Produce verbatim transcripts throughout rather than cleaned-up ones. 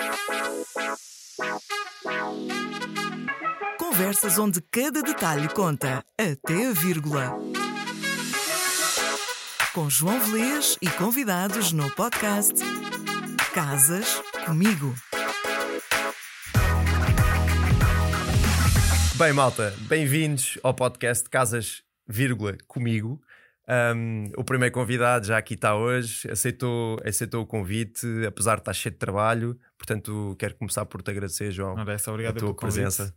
Conversas onde cada detalhe conta, até a vírgula. Com João Velez e convidados no podcast Casas Comigo. Bem, malta, bem-vindos ao podcast Casas, vírgula, Comigo. Um, o primeiro convidado já aqui está hoje, aceitou, aceitou o convite, apesar de estar cheio de trabalho. Portanto, quero começar por te agradecer, João, Ora, obrigado a tua pelo presença.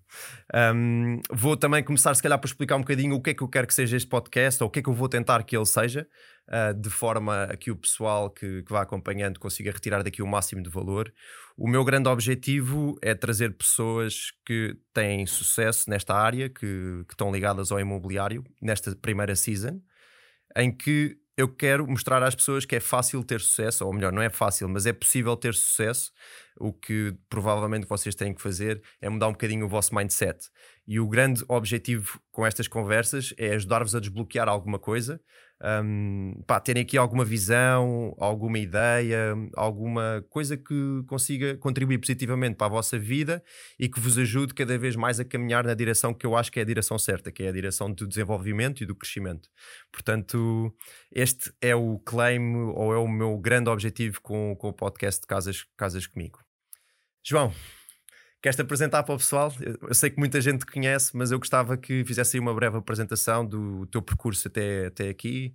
Um, vou também começar, se calhar, por explicar um bocadinho o que é que eu quero que seja este podcast, ou o que é que eu vou tentar que ele seja, uh, de forma a que o pessoal que, que vá acompanhando consiga retirar daqui o máximo de valor. O meu grande objetivo é trazer pessoas que têm sucesso nesta área, que, que estão ligadas ao imobiliário, nesta primeira season, em que eu quero mostrar às pessoas que é fácil ter sucesso, ou melhor, não é fácil, mas é possível ter sucesso. O que provavelmente vocês têm que fazer é mudar um bocadinho o vosso mindset. E o grande objetivo com estas conversas é ajudar-vos a desbloquear alguma coisa, um, pá, terem aqui alguma visão, alguma ideia, alguma coisa que consiga contribuir positivamente para a vossa vida e que vos ajude cada vez mais a caminhar na direção que eu acho que é a direção certa, que é a direção do desenvolvimento e do crescimento. Portanto, este é o claim, ou é o meu grande objetivo com, com o podcast de Casas, Casas Comigo. João, queres-te apresentar para o pessoal? Eu sei que muita gente te conhece, mas eu gostava que fizesse aí uma breve apresentação do teu percurso até, até aqui,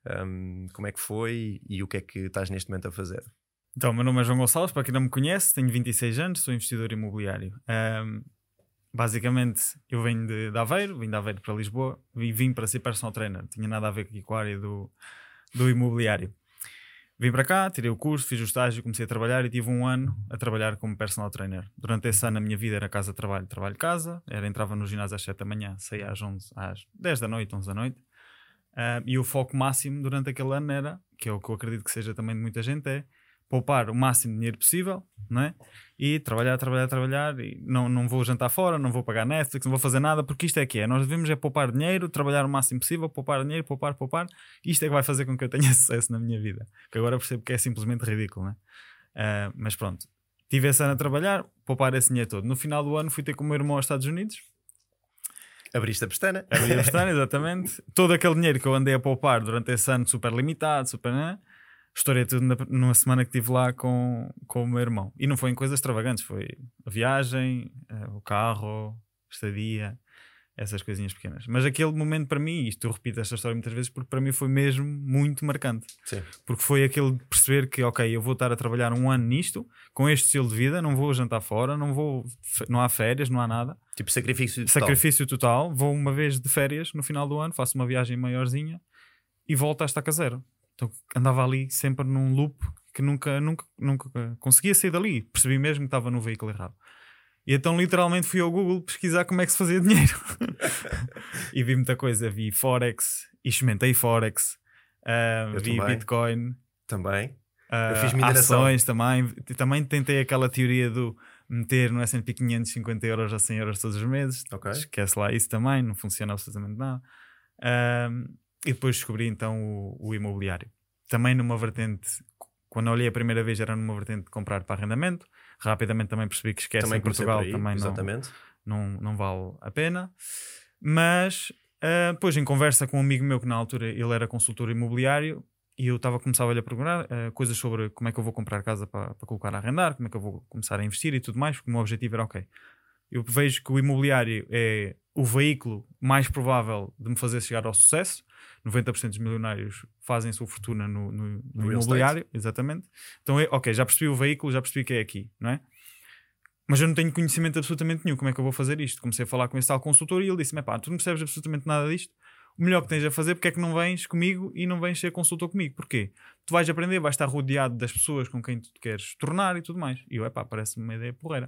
um, como é que foi e o que é que estás neste momento a fazer. Então, meu nome é João Gonçalves, para quem não me conhece, tenho vinte e seis anos, sou investidor imobiliário. Um, basicamente, eu venho de, de Aveiro, vim de Aveiro para Lisboa e vim para ser personal trainer. Não tinha nada a ver aqui com a área do, do imobiliário. Vim para cá, tirei o curso, fiz o estágio, comecei a trabalhar e tive um ano a trabalhar como personal trainer. Durante esse ano a minha vida era casa-trabalho, trabalho-casa. Era, entrava no ginásio às sete da manhã, saía às, onze, às dez da noite, onze da noite. Uh, e o foco máximo durante aquele ano era, que é o que eu acredito que seja também de muita gente, é poupar o máximo de dinheiro possível, não é? E trabalhar, trabalhar, trabalhar. E não, não vou jantar fora, não vou pagar Netflix, não vou fazer nada, porque isto é que é. Nós devemos é poupar dinheiro, trabalhar o máximo possível, poupar dinheiro, poupar, poupar. Isto é que vai fazer com que eu tenha sucesso na minha vida. Que agora percebo que é simplesmente ridículo, não é? Uh, mas pronto. Tive esse ano a trabalhar, poupar esse dinheiro todo. No final do ano fui ter com o meu irmão aos Estados Unidos. Abriste a pestana. Abri a pestana, exatamente. Todo aquele dinheiro que eu andei a poupar durante esse ano super limitado, super... Né? Estourei tudo na, numa semana que estive lá com, com o meu irmão. E não foi em coisas extravagantes. Foi a viagem, uh, o carro, estadia, essas coisinhas pequenas. Mas aquele momento para mim, isto eu repito esta história muitas vezes, porque para mim foi mesmo muito marcante. Sim. Porque foi aquele de perceber que, ok, eu vou estar a trabalhar um ano nisto, com este estilo de vida, não vou jantar fora, não vou, não há férias, não há nada. Tipo sacrifício total. Sacrifício total. Vou uma vez de férias no final do ano, faço uma viagem maiorzinha e volto a estaca zero. Então andava ali sempre num loop que nunca, nunca, nunca conseguia sair dali. Percebi mesmo que estava no veículo errado. E então literalmente fui ao Google pesquisar como é que se fazia dinheiro. E vi muita coisa. Vi Forex, e experimentei Forex, uh, vi também. Bitcoin. Também. Uh, Eu fiz mineração. Ações também. Também tentei aquela teoria do meter no S and P quinhentos e cinquenta euros a cem euros todos os meses. Okay. Esquece lá isso também. Não funciona absolutamente nada. Uh, E depois descobri então o, o imobiliário. Também numa vertente, quando olhei a primeira vez era numa vertente de comprar para arrendamento. Rapidamente também percebi que esquece também em Portugal, aí, também não, não, não vale a pena. Mas uh, depois em conversa com um amigo meu que na altura ele era consultor imobiliário e eu estava a começar a olhar perguntar uh, coisas sobre como é que eu vou comprar casa para, para colocar a arrendar, como é que eu vou começar a investir e tudo mais, porque o meu objetivo era ok. Eu vejo que o imobiliário é o veículo mais provável de me fazer chegar ao sucesso. noventa por cento dos milionários fazem sua fortuna no, no, no imobiliário, estate. Exatamente. Então, é, ok, já percebi o veículo, já percebi que é aqui, não é? Mas eu não tenho conhecimento absolutamente nenhum. Como é que eu vou fazer isto? Comecei a falar com esse tal consultor e ele disse-me: pá, tu não percebes absolutamente nada disto. O melhor que tens a fazer, porque é que não vens comigo e não vens ser consultor comigo? Porquê? Tu vais aprender, vais estar rodeado das pessoas com quem tu te queres tornar e tudo mais. E eu, é pá, parece-me uma ideia porreira.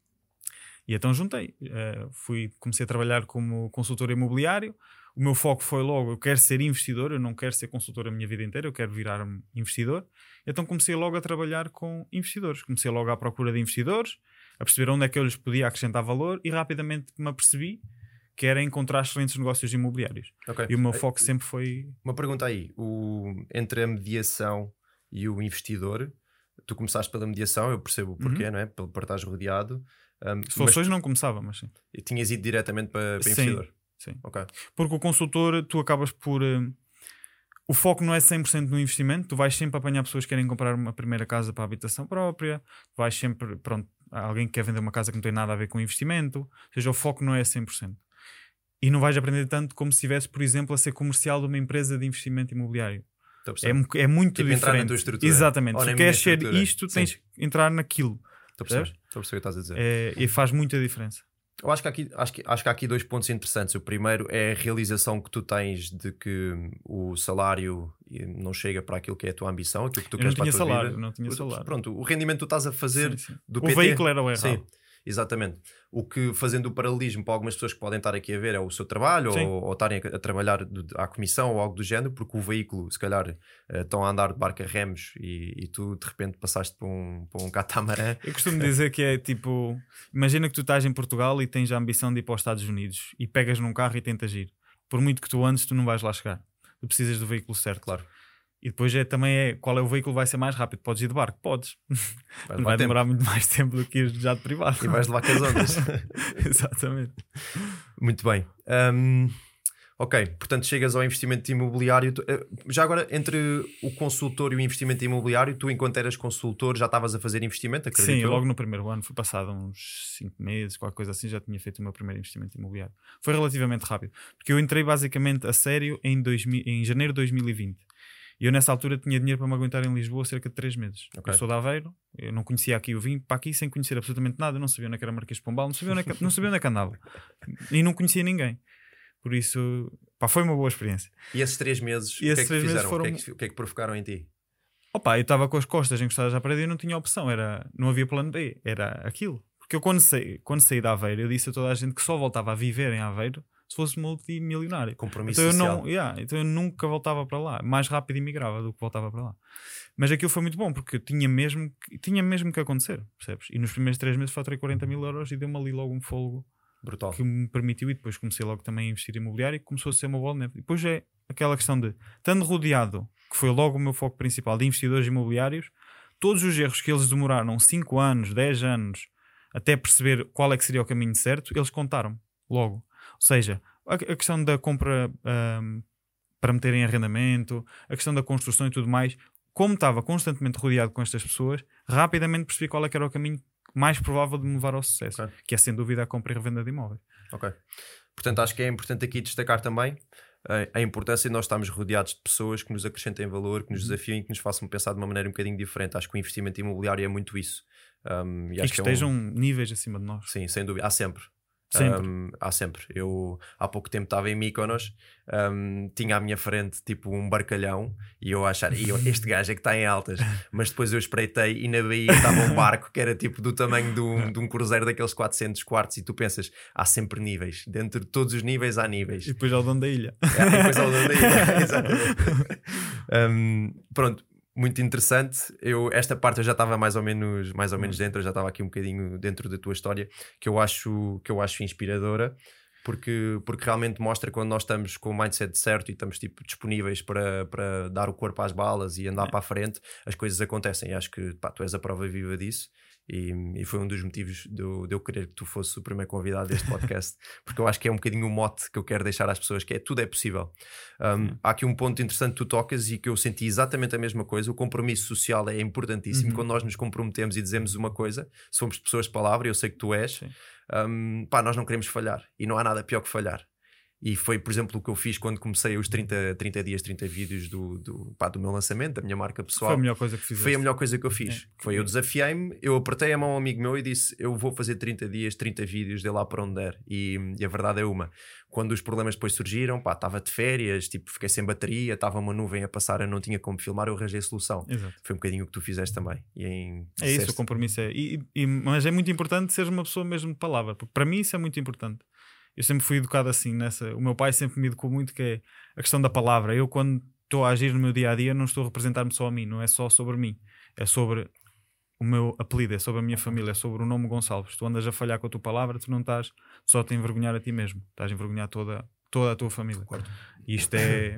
E então juntei, uh, fui, comecei a trabalhar como consultor imobiliário. O meu foco foi logo, eu quero ser investidor, eu não quero ser consultor a minha vida inteira, eu quero virar-me investidor. Então comecei logo a trabalhar com investidores, comecei logo à procura de investidores, a perceber onde é que eu lhes podia acrescentar valor e rapidamente me apercebi que era encontrar excelentes negócios imobiliários. Okay. E o meu foco sempre foi... Uma pergunta aí, o, entre a mediação e o investidor, tu começaste pela mediação, eu percebo o porquê, Uhum. não é? Pelo por estares rodeado. Um, Se fosse mas hoje não começava, mas sim. tu tinhas ido diretamente para, para Sim, investidor. sim. Ok. Porque o consultor, tu acabas por... eh, o foco não é cem por cento no investimento, tu vais sempre apanhar pessoas que querem comprar uma primeira casa para a habitação própria, tu vais sempre, pronto, há alguém que quer vender uma casa que não tem nada a ver com investimento, ou seja, o foco não é cem por cento. E não vais aprender tanto como se estivesse, por exemplo, a ser comercial de uma empresa de investimento imobiliário. Estou a É, perceber. mu- é muito Tipo, entrar na diferente. tua estrutura. Exatamente. Ou Se na tu minha queres ser estrutura. isto, Sim. tens que entrar naquilo. Estou a perceber. Percebes? Estou a perceber o que estás a dizer. É, e faz muita diferença. Eu acho que, há aqui, acho, que, acho que há aqui dois pontos interessantes. O primeiro é a realização que tu tens de que o salário não chega para aquilo que é a tua ambição, aquilo que tu Eu não queres para a tinha tua salário, vida. não tinha salário. Pronto, o rendimento que tu estás a fazer Sim, sim. do O P T. veículo era o errado. Sim, exatamente. O que, fazendo o paralelismo para algumas pessoas que podem estar aqui a ver, é o seu trabalho Sim. ou, ou estarem a, a trabalhar do, à comissão ou algo do género, porque o veículo, se calhar, eh, estão a andar de barco a remos e, e tu de repente passaste para um, para um catamarã. Eu costumo dizer que é tipo, imagina que tu estás em Portugal e tens a ambição de ir para os Estados Unidos e pegas num carro e tentas ir. Por muito que tu andes, tu não vais lá chegar. Tu precisas do veículo certo. Claro. E depois é, também é qual é o veículo que vai ser mais rápido. Podes ir de barco? Podes. Vai, Não vai demorar muito mais tempo do que ir já de privado. E vais levar com as ondas. Exatamente. Muito bem. Um, ok, portanto chegas ao investimento imobiliário. Tu, eh, já agora, entre o consultor e o investimento imobiliário, tu enquanto eras consultor já estavas a fazer investimento, acredito? Sim, eu? logo no primeiro ano, foi passado uns cinco meses, qualquer coisa assim, já tinha feito o meu primeiro investimento imobiliário. Foi relativamente rápido, porque eu entrei basicamente a sério em, dois mil, em janeiro de dois mil e vinte. E eu nessa altura tinha dinheiro para me aguentar em Lisboa cerca de três meses. Ok. Eu sou de Aveiro, eu não conhecia aqui, eu vim para aqui sem conhecer absolutamente nada, eu não sabia onde é que era Marquês de Pombal, não sabia onde é que, não sabia onde é que andava. E não conhecia ninguém. Por isso, pá, foi uma boa experiência. E esses três meses, E o que é esses que três meses fizeram? foram- O, que é que, o que é que provocaram em ti? Opa, eu estava com as costas encostadas à parede e não tinha opção, era, não havia plano B, era aquilo. Porque eu quando saí, quando saí de Aveiro, eu disse a toda a gente que só voltava a viver em Aveiro se fosse multimilionário. Compromisso Então eu, social. não, yeah, então eu nunca voltava para lá, mais rápido imigrava do que voltava para lá. Mas aquilo foi muito bom, porque eu tinha mesmo que, tinha mesmo que acontecer, percebes? E nos primeiros três meses faturei quarenta mil euros e deu-me ali logo um fôlego Brutal. que me permitiu, e depois comecei logo também a investir em imobiliário e começou a ser uma bola de neve. E depois é aquela questão de, estando rodeado, que foi logo o meu foco principal, de investidores imobiliários, todos os erros que eles demoraram cinco anos, dez anos, até perceber qual é que seria o caminho certo, eles contaram logo. Ou seja, a, a questão da compra um, para meter em arrendamento, a questão da construção e tudo mais, como estava constantemente rodeado com estas pessoas, rapidamente percebi qual é que era o caminho mais provável de me levar ao sucesso, Ok. que é sem dúvida a compra e revenda de imóveis. Ok. Portanto, acho que é importante aqui destacar também a, a importância de nós estarmos rodeados de pessoas que nos acrescentem valor, que nos desafiem, que nos façam pensar de uma maneira um bocadinho diferente. Acho que o investimento imobiliário é muito isso. Um, e E acho que que é um- estejam níveis acima de nós. Sim, sem dúvida. Há sempre. Sempre. Um, há sempre. Eu há pouco tempo estava em Mykonos, um, tinha à minha frente tipo um barcalhão e eu a achar, "Ih, este gajo é que está em altas." Mas depois eu espreitei e na Bahia estava um barco que era tipo do tamanho de um, de um cruzeiro daqueles quatrocentos quartos e tu pensas, há sempre níveis. Dentro de todos os níveis há níveis. E depois ao dono da ilha. É, e depois ao dono da ilha. Exatamente. Um, pronto. Muito interessante. Eu, esta parte eu já estava mais ou menos, mais ou menos dentro, eu já estava aqui um bocadinho dentro da tua história, que eu acho, que eu acho inspiradora, porque, porque realmente mostra quando nós estamos com o mindset certo e estamos tipo, disponíveis para, para dar o corpo às balas e andar É. para a frente, as coisas acontecem. E acho que pá, tu és a prova viva disso. E, e foi um dos motivos de eu, de eu querer que tu fosses o primeiro convidado deste podcast, porque eu acho que é um bocadinho o mote que eu quero deixar às pessoas, que é tudo é possível. Um, há aqui um ponto interessante que tu tocas e que eu senti exatamente a mesma coisa. O compromisso social é importantíssimo. Uhum. Quando nós nos comprometemos e dizemos uma coisa, somos pessoas de palavra, eu sei que tu és, Sim. um, pá, nós não queremos falhar e não há nada pior que falhar. E foi, por exemplo, o que eu fiz quando comecei os trinta, trinta dias, trinta vídeos do, do, pá, do meu lançamento, da minha marca pessoal. Foi a melhor coisa que fizeste. Foi a melhor coisa que eu fiz. É. Foi, eu desafiei-me, eu apertei a mão a um amigo meu e disse, eu vou fazer trinta dias, trinta vídeos de lá para onde der. E, e a verdade é uma, quando os problemas depois surgiram, pá, estava de férias, tipo, fiquei sem bateria, estava uma nuvem a passar, eu não tinha como filmar, eu arranjei a solução. Exato. Foi um bocadinho o que tu fizeste também. E em, É isso, disseste- o compromisso é. E, e- mas é muito importante seres uma pessoa mesmo de palavra, porque para mim isso é muito importante. Eu sempre fui educado assim nessa. O meu pai sempre me educou muito, que é a questão da palavra. Eu, quando estou a agir no meu dia a dia, não estou a representar-me só a mim, não é só sobre mim, é sobre o meu apelido, é sobre a minha família, é sobre o nome Gonçalves. Tu andas a falhar com a tua palavra, tu não estás só a te envergonhar a ti mesmo, estás a envergonhar toda, toda a tua família. E isto é,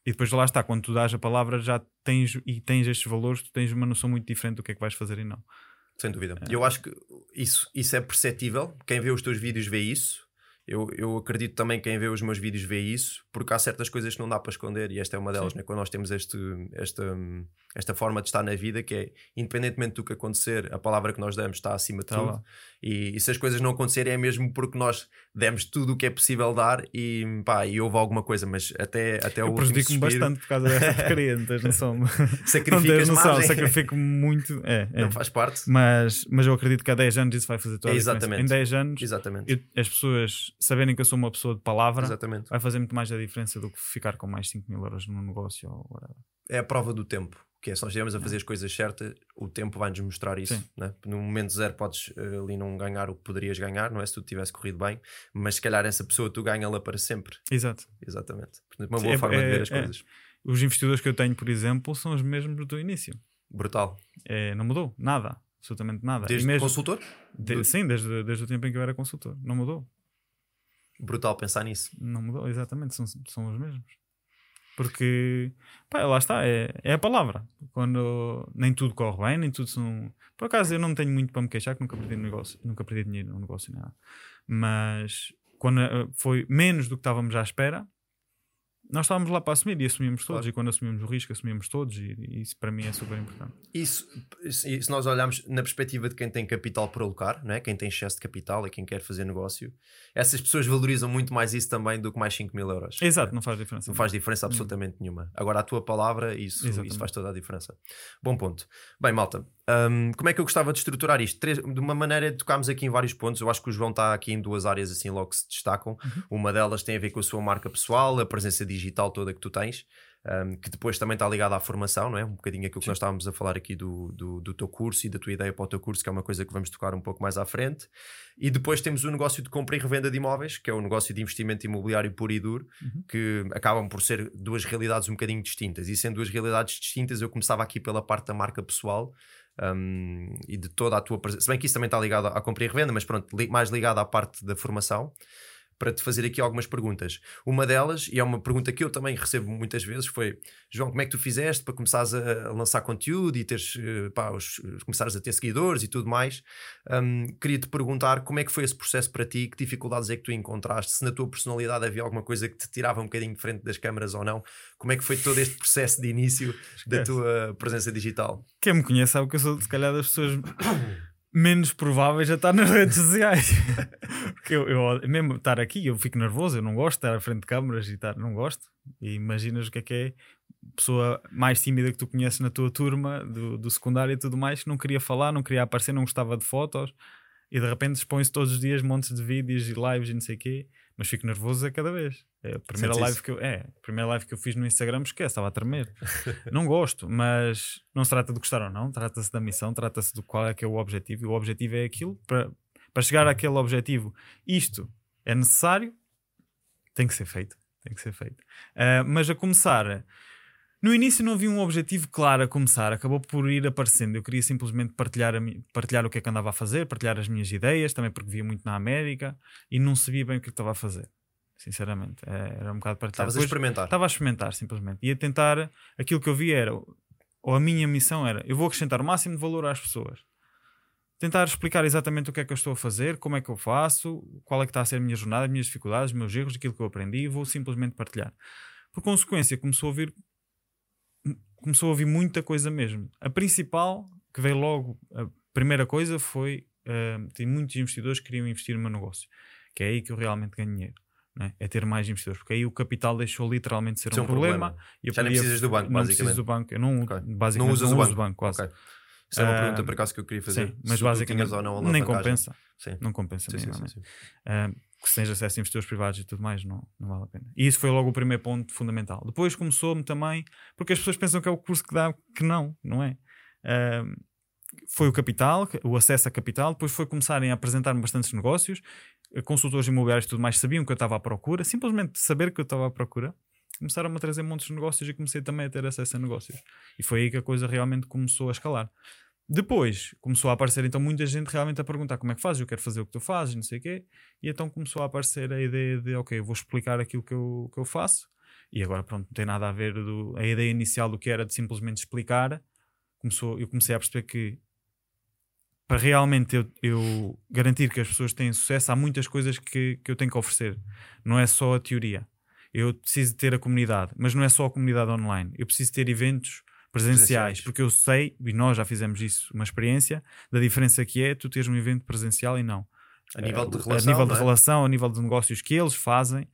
E depois lá está, quando tu dás a palavra já tens, e tens estes valores, tu tens uma noção muito diferente do que é que vais fazer e não. Sem dúvida. É. Eu acho que isso, isso é perceptível. Quem vê os teus vídeos vê isso. Eu, eu acredito também que quem vê os meus vídeos vê isso, porque há certas coisas que não dá para esconder e esta é uma delas, né? Quando nós temos este, esta, esta forma de estar na vida que é, independentemente do que acontecer, a palavra que nós damos está acima de tá tudo e, e se as coisas não acontecerem é mesmo porque nós demos tudo o que é possível dar e, pá, e houve alguma coisa, mas até, até o eu prejudico-me bastante por causa dessa porcaria, não tens noção. Sacrificas noção, sacrifico-me muito. É, é. Não faz parte. Mas, mas eu acredito que há dez anos isso vai fazer toda a é diferença. exatamente. Em dez anos, exatamente. Eu, as pessoas saberem que eu sou uma pessoa de palavra, exatamente. vai fazer muito mais a diferença do que ficar com mais cinco mil euros no negócio ou whatever. É a prova do tempo, que é se nós estivermos a fazer as coisas certas, o tempo vai-nos mostrar isso, né? No momento zero podes uh, ali não ganhar o que poderias ganhar, não é? Se tudo tivesse corrido bem, mas se calhar essa pessoa tu ganha-la para sempre. Exato. Exatamente. Portanto, uma boa é, forma é, de ver as é, coisas. Os investidores que eu tenho, por exemplo, são os mesmos do início. Brutal. É, não mudou nada, absolutamente nada. Desde mesmo, consultor? De, do... Sim, desde, desde o tempo em que eu era consultor, não mudou. Brutal pensar nisso. Não mudou, exatamente, são, são os mesmos. Porque, pá, lá está, é, é a palavra. Quando nem tudo corre bem, nem tudo são... Por acaso eu não tenho muito para me queixar, que nunca perdi negócio, nunca perdi dinheiro no negócio, nada. Mas quando foi menos do que estávamos à espera, nós estávamos lá para assumir e assumimos todos, claro. E quando assumimos o risco, assumimos todos, e, e isso para mim é super importante. Isso, se nós olharmos na perspectiva de quem tem capital para alocar, não é? Quem tem excesso de capital e quem quer fazer negócio, essas pessoas valorizam muito mais isso também do que mais cinco mil euros. Exato, não, é? não faz diferença. Não faz diferença absolutamente hum. nenhuma. Agora a tua palavra, isso, isso faz toda a diferença. Bom ponto. Bem, malta, um, como é que eu gostava de estruturar isto? Três, de uma maneira, tocámos aqui em vários pontos. Eu acho que o João está aqui em duas áreas assim logo que se destacam. Uhum. Uma delas tem a ver com a sua marca pessoal, a presença digital toda que tu tens, um, que depois também está ligada à formação, não é? Um bocadinho aquilo que Sim. nós estávamos a falar aqui do, do, do teu curso e da tua ideia para o teu curso, que é uma coisa que vamos tocar um pouco mais à frente. E depois temos o negócio de compra e revenda de imóveis, que é o negócio de investimento imobiliário puro e duro, uhum. que acabam por ser duas realidades um bocadinho distintas. E sendo duas realidades distintas, eu começava aqui pela parte da marca pessoal, Um, e de toda a tua presença, se bem que isso também está ligado à compra e revenda, mas pronto, li, mais ligado à parte da formação, para te fazer aqui algumas perguntas. Uma delas, e é uma pergunta que eu também recebo muitas vezes, foi: João, como é que tu fizeste para começares a, a lançar conteúdo e teres, pá, os, começares a ter seguidores e tudo mais? Um, queria-te perguntar como é que foi esse processo para ti, que dificuldades é que tu encontraste, se na tua personalidade havia alguma coisa que te tirava um bocadinho de frente das câmaras ou não. Como é que foi todo este processo de início da tua presença digital? Quem me conhece sabe que eu sou, se calhar, das pessoas menos prováveis a estar nas redes sociais. Porque eu, eu, mesmo estar aqui, eu fico nervoso, eu não gosto de estar à frente de câmaras e estar, não gosto. E imaginas o que é que é a pessoa mais tímida que tu conheces na tua turma, do, do secundário e tudo mais, que não queria falar, não queria aparecer, não gostava de fotos, e de repente expõe-se todos os dias montes de vídeos e lives e não sei o quê, mas fico nervoso a cada vez. É a primeira Sentes live isso? que eu, é, a primeira live que eu fiz no Instagram, esquece, estava a tremer. Não gosto, mas não se trata de gostar ou não, trata-se da missão, trata-se de qual é que é o objetivo, e o objetivo é aquilo. Para, para chegar àquele objetivo, isto é necessário, tem que ser feito, tem que ser feito. Uh, mas a começar, no início não havia um objetivo claro a começar, acabou por ir aparecendo. Eu queria simplesmente partilhar, a mi, partilhar o que é que andava a fazer, partilhar as minhas ideias, também porque via muito na América e não sabia bem o que, é que estava a fazer. Sinceramente, era um bocado partilhar. Estavas a experimentar. Estava a experimentar, simplesmente. E a tentar, aquilo que eu via era, ou a minha missão era, eu vou acrescentar o máximo de valor às pessoas. Tentar explicar exatamente o que é que eu estou a fazer, como é que eu faço, qual é que está a ser a minha jornada, as minhas dificuldades, os meus erros, aquilo que eu aprendi, e vou simplesmente partilhar. Por consequência, começou a vir, começou a vir muita coisa mesmo. A principal, que veio logo, a primeira coisa foi, uh, tem muitos investidores que queriam investir no meu negócio, que é aí que eu realmente ganho dinheiro. É? é ter mais investidores, porque aí o capital deixou literalmente ser um, um problema, problema. E eu já nem precisas do banco, não basicamente. Preciso do banco. Eu não, okay. basicamente, não usas não o uso banco, banco quase. Okay. Isso é uma uh, pergunta por acaso que eu queria fazer. Sim, mas basicamente ou não nem compensa. Sim. Não compensa sim, minimamente. sim, sim, sim. Uh, se tens acesso a investidores privados e tudo mais, não, não vale a pena. E isso foi logo o primeiro ponto fundamental. Depois começou-me também, porque as pessoas pensam que é o curso que dá, que não, não é? Uh, foi o capital, o acesso a capital. Depois foi começarem a apresentar-me bastantes negócios. Consultores imobiliários e tudo mais sabiam que eu estava à procura, simplesmente saber que eu estava à procura, começaram-me a trazer montes de negócios e comecei também a ter acesso a negócios, e foi aí que a coisa realmente começou a escalar. Depois começou a aparecer então muita gente realmente a perguntar como é que fazes, eu quero fazer o que tu fazes, não sei o quê, e então começou a aparecer a ideia de ok, eu vou explicar aquilo que eu, que eu faço, E agora, pronto, não tem nada a ver do, a ideia inicial do que era de simplesmente explicar. Começou, eu comecei a perceber que para realmente eu, eu garantir que as pessoas têm sucesso, há muitas coisas que, que eu tenho que oferecer. Não é só a teoria. Eu preciso ter a comunidade, mas não é só a comunidade online. Eu preciso ter eventos presenciais, presenciais, porque eu sei, e nós já fizemos isso, uma experiência, da diferença que é tu teres um evento presencial e não. A nível de relação, a nível de é? relação, a nível de negócios que eles fazem,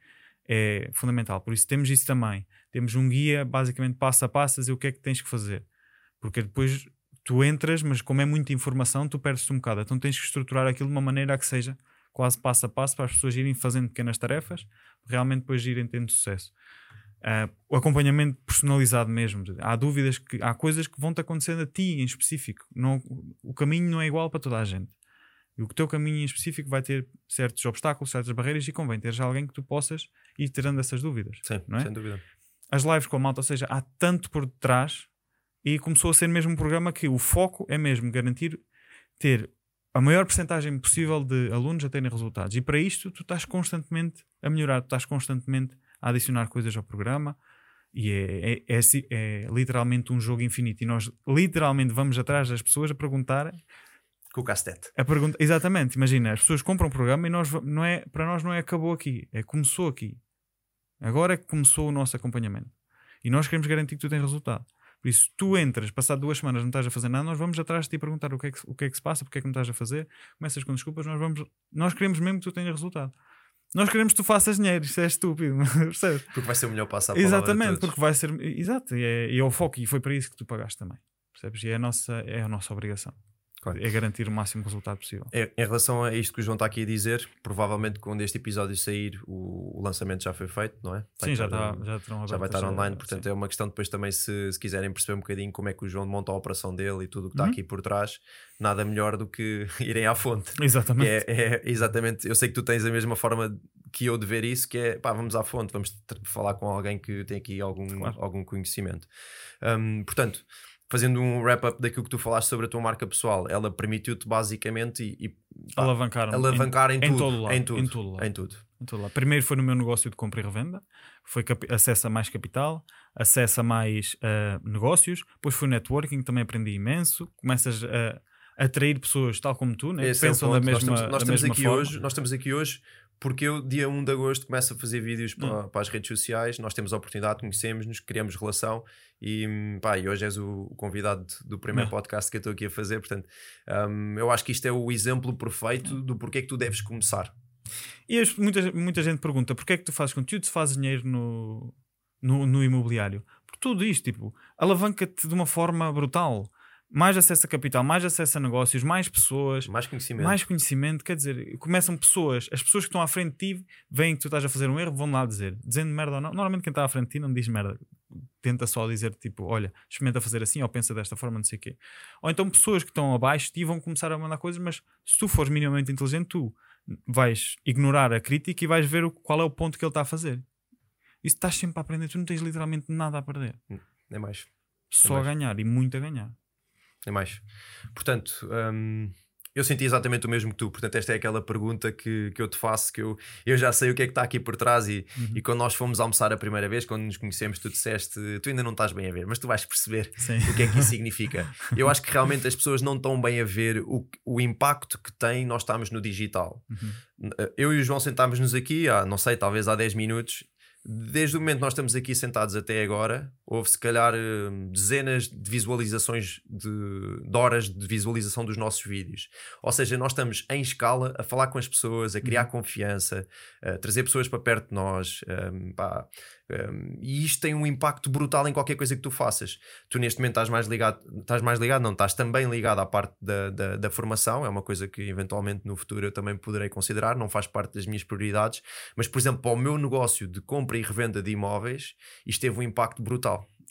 é fundamental. Por isso temos isso também. Temos um guia, basicamente passo a passo, a dizer o que é que tens que fazer. Porque depois tu entras, mas como é muita informação, tu perdes-te um bocado. Então tens que estruturar aquilo de uma maneira que seja quase passo a passo para as pessoas irem fazendo pequenas tarefas, realmente depois irem tendo sucesso. Uh, o acompanhamento personalizado mesmo. Há dúvidas, que há coisas que vão-te acontecendo a ti em específico. Não, o caminho não é igual para toda a gente. E o teu caminho em específico vai ter certos obstáculos, certas barreiras, e convém teres alguém que tu possas ir tirando essas dúvidas. Sim, não é? sem dúvida. As lives com a malta, ou seja, há tanto por detrás, e começou a ser mesmo um programa que o foco é mesmo garantir ter a maior percentagem possível de alunos a terem resultados. E para isto tu estás constantemente a melhorar, tu estás constantemente a adicionar coisas ao programa, e é, é, é, é literalmente um jogo infinito. E nós literalmente vamos atrás das pessoas a perguntar... Com o castete. A pergunta, exatamente, imagina, as pessoas compram um programa e nós, não é, para nós não é acabou aqui, é começou aqui. Agora é que começou o nosso acompanhamento. E nós queremos garantir que tu tens resultado. Por isso, tu entras, passado duas semanas não estás a fazer nada, nós vamos atrás de ti perguntar o que é que, o que, é que se passa, porque é que não estás a fazer, começas com desculpas, nós, vamos, nós queremos mesmo que tu tenhas resultado. Nós queremos que tu faças dinheiro, isso é estúpido, percebes? Porque vai ser o melhor passo à palavra. Exatamente, porque vai ser, exato, e é, e é o foco, e foi para isso que tu pagaste também, percebes? E é a nossa, é a nossa obrigação. Claro. É garantir o máximo resultado possível. Em, em relação a isto que o João está aqui a dizer, provavelmente quando este episódio sair, o, o lançamento já foi feito, não é? Vai Sim, já, está, já, já vai estar já, online, portanto sim. É uma questão depois também se, se quiserem perceber um bocadinho como é que o João monta a operação dele e tudo o que está uhum. aqui por trás, nada melhor do que irem à fonte. Exatamente. É, é, exatamente. Eu sei que tu tens a mesma forma que eu de ver isso, que é, pá, vamos à fonte, vamos falar com alguém que tem aqui algum, claro. algum conhecimento. Um, portanto... Fazendo um wrap-up daquilo que tu falaste sobre a tua marca pessoal, ela permitiu-te basicamente e, e, pá, alavancar, alavancar em, em, tudo, em, todo lado, em tudo, em tudo, lado. Em tudo. Em todo lado. Primeiro foi no meu negócio de compra e revenda, foi acesso a mais capital, acesso a mais uh, negócios, depois foi networking, também aprendi imenso, começas a atrair pessoas tal como tu, né? Que pensam é da mesma, nós estamos, nós da estamos mesma aqui forma. Hoje, nós estamos aqui hoje porque eu, dia um de agosto, começo a fazer vídeos para, hum. para as redes sociais, nós temos a oportunidade, conhecemos-nos, criamos relação e, pá, e hoje és o convidado do primeiro hum. podcast que eu estou aqui a fazer, portanto um, eu acho que isto é o exemplo perfeito do porquê que tu deves começar. E as, muita, muita gente pergunta, porquê é que tu fazes conteúdo se fazes dinheiro no, no, no imobiliário? Por tudo isto, tipo, alavanca-te de uma forma brutal. Mais acesso a capital, mais acesso a negócios, mais pessoas, mais conhecimento. mais conhecimento, quer dizer, começam pessoas, as pessoas que estão à frente de ti veem que tu estás a fazer um erro, vão lá dizer, dizendo merda ou não. Normalmente quem está à frente de ti não diz merda, tenta só dizer tipo, olha, experimenta fazer assim ou pensa desta forma, não sei o quê. Ou então pessoas que estão abaixo de ti vão começar a mandar coisas, mas se tu fores minimamente inteligente, tu vais ignorar a crítica e vais ver o, qual é o ponto que ele está a fazer. Isso estás sempre a aprender, tu não tens literalmente nada a perder. É mais. Só é a mais. ganhar e muito a ganhar. É mais. Portanto, hum, eu senti exatamente o mesmo que tu. Portanto, esta é aquela pergunta que, que eu te faço, que eu, eu já sei o que é que está aqui por trás e, uhum. e quando nós fomos almoçar a primeira vez, quando nos conhecemos, tu disseste, tu ainda não estás bem a ver, mas tu vais perceber Sim. o que é que isso significa. Eu acho que realmente as pessoas não estão bem a ver o, o impacto que tem nós estarmos no digital. Uhum. Eu e o João sentámos-nos aqui há, não sei, talvez há dez minutos. Desde o momento que nós estamos aqui sentados até agora, houve se calhar dezenas de visualizações de, de horas de visualização dos nossos vídeos. Ou seja, nós estamos em escala a falar com as pessoas, a criar confiança, a trazer pessoas para perto de nós, um, pá, um, e isto tem um impacto brutal em qualquer coisa que tu faças. Tu neste momento estás mais ligado, estás mais ligado, não, estás também ligado à parte da, da, da formação, é uma coisa que eventualmente no futuro eu também poderei considerar, não faz parte das minhas prioridades, mas por exemplo, para o meu negócio de compra e revenda de imóveis, isto teve um impacto brutal.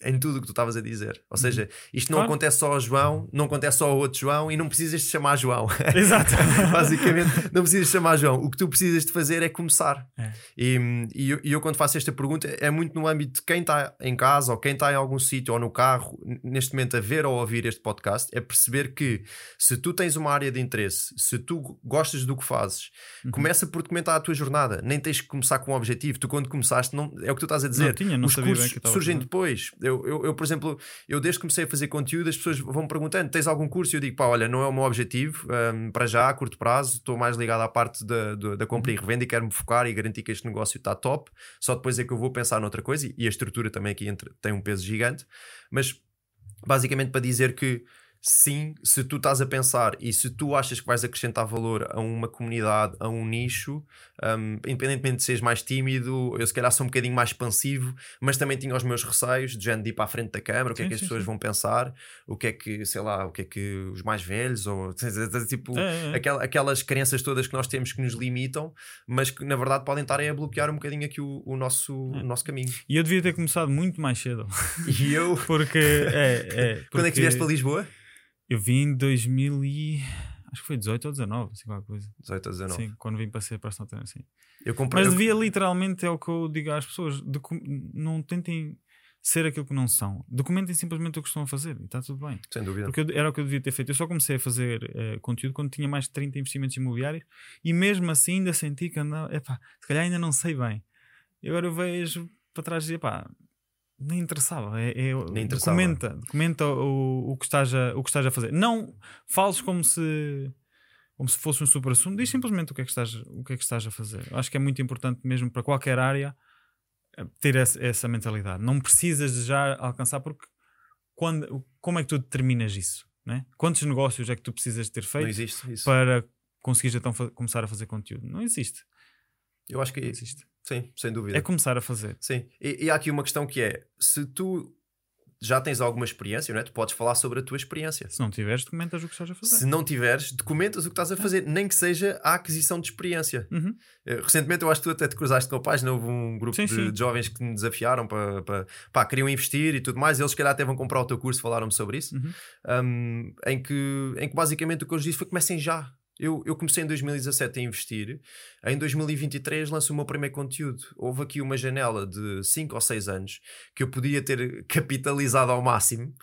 em tudo o que tu estavas a dizer. Ou seja, isto não Claro. acontece só ao João, não acontece só ao outro João e não precisas de chamar João. Exato. Basicamente, não precisas de chamar João. O que tu precisas de fazer é começar. É. E, e, eu, e eu, quando faço esta pergunta, é muito no âmbito de quem está em casa ou quem está em algum sítio ou no carro, neste momento, a ver ou a ouvir este podcast, é perceber que se tu tens uma área de interesse, se tu gostas do que fazes, Uhum. começa por documentar a tua jornada. Nem tens que começar com um objetivo. Tu, quando começaste, não, é o que tu estás a dizer. Não tinha, não Os sabia bem cursos que estava a surgem fazer. depois. Eu, eu, eu, por exemplo, eu desde que comecei a fazer conteúdo, as pessoas vão me perguntando: tens algum curso? E eu digo: pá, olha, não é o meu objetivo, um, para já, a curto prazo, estou mais ligado à parte da, da, da compra e revenda e quero-me focar e garantir que este negócio está top. Só depois é que eu vou pensar noutra coisa, e a estrutura também aqui entre, tem um peso gigante. Mas basicamente para dizer que sim, se tu estás a pensar e se tu achas que vais acrescentar valor a uma comunidade, a um nicho, um, independentemente de seres mais tímido, eu se calhar sou um bocadinho mais expansivo, mas também tinha os meus receios de género de ir para a frente da câmara, o que Sim, é que as sim, pessoas sim. vão pensar, o que é que, sei lá, o que é que os mais velhos, ou tipo, É, é, é. aquel- aquelas crenças todas que nós temos que nos limitam, mas que na verdade podem estar aí a bloquear um bocadinho aqui o, o nosso, o nosso caminho. E eu devia ter começado muito mais cedo. E eu, Porque. É, é, porque quando é que vieste para Lisboa? Eu vim em dois mil e. Acho que foi dezoito ou dezanove, assim, qualquer coisa. dezoito a dezanove. Sim, quando vim para ser personal trainer, sim. Eu comprei, Mas eu- devia literalmente, é o que eu digo às pessoas, docu- não tentem ser aquilo que não são. Documentem simplesmente o que estão a fazer e está tudo bem. sem dúvida. Porque eu- era o que eu devia ter feito. Eu só comecei a fazer eh, conteúdo quando tinha mais de trinta investimentos imobiliários e mesmo assim ainda senti que andava, epá, se calhar ainda não sei bem. E agora eu vejo para trás e epá, nem interessava. É, é, Nem interessava. documenta, documenta o, o, que estás a, o que estás a fazer. Não fales como se como se fosse um super assunto. Diz simplesmente o que é que estás, o que é que estás a fazer. Eu acho que é muito importante mesmo para qualquer área eh, ter essa, essa mentalidade. Não precisas de já alcançar, porque quando, como é que tu determinas isso? Né? Quantos negócios é que tu precisas de ter Não feito existe isso. para conseguires então fa- começar a fazer conteúdo? Não existe. Eu acho que Não existe. sim, sem dúvida. É começar a fazer. Sim. E, e há aqui uma questão que é: se tu já tens alguma experiência, não é? Tu podes falar sobre a tua experiência. Se não tiveres, documentas o que estás a fazer. Se não tiveres, documentas o que estás a fazer, nem que seja a aquisição de experiência. Uhum. Eh, Recentemente eu acho que tu até te cruzaste com a página, houve um grupo Sim, de, sim. de jovens que me desafiaram para, para pá, queriam investir e tudo mais, eles se calhar até vão comprar o teu curso, falaram-me sobre isso, Uhum. um, em, que, em que basicamente o que eu lhes disse foi: comecem já. Eu, eu comecei em dois mil e dezassete a investir, em dois mil e vinte e três lanço o meu primeiro conteúdo. Houve aqui uma janela de cinco ou seis anos que eu podia ter capitalizado ao máximo,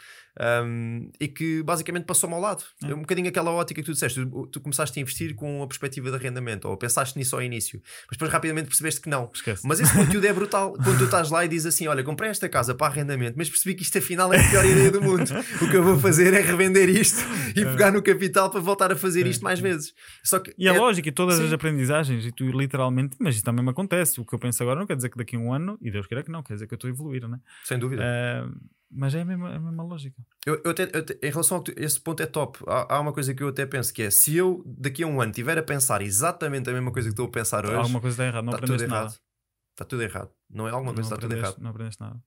um, e que basicamente passou-me ao lado. É. Um bocadinho aquela ótica que tu disseste, tu, tu começaste a investir com a perspectiva de arrendamento, ou pensaste nisso ao início, mas depois rapidamente percebeste que não. Esquece. Mas esse conteúdo é brutal quando tu estás lá e dizes assim: olha, comprei esta casa para arrendamento, mas percebi que isto afinal é a pior ideia do mundo. O que eu vou fazer é revender isto e pegar no capital para voltar a fazer isto mais vezes. Só que E é, lógico, e todas sim. as aprendizagens, e tu literalmente, mas isso também me acontece. O que eu penso agora não quer dizer que daqui a um ano, e Deus queira que não, quer dizer que eu estou a evoluir, né? sem dúvida. Ah, mas é a mesma, a mesma lógica. Eu, eu até, eu até- em relação a que tu- esse ponto é top. Há, há uma coisa que eu até penso que é: se eu daqui a um ano estiver a pensar exatamente a mesma coisa que estou a pensar hoje, Alguma coisa está errada, não está tudo aprendeste nada. errado. Está tudo errado. Não é alguma coisa, Não está tudo aprendeste, errado. não aprendeste nada.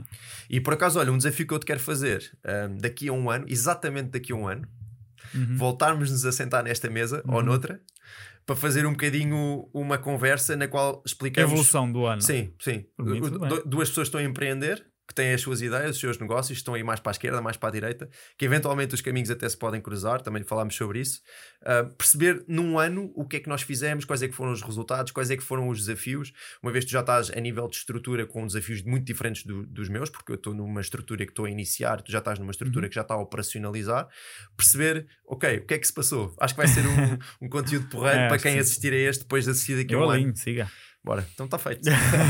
E por acaso, olha, um desafio que eu te quero fazer, hum, daqui a um ano, exatamente daqui a um ano, Uhum. voltarmos-nos a sentar nesta mesa ou Uhum. noutra para fazer um bocadinho uma conversa na qual explicamos. Evolução do ano. Sim, sim. Por mim, O- tudo bem. du- duas pessoas estão a empreender, que têm as suas ideias, os seus negócios, estão aí mais para a esquerda, mais para a direita, que eventualmente os caminhos até se podem cruzar, também falámos sobre isso. Uh, perceber num ano o que é que nós fizemos, quais é que foram os resultados, quais é que foram os desafios. Uma vez que tu já estás a nível de estrutura com desafios muito diferentes do- dos meus, porque eu estou numa estrutura que estou a iniciar, tu já estás numa estrutura Uhum. que já está a operacionalizar, perceber, ok, o que é que se passou? Acho que vai ser um, um conteúdo porreiro É, para acho que quem sim. assistir a este depois de assistir daqui a Eu um ano. alinho, siga. Bora, então está feito.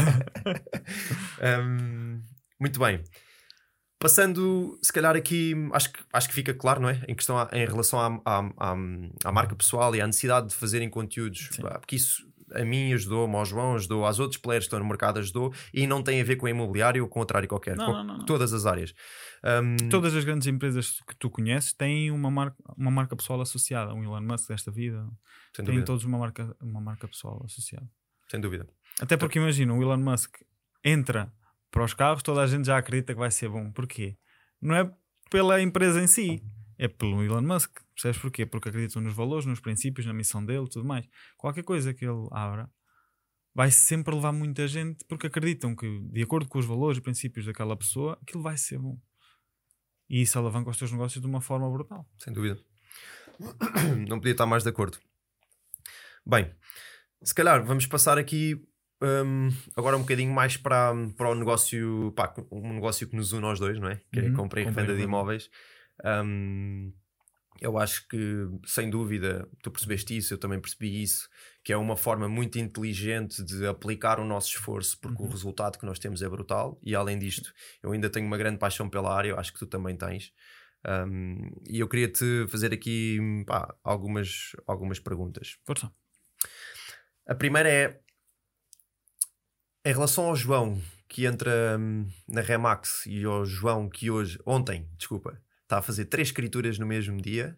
Hum, muito bem. Passando, se calhar aqui, acho que, acho que fica claro, não é? Em questão à- em relação à, à, à, à marca pessoal e à necessidade de fazerem conteúdos, Sim. pá, porque isso a mim ajudou-me, ao João ajudou, às outros players que estão no mercado ajudou, e não tem a ver com a imobiliário ou com o contrário qualquer, Não, com não, não, não. todas as áreas. Hum, Todas as grandes empresas que tu conheces têm uma marca, uma marca pessoal associada. Um Elon Musk desta vida. sem Têm dúvida, todos uma marca, uma marca pessoal associada. sem dúvida. Até porque imagina, o Elon Musk entra para os carros, toda a gente já acredita que vai ser bom. Porquê? Não é pela empresa em si, é pelo Elon Musk. Percebes porquê? Porque acreditam nos valores, nos princípios, na missão dele, tudo mais. Qualquer coisa que ele abra vai sempre levar muita gente porque acreditam que, de acordo com os valores e princípios daquela pessoa, aquilo vai ser bom. E isso alavanca os teus negócios de uma forma brutal. Sem dúvida. Não podia estar mais de acordo. Bem, se calhar vamos passar aqui um, agora um bocadinho mais para, para o negócio, pá, um negócio que nos une aos dois, não é? Que é Uhum, compra e compra e revenda de venda. imóveis. Um, eu acho que, sem dúvida, tu percebeste isso, eu também percebi isso, que é uma forma muito inteligente de aplicar o nosso esforço, porque Uhum. o resultado que nós temos é brutal. E além disto, eu ainda tenho uma grande paixão pela área, eu acho que tu também tens. Um, e eu queria te fazer aqui, pá, algumas, algumas perguntas. Força. A primeira é em relação ao João que entra hum, na Remax e ao João que hoje, ontem, desculpa, está a fazer três escrituras no mesmo dia,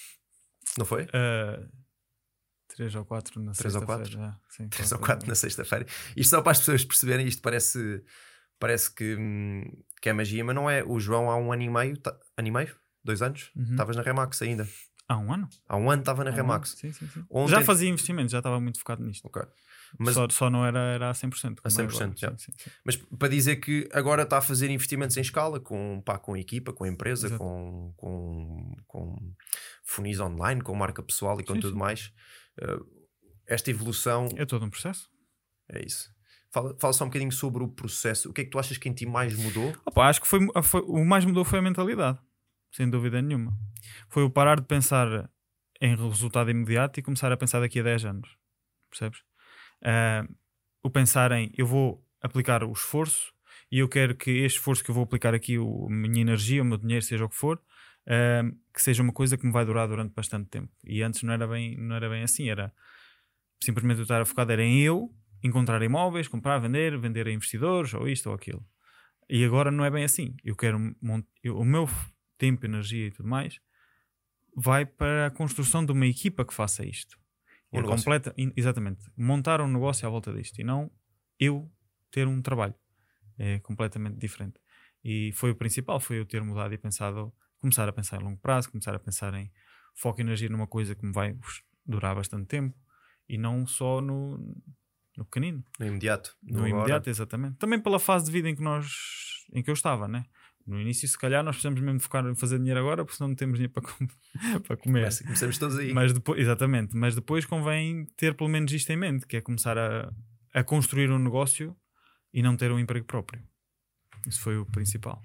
não foi? Uh, três ou quatro na Três ou sexta-feira. quatro? já. Sim, Três ou quatro. quatro na sexta-feira. Isto só para as pessoas perceberem, isto parece, parece que, hum, que é magia, mas não é. O João há um ano e meio, tá, ano e meio? Dois anos? Uhum. Estavas na Remax ainda. Há um ano? Há um ano estava na Há um Remax. ano? Sim, sim, sim. Ontem- Já fazia investimento, já estava muito focado nisto. Ok. Mas, Só, só não era, era a cem por cento. A como é cem por cento, agora. já. Sim, sim, sim. mas para dizer que agora está a fazer investimentos em escala com, pá, com equipa, com empresa, Exato. com, com, com funis online, com marca pessoal e com Sim, tudo sim. mais. Uh, esta evolução É todo um processo. é isso. Fala, fala só um bocadinho sobre o processo. O que é que tu achas que em ti mais mudou? Opa, acho que foi, foi- o mais mudou foi a mentalidade, sem dúvida nenhuma. Foi o parar de pensar em resultado imediato e começar a pensar daqui a dez anos. Percebes? Ah, o pensar em eu vou aplicar o esforço e eu quero que este esforço que eu vou aplicar aqui, o, a minha energia, o meu dinheiro, seja o que for, ah, que seja uma coisa que me vai durar durante bastante tempo. E antes não era bem, não era bem assim, era simplesmente eu estar focado era em eu encontrar imóveis, comprar, vender, vender a investidores ou isto ou aquilo. E agora não é bem assim. Eu quero mont... eu, o meu tempo, energia e tudo mais vai para a construção de uma equipa que faça isto. Um É negócio. completa, in- exatamente. Montar um negócio à volta disto e não eu ter um trabalho. É completamente diferente. E foi o principal, foi eu ter mudado e pensado, começar a pensar em longo prazo, começar a pensar em foco e energia numa coisa que me vai ux, durar bastante tempo e não só no, no pequenino. No imediato? No, agora? imediato, exatamente. Também pela fase de vida em que nós em que eu estava, né? No início, se calhar, nós precisamos mesmo de focar em fazer dinheiro agora, porque senão não temos dinheiro para, com... para comer. Começa- Começamos todos aí. Mas depois, exatamente, mas depois convém ter pelo menos isto em mente, que é começar a, a construir um negócio e não ter um emprego próprio. Isso foi o principal.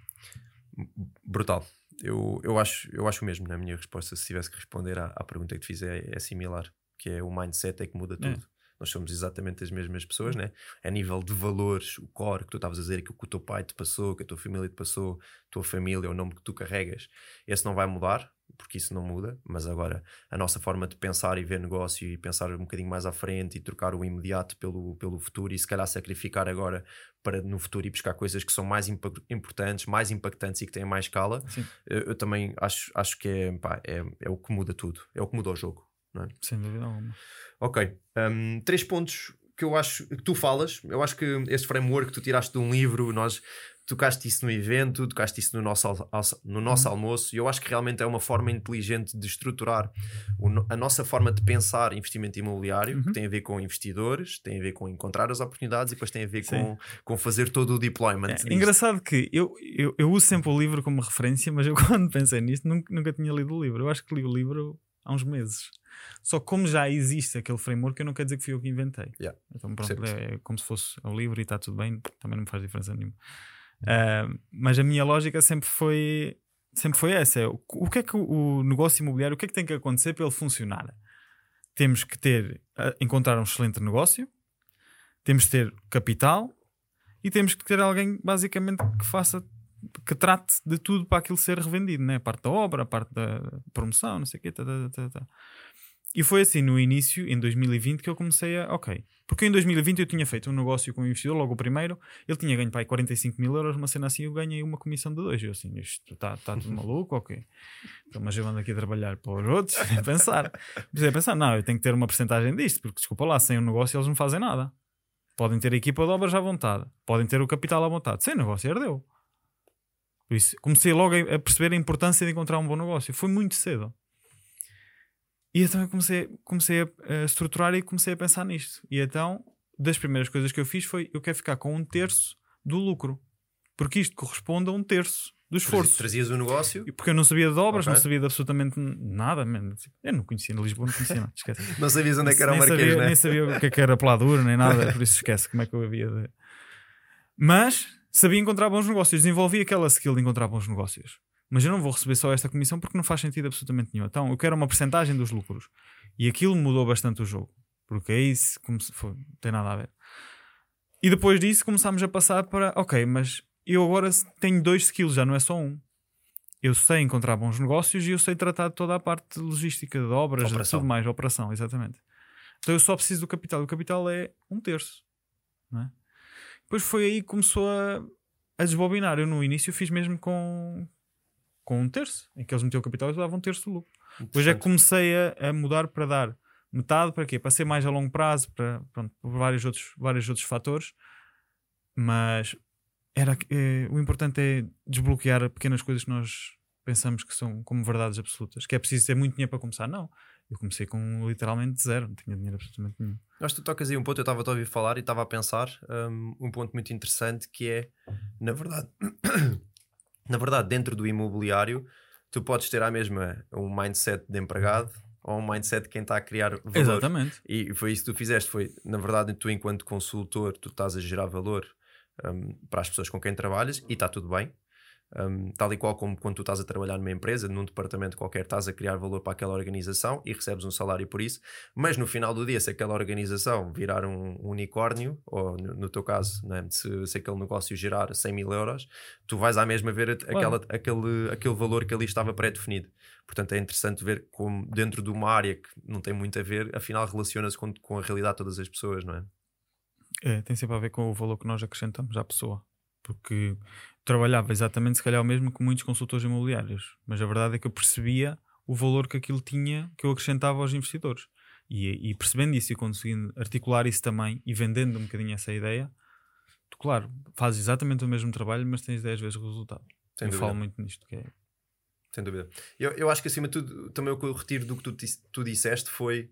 Brutal. Eu, eu, acho, eu acho mesmo, na minha resposta, se tivesse que responder à, à pergunta que te fiz, é, é similar, que é o mindset é que muda tudo. É. Nós somos exatamente as mesmas pessoas, né? A nível de valores, o core que tu estavas a dizer, aquilo que o teu pai te passou, que a tua família te passou, a tua família, o nome que tu carregas, esse não vai mudar, porque isso não muda, mas agora a nossa forma de pensar e ver negócio e pensar um bocadinho mais à frente e trocar o imediato pelo, pelo futuro e se calhar sacrificar agora para no futuro ir buscar coisas que são mais impa- importantes, mais impactantes e que têm mais escala, Sim. eu, eu também acho, acho que é, pá, é, é o que muda tudo, é o que muda o jogo. Não é? Sem dúvida alguma. Ok, um, três pontos que eu acho que tu falas. Eu acho que este framework que tu tiraste de um livro, nós tocaste isso no evento, tocaste isso no nosso, al- al- no nosso Uhum. almoço, e eu acho que realmente é uma forma inteligente de estruturar o no- a nossa forma de pensar investimento imobiliário, Uhum. que tem a ver com investidores, tem a ver com encontrar as oportunidades e depois tem a ver Sim. com, com fazer todo o deployment. É disto. engraçado que eu, eu, eu uso sempre o livro como referência, mas eu quando pensei nisto nunca, nunca tinha lido o livro. Eu acho que li o livro há uns meses. Só que como já existe aquele framework, eu não quero dizer que fui eu que inventei. Yeah. Então pronto, Percebo-te. é, é como se fosse um livro e está tudo bem, também não me faz diferença nenhuma. Ah, mas a minha lógica sempre foi, sempre foi essa. É, o, o que é que o, o negócio imobiliário, o que é que tem que acontecer para ele funcionar? Temos que ter, ah, encontrar um excelente negócio, temos que ter capital e temos que ter alguém basicamente que faça, que trate de tudo para aquilo ser revendido, né? A parte da obra, a parte da promoção, não sei o quê. Tá, tá, tá, tá. E foi assim no início, em dois mil e vinte, que eu comecei a... Ok. Porque em dois mil e vinte eu tinha feito um negócio com um investidor, logo o primeiro, ele tinha ganho para aí quarenta e cinco mil euros, uma cena assim, eu ganhei uma comissão de dois. Eu assim, isto está tá tudo maluco, ok. Então, mas eu ando aqui a trabalhar para os outros, a pensar. Comecei a pensar, não, eu tenho que ter uma porcentagem disto, porque desculpa lá, sem um negócio eles não fazem nada. Podem ter a equipa de obras à vontade, podem ter o capital à vontade, sem negócio herdeu. Por isso, comecei logo a perceber a importância de encontrar um bom negócio. Foi muito cedo. E então eu comecei, comecei a, a estruturar e comecei a pensar nisto. E então das primeiras coisas que eu fiz foi eu quero ficar com um terço do lucro, porque isto corresponde a um terço do esforço. Trazias o negócio? Porque eu não sabia de obras, Okay. não sabia de absolutamente nada mesmo. Eu não conhecia Lisboa, não conhecia nada, esquece. Não sabias onde é que era o nem Marquês, sabia, né? nem sabia o que é que era peladura, nem nada, por isso esquece como é que eu havia de... Mas sabia encontrar bons negócios, desenvolvi aquela skill de encontrar bons negócios. Mas eu não vou receber só esta comissão porque não faz sentido absolutamente nenhum. Então eu quero uma percentagem dos lucros. E aquilo mudou bastante o jogo. Porque aí como se foi, não tem nada a ver. E depois disso começámos a passar para ok, mas eu agora tenho dois skills, já não é só um. Eu sei encontrar bons negócios e eu sei tratar de toda a parte de logística, de obras, de tudo mais, operação, exatamente. Então eu só preciso do capital. O capital é um terço, não é? Depois foi aí que começou a, a desbobinar. Eu no início fiz mesmo com, com um terço, em que eles metiam o capital e eu dava um terço do lucro. Depois é que comecei a, a mudar para dar metade, para quê? Para ser mais a longo prazo, para, pronto, por vários outros, vários outros fatores. Mas era, é, o importante é desbloquear pequenas coisas que nós pensamos que são como verdades absolutas. Que é preciso ter muito dinheiro para começar. Não. Eu comecei com literalmente zero, não tinha dinheiro absolutamente nenhum. Acho que tu tocas aí um ponto, eu estava a ouvir falar e estava a pensar um, um ponto muito interessante que é, na verdade, na verdade, dentro do imobiliário, tu podes ter a mesma um mindset de empregado ou um mindset de quem está a criar valor. Exatamente. E foi isso que tu fizeste, foi, na verdade, tu enquanto consultor, tu estás a gerar valor um, para as pessoas com quem trabalhas e está tudo bem. Um, tal e qual como quando tu estás a trabalhar numa empresa, num departamento qualquer, estás a criar valor para aquela organização e recebes um salário por isso, mas no final do dia, se aquela organização virar um, um unicórnio, ou no, no teu caso, né, se, se aquele negócio gerar cem mil euros, tu vais à mesma ver aquela, claro. aquele, aquele valor que ali estava pré-definido. Portanto é interessante ver como dentro de uma área que não tem muito a ver, afinal relaciona-se com, com a realidade de todas as pessoas, não é? É, tem sempre a ver com o valor que nós acrescentamos à pessoa. Porque trabalhava exatamente se calhar o mesmo que muitos consultores imobiliários, mas a verdade é que eu percebia o valor que aquilo tinha, que eu acrescentava aos investidores, e, e percebendo isso e conseguindo articular isso também e vendendo um bocadinho essa ideia, tu claro, fazes exatamente o mesmo trabalho, mas tens dez vezes o resultado. Sem eu dúvida. Falo muito nisto que é... Sem dúvida. Eu, eu acho que acima de tudo também o que eu retiro do que tu, tu disseste foi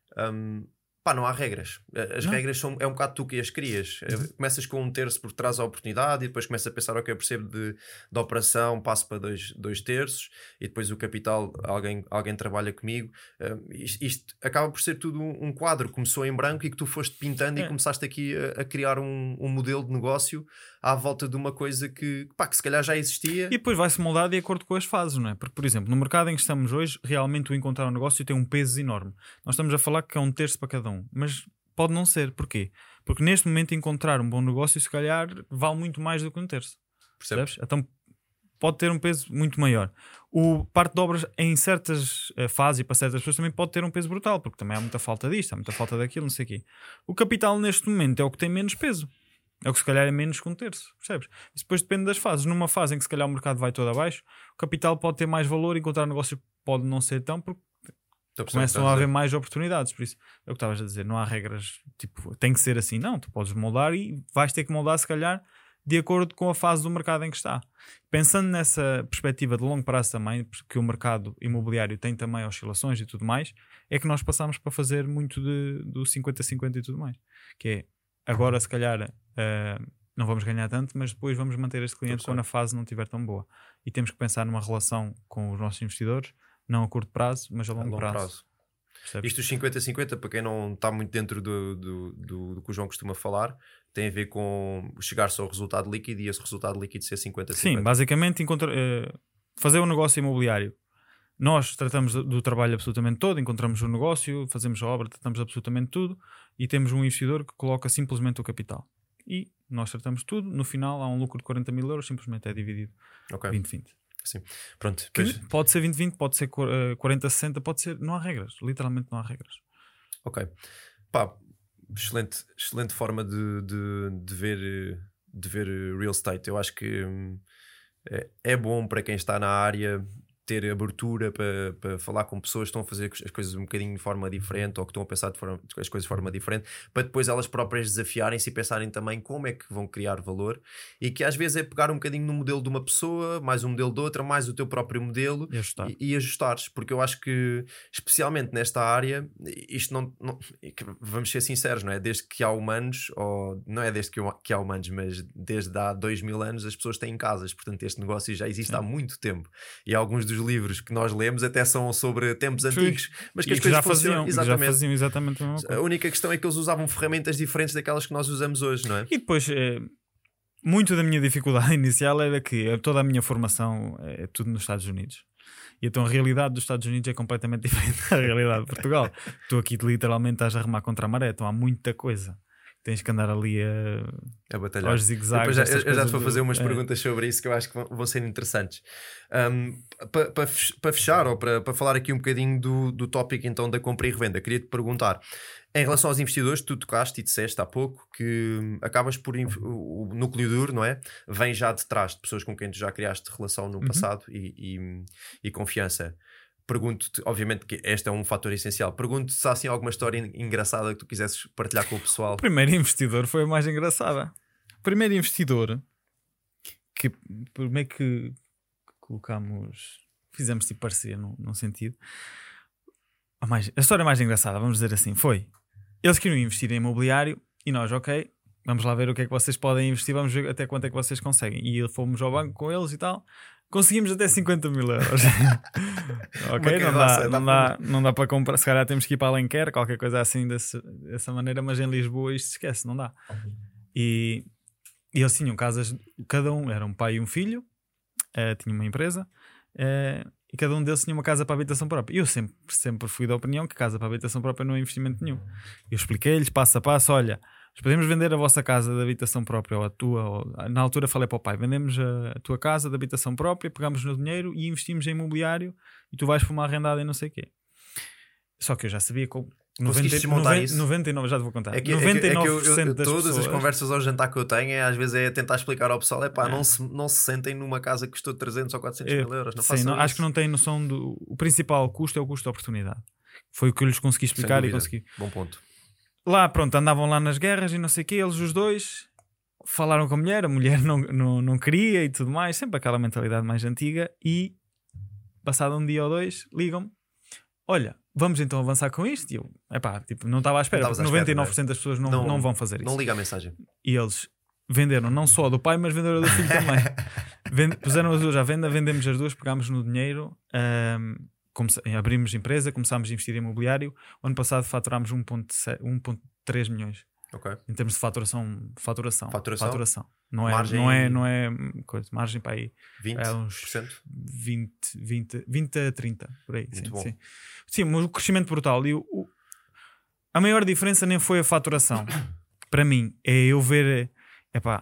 um, pá, não há regras. As não. regras são, é um bocado tu que as crias. Uhum. Começas com um terço porque traz a oportunidade e depois começas a pensar, ok, eu percebo de, de operação, passo para dois, dois terços e depois o capital, alguém, alguém trabalha comigo. Uh, isto, isto acaba por ser tudo um, um quadro. Começou em branco e que tu foste pintando é. e começaste aqui a, a criar um, um modelo de negócio à volta de uma coisa que, pá, que se calhar já existia. E depois vai-se moldar de acordo com as fases, não é? Porque, por exemplo, no mercado em que estamos hoje, realmente o encontrar um negócio tem um peso enorme. Nós estamos a falar que é um terço para cada um, mas pode não ser. Porquê? Porque neste momento encontrar um bom negócio, se calhar, vale muito mais do que um terço. Percebes? Então pode ter um peso muito maior. O parte de obras em certas uh, fases e para certas pessoas também pode ter um peso brutal, porque também há muita falta disto, há muita falta daquilo, não sei o quê. O capital neste momento é o que tem menos peso. É o que se calhar é menos que um terço, percebes? Isso depois depende das fases. Numa fase em que se calhar o mercado vai todo abaixo, o capital pode ter mais valor, encontrar negócio pode não ser tão, porque começam a haver mais oportunidades. Por isso, é o que estavas a dizer, não há regras, tipo, tem que ser assim. Não, tu podes moldar e vais ter que moldar se calhar de acordo com a fase do mercado em que está. Pensando nessa perspectiva de longo prazo também, porque o mercado imobiliário tem também oscilações e tudo mais, é que nós passamos para fazer muito de, do cinquenta a cinquenta e tudo mais. Que é, agora se calhar uh, não vamos ganhar tanto, mas depois vamos manter este cliente quando a fase não estiver tão boa. E temos que pensar numa relação com os nossos investidores, não a curto prazo, mas a longo, a longo prazo. prazo. Isto dos cinquenta a cinquenta, para quem não está muito dentro do, do, do, do que o João costuma falar, tem a ver com chegar-se ao resultado líquido e esse resultado líquido ser cinquenta a cinquenta. Sim, basicamente encontra, uh, fazer um negócio imobiliário. Nós tratamos do trabalho absolutamente todo, encontramos o negócio, fazemos a obra, tratamos absolutamente tudo e temos um investidor que coloca simplesmente o capital. E nós tratamos tudo, no final há um lucro de quarenta mil euros, simplesmente é dividido okay. vinte a vinte. Sim. Pronto, depois... Pode ser vinte a vinte, pode ser quarenta a sessenta, pode ser, não há regras, literalmente não há regras. Ok, pá, excelente, excelente forma de, de, de, ver, de ver real estate. Eu acho que é, é bom para quem está na área ter abertura para, para falar com pessoas que estão a fazer as coisas um bocadinho de forma diferente ou que estão a pensar de forma, as coisas de forma diferente, para depois elas próprias desafiarem-se e pensarem também como é que vão criar valor, e que às vezes é pegar um bocadinho no modelo de uma pessoa, mais um modelo de outra, mais o teu próprio modelo E ajustar. e, e ajustares, porque eu acho que especialmente nesta área, isto não, não vamos ser sinceros, não é? Desde que há humanos, ou não é desde que, que há humanos, mas desde há dois mil anos as pessoas têm casas, portanto este negócio já existe Sim. há muito tempo, e alguns dos livros que nós lemos até são sobre tempos antigos, mas que e as que coisas já faziam, exatamente. já faziam exatamente a mesma coisa. A única questão é que eles usavam ferramentas diferentes daquelas que nós usamos hoje, não é? E depois, é, muito da minha dificuldade inicial era que toda a minha formação é tudo nos Estados Unidos. E então a realidade dos Estados Unidos é completamente diferente da realidade de Portugal. Tu aqui literalmente estás a remar contra a maré, então há muita coisa. Tens que andar ali a, a batalhar. Aos zigue-zagues. Eu, eu já te vou fazer do... umas é. perguntas sobre isso que eu acho que vão, vão ser interessantes. Um, Para pa, pa fechar, ou para pa falar aqui um bocadinho do, do tópico então da compra e revenda, queria-te perguntar, em relação aos investidores, tu tocaste e disseste há pouco que acabas por o núcleo duro, não é? Vem já de trás de pessoas com quem tu já criaste relação no uhum. passado e, e, e confiança. Pergunto-te, obviamente que este é um fator essencial, pergunto-te se há assim alguma história engraçada que tu quisesses partilhar com o pessoal. O primeiro investidor foi a mais engraçada. O primeiro investidor que primeiro que colocámos, fizemos tipo parecer num, num sentido, a, mais, a história mais engraçada, vamos dizer assim, foi: eles queriam investir em imobiliário e nós, ok, vamos lá ver o que é que vocês podem investir, vamos ver até quanto é que vocês conseguem. E fomos ao banco com eles e tal. Conseguimos até cinquenta mil euros. Ok, não dá, não, dá, não dá para comprar. Se calhar temos que ir para Alenquer, qualquer coisa assim desse, dessa maneira, mas em Lisboa isto se esquece, não dá. E, e eles tinham casas, cada um era um pai e um filho, uh, tinha uma empresa, uh, e cada um deles tinha uma casa para habitação própria. E eu sempre, sempre fui da opinião que casa para habitação própria não é investimento nenhum. Eu expliquei-lhes passo a passo: olha, nós podemos vender a vossa casa de habitação própria ou a tua, ou, na altura falei para o pai, vendemos a, a tua casa de habitação própria, pegamos no dinheiro e investimos em imobiliário e tu vais para uma arrendada e não sei o quê. Só que eu já sabia que noventa, noventa, noventa e nove, já te vou contar, é que, noventa e nove é por cento que eu, eu, das todas pessoas... as conversas ao jantar que eu tenho é, às vezes é tentar explicar ao pessoal: é pá, é. não, se, não se sentem numa casa que custou trezentos ou quatrocentos mil euros, não sim, não, acho que não têm noção do... O principal custo é o custo de oportunidade. Foi o que eu lhes consegui explicar e consegui. Bom ponto. Lá, pronto, andavam lá nas guerras e não sei o quê, eles os dois falaram com a mulher, a mulher não, não, não queria e tudo mais, sempre aquela mentalidade mais antiga, e passado um dia ou dois, ligam-me: olha, vamos então avançar com isto. E eu, epá, tipo, não estava à espera, porque noventa e nove por cento das pessoas não, não, não vão fazer isso. Não liga a mensagem. E eles venderam não só do pai, mas venderam do filho também. Vend, puseram as duas à venda, vendemos as duas, pegámos no dinheiro, um, Comece... abrimos empresa, começámos a investir em imobiliário. O ano passado faturámos um vírgula três milhões. Okay. Em termos de faturação, faturação, faturação? faturação. Não é, margem... não é, não é coisa, margem para aí vinte é uns por cento? vinte, vinte, vinte a trinta por aí. Muito sim, bom. sim. Sim, mas o crescimento brutal. E o, o... a maior diferença nem foi a faturação. Para mim é eu ver, epá,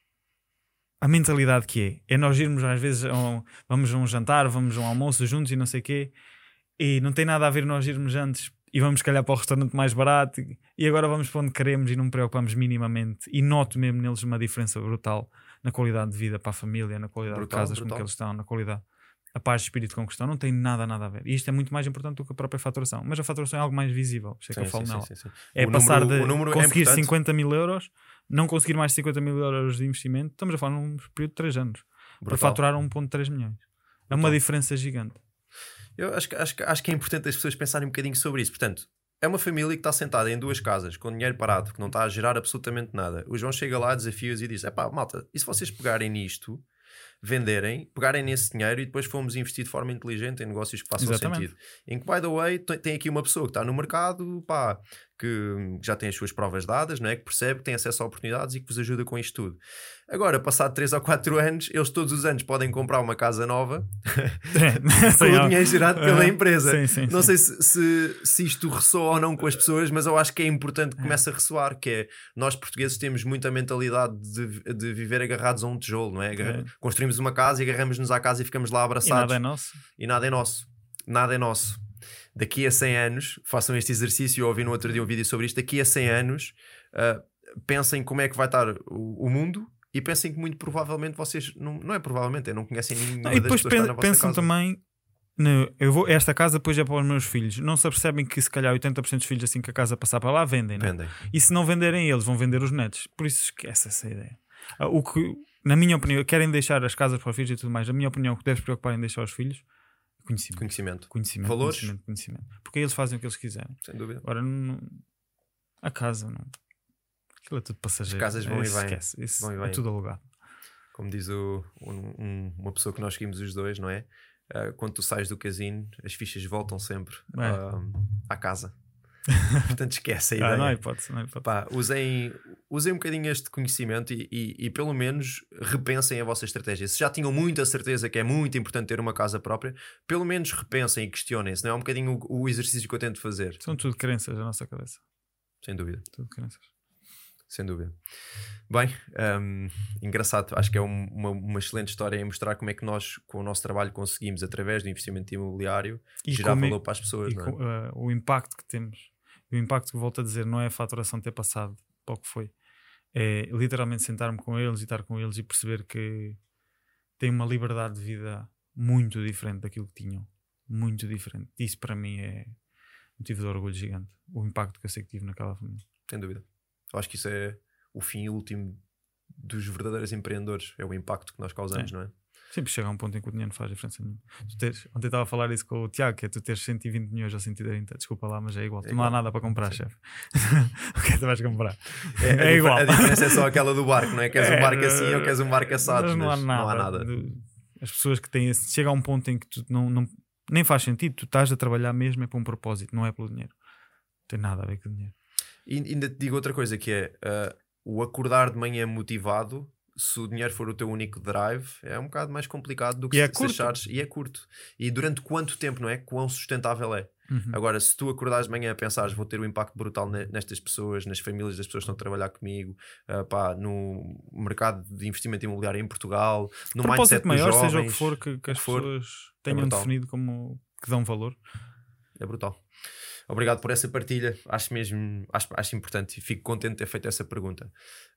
a mentalidade que é. É nós irmos às vezes a um, vamos a um jantar, vamos a um almoço juntos e não sei o quê, e não tem nada a ver nós irmos antes e vamos calhar para o restaurante mais barato e agora vamos para onde queremos e não me preocupamos minimamente. E noto mesmo neles uma diferença brutal na qualidade de vida para a família, na qualidade brutal, de casas brutal. Com que eles estão, na qualidade, a paz de espírito com que estão. Não tem nada, nada a ver. E isto é muito mais importante do que a própria faturação. Mas a faturação é algo mais visível. Sei que eu falo sim, nela. sim, sim, sim. É o passar número, de o número conseguir é cinquenta mil euros, não conseguir mais cinquenta mil euros de investimento. Estamos a falar num período de três anos brutal. Para faturar um vírgula três milhões. É uma brutal. Diferença gigante. Eu acho, acho, acho que é importante as pessoas pensarem um bocadinho sobre isso. Portanto, é uma família que está sentada em duas casas com dinheiro parado, que não está a gerar absolutamente nada. O João chega lá, desafia-os e diz: é pá, malta, e se vocês pegarem nisto, venderem, pegarem nesse dinheiro e depois fomos investir de forma inteligente em negócios que façam Exatamente. Sentido. Em que, by the way, tem aqui uma pessoa que está no mercado, pá, que já tem as suas provas dadas, não é? Que percebe, que tem acesso a oportunidades e que vos ajuda com isto tudo. Agora, passado três ou quatro anos, eles todos os anos podem comprar uma casa nova com o dinheiro gerado pela uh, empresa. Sim, sim, não sim. sei se, se, se isto ressoa ou não com as pessoas, mas eu acho que é importante que comece a ressoar, que é, nós portugueses temos muita mentalidade de, de viver agarrados a um tijolo, não é? é? Construímos uma casa e agarramos-nos à casa e ficamos lá abraçados. E nada é nosso. E nada é nosso. Nada é nosso. Daqui a cem anos, façam este exercício. Eu ouvi no outro dia um vídeo sobre isto. Daqui a cem anos, uh, pensem como é que vai estar o, o mundo e pensem que muito provavelmente vocês, não, não é provavelmente, é, não conhecem nenhuma não, e depois das pessoas que está na vossa pensam casa. Também no, eu vou, esta casa depois é para os meus filhos. Não se apercebem que se calhar oitenta por cento dos filhos, assim que a casa passar para lá, vendem, não? Vendem. E se não venderem eles, vão vender os netos. Por isso esquece essa ideia. Ah, o que, na minha opinião, querem deixar as casas para os filhos e tudo mais. Na minha opinião, o que deves preocupar em deixar os filhos é conhecimento. Conhecimento. Conhecimento, Valores. Conhecimento, conhecimento. Porque aí eles fazem o que eles quiserem. Sem dúvida. Agora, não, a casa, não. Aquilo é tudo passageiro. As casas vão é, e vêm. Esquece. Isso Vão e é vêm. tudo alugado. Como diz o, um, um, uma pessoa que nós seguimos os dois, não é? Uh, quando tu sais do casino, as fichas voltam sempre É. uh, à casa. Portanto, esquece a ideia. Ah, não há hipótese. Não há hipótese. Pá, usem, usem um bocadinho este conhecimento e, e, e pelo menos repensem a vossa estratégia. Se já tinham muita certeza que é muito importante ter uma casa própria, pelo menos repensem e questionem-se. Não é um bocadinho o, o exercício que eu tento fazer. São tudo crenças da nossa cabeça. Sem dúvida. Tudo crenças. Sem dúvida. Bem, um, engraçado, acho que é um, uma, uma excelente história em mostrar como é que nós, com o nosso trabalho, conseguimos, através do investimento imobiliário, E gerar como é- valor para as pessoas. E Não é? com, uh, o impacto que temos, o impacto que volto a dizer, não é a faturação ter passado para o que foi, é literalmente sentar-me com eles e estar com eles e perceber que têm uma liberdade de vida muito diferente daquilo que tinham, muito diferente. Isso para mim é motivo de orgulho gigante, o impacto que eu sei que tive naquela família. Sem dúvida. Eu acho que isso é o fim último dos verdadeiros empreendedores, é o impacto que nós causamos, É. não é? Sempre chega a um ponto em que o dinheiro não faz diferença nenhuma. Tu teres, ontem estava a falar isso com o Tiago, que é tu teres cento e vinte milhões ou cento e trinta, desculpa lá, mas é igual. É tu não há igual. nada para comprar, Sim. chefe. O que é que tu vais comprar? É, a É difer- igual. A diferença é só aquela do barco, não é? Queres um É, barco assim ou queres um barco assado? mas não há mas nada. Não há nada. De- As pessoas que têm esse. Chega a um ponto em que tu não, não, nem faz sentido. Tu estás a trabalhar mesmo é para um propósito, não é pelo dinheiro. Não tem nada a ver com o dinheiro. E ainda te digo outra coisa que é uh, o acordar de manhã motivado, se o dinheiro for o teu único drive, é um bocado mais complicado do que E se, é se curto. achares. E é curto. E durante quanto tempo, não é? Quão sustentável é? Uhum. Agora, se tu acordares de manhã a pensares vou ter um impacto brutal ne- nestas pessoas, nas famílias das pessoas que estão a trabalhar comigo, uh, pá, no mercado de investimento imobiliário em Portugal, no mindset Propósito dos maior, jovens, seja o que for que, que o as que for, pessoas tenham brutal. definido como que dão valor. é brutal. Obrigado por essa partilha, acho mesmo acho, acho importante e fico contente de ter feito essa pergunta.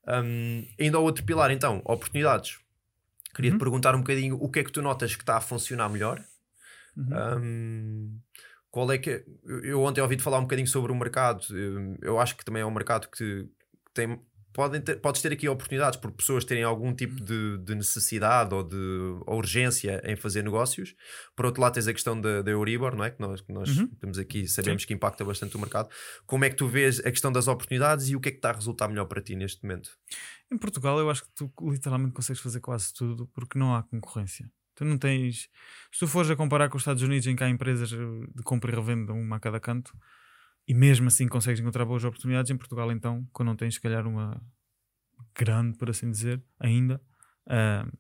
Um, ainda ao outro pilar, então, oportunidades. Queria-te Uhum. perguntar um bocadinho o que é que tu notas que está a funcionar melhor. Uhum. Um, qual é que eu, eu ontem ouvi-te falar um bocadinho sobre o mercado. Eu, eu acho que também é um mercado que, que tem. Podem ter, podes ter aqui oportunidades por pessoas terem algum tipo de, de necessidade ou de ou urgência em fazer negócios. Por outro lado, tens a questão da, da Euribor, não é? Que nós, que nós Uhum. temos aqui, sabemos que impacta bastante o mercado. Como é que tu vês a questão das oportunidades e o que é que está a resultar melhor para ti neste momento? Em Portugal, eu acho que tu literalmente consegues fazer quase tudo porque não há concorrência. Tu não tens. Se tu fores a comparar com os Estados Unidos, em que há empresas de compra e revenda uma a cada canto, e mesmo assim consegues encontrar boas oportunidades, em Portugal, então, quando não tens, se calhar, uma grande, por assim dizer, ainda, ah,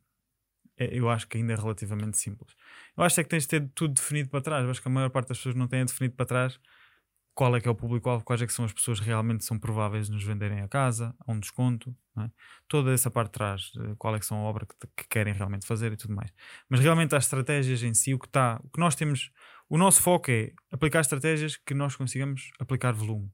é- eu acho que ainda é relativamente simples. Eu acho é que tens de ter tudo definido para trás. Eu acho que a maior parte das pessoas não tem definido para trás qual é que é o público-alvo, quais é que são as pessoas que realmente são prováveis de nos venderem a casa, a um desconto, não é? Toda essa parte de trás, eh, qual é que são a obra que, que querem realmente fazer e tudo mais. Mas realmente as estratégias em si, o que está, o que nós temos, o nosso foco é aplicar estratégias que nós consigamos aplicar volume.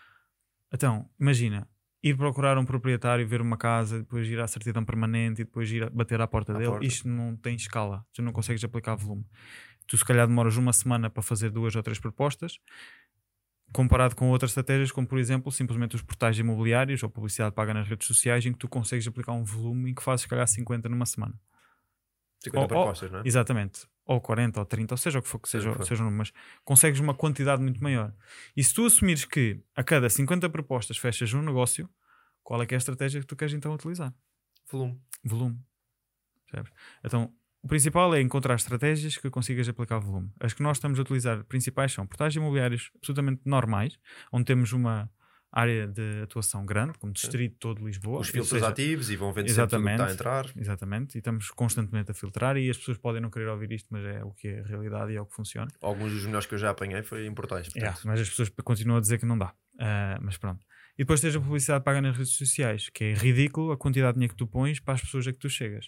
Então, imagina, ir procurar um proprietário, ver uma casa, depois ir à certidão permanente e depois ir a bater à porta À dele. porta. Isto não tem escala, tu não consegues aplicar volume. Tu se calhar demoras uma semana para fazer duas ou três propostas, comparado com outras estratégias, como por exemplo simplesmente os portais imobiliários ou publicidade paga nas redes sociais, em que tu consegues aplicar um volume em que fazes se calhar cinquenta numa semana. cinquenta Oh, oh, propostas, não é? Exatamente. Ou quarenta, ou trinta, ou seja o que for que Seja seja, o que for. seja o número, mas consegues uma quantidade muito maior. E se tu assumires que a cada cinquenta propostas fechas um negócio, qual é que é a estratégia que tu queres então utilizar? Volume. Volume. Percebes? Então, o principal é encontrar estratégias que consigas aplicar volume. As que nós estamos a utilizar principais são portais imobiliários absolutamente normais, onde temos uma área de atuação grande, como distrito todo de Lisboa. Os ou filtros seja, ativos e vão vendo sempre tudo o que está a entrar. Exatamente, e estamos constantemente a filtrar e as pessoas podem não querer ouvir isto, mas é o que é a realidade e é o que funciona. Alguns dos melhores que eu já apanhei foi em portais. Yeah, portanto. mas as pessoas continuam a dizer que não dá. Ah, mas pronto. E depois tens a publicidade paga nas redes sociais, que é ridículo a quantidade de dinheiro que tu pões para as pessoas a que tu chegas.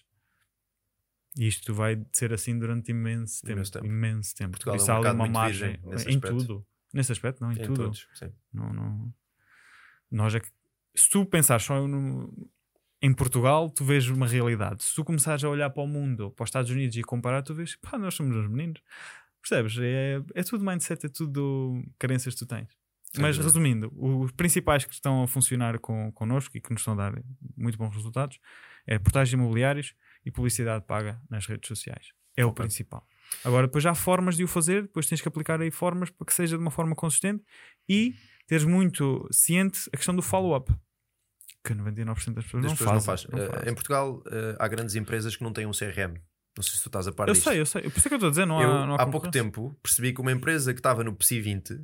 E isto vai ser assim durante imenso tempo. Imenso tempo. Imenso tempo. Portugal Por é um isso há ali mercado uma muito margem virgem nesse em aspecto. tudo. Nesse aspecto, não, em, Em tudo. todos, sim. Não, não... Nós é que... Se tu pensares só no... em Portugal, tu vês uma realidade. Se tu começares a olhar para o mundo, para os Estados Unidos e comparar, tu vês, pá, nós somos uns meninos. Percebes? É, é tudo mindset, é tudo carências que tu tens. Sem Mas dúvida. resumindo, os principais que estão a funcionar com, connosco e que nos estão a dar muito bons resultados é portagens imobiliários e publicidade paga nas redes sociais. É o Ok. principal. Agora, depois já há formas de o fazer, depois tens que aplicar aí formas para que seja de uma forma consistente e teres muito ciente a questão do follow-up, que noventa e nove por cento das pessoas Das não pessoas fazem. não faz. não Eh, fazem. Em Portugal eh, há grandes empresas que não têm um C R M. Não sei se tu estás a par Eu disto. sei, eu sei. Por isso é que eu estou a dizer, não Eu, há, não há há pouco concorrência. tempo percebi que uma empresa que estava no P S I vinte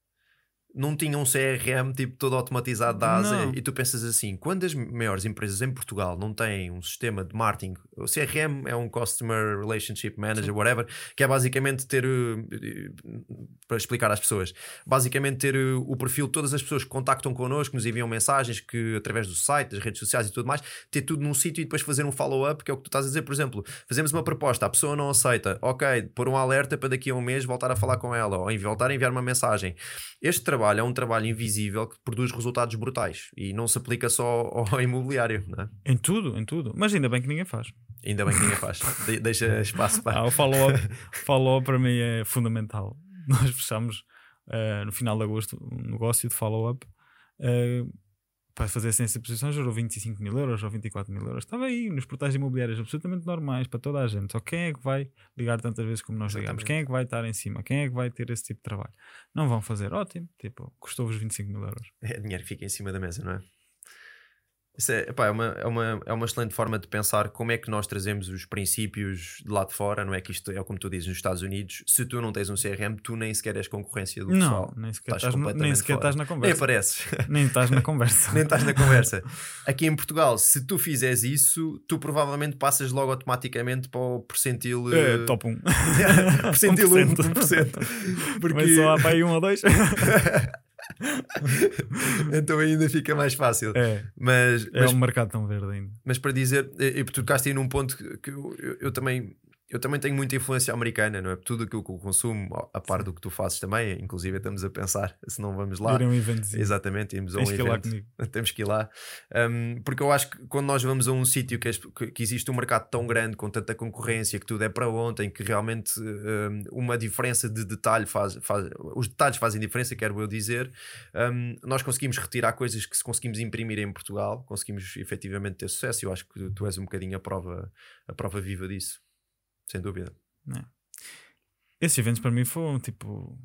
não tinha um C R M tipo todo automatizado da A a Z. Não. E tu pensas assim, quando as maiores empresas em Portugal não têm um sistema de marketing, o C R M é um Customer Relationship Manager, Sim. whatever, que é basicamente ter, eh, para explicar às pessoas, basicamente ter eh, o perfil de todas as pessoas que contactam connosco, nos enviam mensagens, que através do site, das redes sociais e tudo mais, ter tudo num sítio e depois fazer um follow-up, que é o que tu estás a dizer. Por exemplo, fazemos uma proposta, a pessoa não aceita, ok, pôr um alerta para daqui a um mês voltar a falar com ela, ou voltar a enviar uma mensagem. Este trabalho é um trabalho invisível que produz resultados brutais e não se aplica só ao imobiliário, não é? Em tudo, em tudo. Mas ainda bem que ninguém faz. Ainda bem que ninguém faz. De- deixa espaço para. Ah, o follow-up follow para mim é fundamental. Nós fechamos uh, no final de agosto um negócio de follow-up uh, para fazer ciência de posições, gerou vinte e cinco mil euros ou vinte e quatro mil euros. Estava aí nos portais imobiliários absolutamente normais para toda a gente. Só quem é que vai ligar tantas vezes como nós ligamos? Exatamente. Quem é que vai estar em cima? Quem é que vai ter esse tipo de trabalho? Não vão fazer, ótimo, tipo, custou-vos vinte e cinco mil euros. É dinheiro que fica em cima da mesa, não é? Isso é, epá, é, uma, é, uma, é uma excelente forma de pensar como é que nós trazemos os princípios de lá de fora, não é? Que isto é como tu dizes nos Estados Unidos, se tu não tens um C R M, tu nem sequer és concorrência do Não, pessoal. nem sequer Estás estás, no- nem completamente sequer fora. estás na Nem conversa. apareces. Nem estás na conversa. Nem estás na conversa. Aqui em Portugal, se tu fizeres isso, tu provavelmente passas logo automaticamente para o percentil. É, eh, top um. percentil um por cento. Porque Porque só há para aí um ou dois. então ainda fica mais fácil. É, Mas, é mas, um mercado tão verde ainda. mas para dizer, e tu tocaste aí num ponto que, que eu, eu, eu também. Eu também tenho muita influência americana, não é? Tudo aquilo que eu consumo, a par do que tu fazes também, inclusive estamos a pensar se não vamos lá. Ir a um eventozinho. Exatamente, irmos a um Tens que ir lá evento. comigo. Temos que ir lá. Um, porque eu acho que quando nós vamos a um sítio que, as- que- que existe um mercado tão grande, com tanta concorrência, que tudo é para ontem, que realmente um, uma diferença de detalhe faz, faz. Os detalhes fazem diferença, quero eu dizer. Um, nós conseguimos retirar coisas que se conseguimos imprimir em Portugal, conseguimos efetivamente ter sucesso. Eu acho que tu és um bocadinho a prova, a prova viva disso, sem dúvida. É. Esses eventos para mim foram tipo.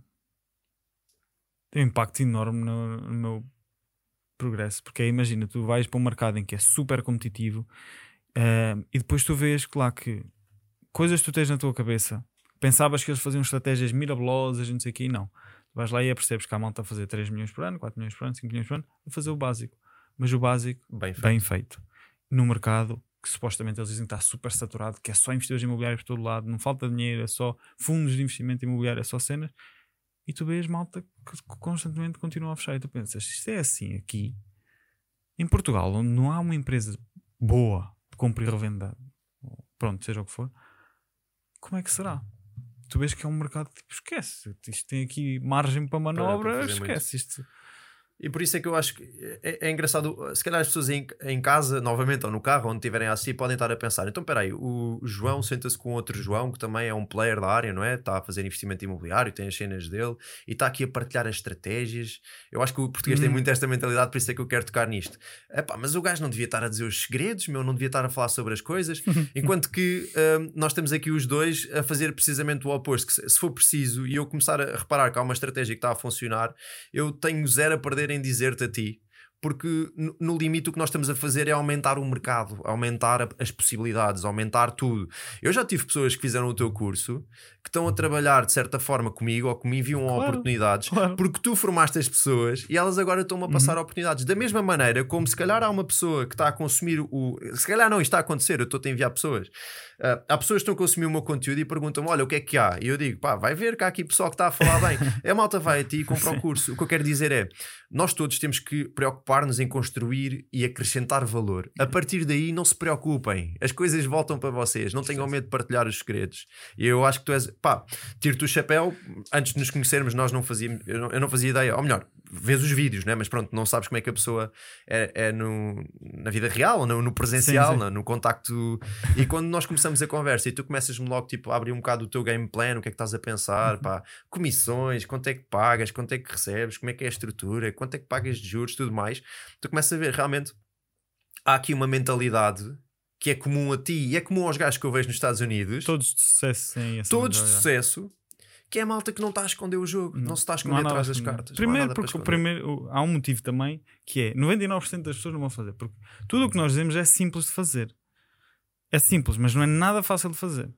Tem um impacto enorme no, no meu progresso. Porque aí, imagina, tu vais para um mercado em que é super competitivo eh, e depois tu vês que lá que coisas que tu tens na tua cabeça, pensavas que eles faziam estratégias mirabolosas e não sei o que, e não. Tu vais lá e percebes que há malta a fazer três milhões por ano, quatro milhões por ano, cinco milhões por ano, a fazer o básico. Mas o básico, Bem feito. bem feito. No mercado que supostamente eles dizem que está super saturado, que é só investidores imobiliários por todo lado, não falta dinheiro, é só fundos de investimento imobiliário, é só cenas, e tu vês malta que constantemente continua a fechar e tu pensas, isto é assim aqui em Portugal, onde não há uma empresa boa de compra e revenda, pronto, seja o que for, como é que será? Tu vês que é um mercado tipo, esquece, isto tem aqui margem para manobra, para fazer esquece isto. E por isso é que eu acho que é, é engraçado. Se calhar as pessoas em, em casa, novamente, ou no carro, onde estiverem assim, podem estar a pensar: então, espera aí, o João senta-se com outro João, que também é um player da área, não é? Está a fazer investimento imobiliário, tem as cenas dele e está aqui a partilhar as estratégias. Eu acho que o português Hum. tem muito esta mentalidade, por isso é que eu quero tocar nisto. Epá, mas o gajo não devia estar a dizer os segredos, meu, não devia estar a falar sobre as coisas, enquanto que hum, nós temos aqui os dois a fazer precisamente o oposto. Que se, se for preciso e eu começar a reparar que há uma estratégia que está a funcionar, eu tenho zero a perder em dizer-te a ti. Porque no, no limite o que nós estamos a fazer é aumentar o mercado, aumentar a, as possibilidades, aumentar tudo. Eu já tive pessoas que fizeram o teu curso que estão a trabalhar de certa forma comigo ou que me enviam Claro, oportunidades claro. porque tu formaste as pessoas e elas agora estão-me a passar Uhum. oportunidades. Da mesma maneira como se calhar há uma pessoa que está a consumir o... Se calhar não, isto está a acontecer, eu estou-te a enviar pessoas. Uh, há pessoas que estão a consumir o meu conteúdo e perguntam-me, olha, o que é que há? E eu digo, pá, vai ver que há aqui pessoal que está a falar bem. A malta vai a ti e compra o curso. O que eu quero dizer é, nós todos temos que preocupar preocupar-nos em construir e acrescentar valor. A partir daí, não se preocupem. As coisas voltam para vocês. Não tenham medo de partilhar os segredos. E eu acho que tu és... Pá, tiro-te o chapéu. Antes de nos conhecermos, nós não fazíamos... Eu não, eu não fazia ideia. Ou melhor, vês os vídeos, né? Mas pronto, não sabes como é que a pessoa é, é no, na vida real, no, no presencial, sim, sim. No, no contacto. E quando nós começamos a conversa e tu começas-me logo tipo, a abrir um bocado o teu game plan, o que é que estás a pensar, uhum. Pá, comissões, quanto é que pagas, quanto é que recebes, como é que é a estrutura, quanto é que pagas de juros, tudo mais, tu começas a ver realmente há aqui uma mentalidade que é comum a ti e é comum aos gajos que eu vejo nos Estados Unidos, todos de sucesso, sim, todos de sucesso, que é a malta que não está a esconder o jogo, não, não se está a esconder atrás das cartas. Primeiro, porque o primeiro, há um motivo também que é noventa e nove por cento das pessoas não vão fazer, porque tudo o que nós dizemos é simples de fazer, é simples, mas não é nada fácil de fazer.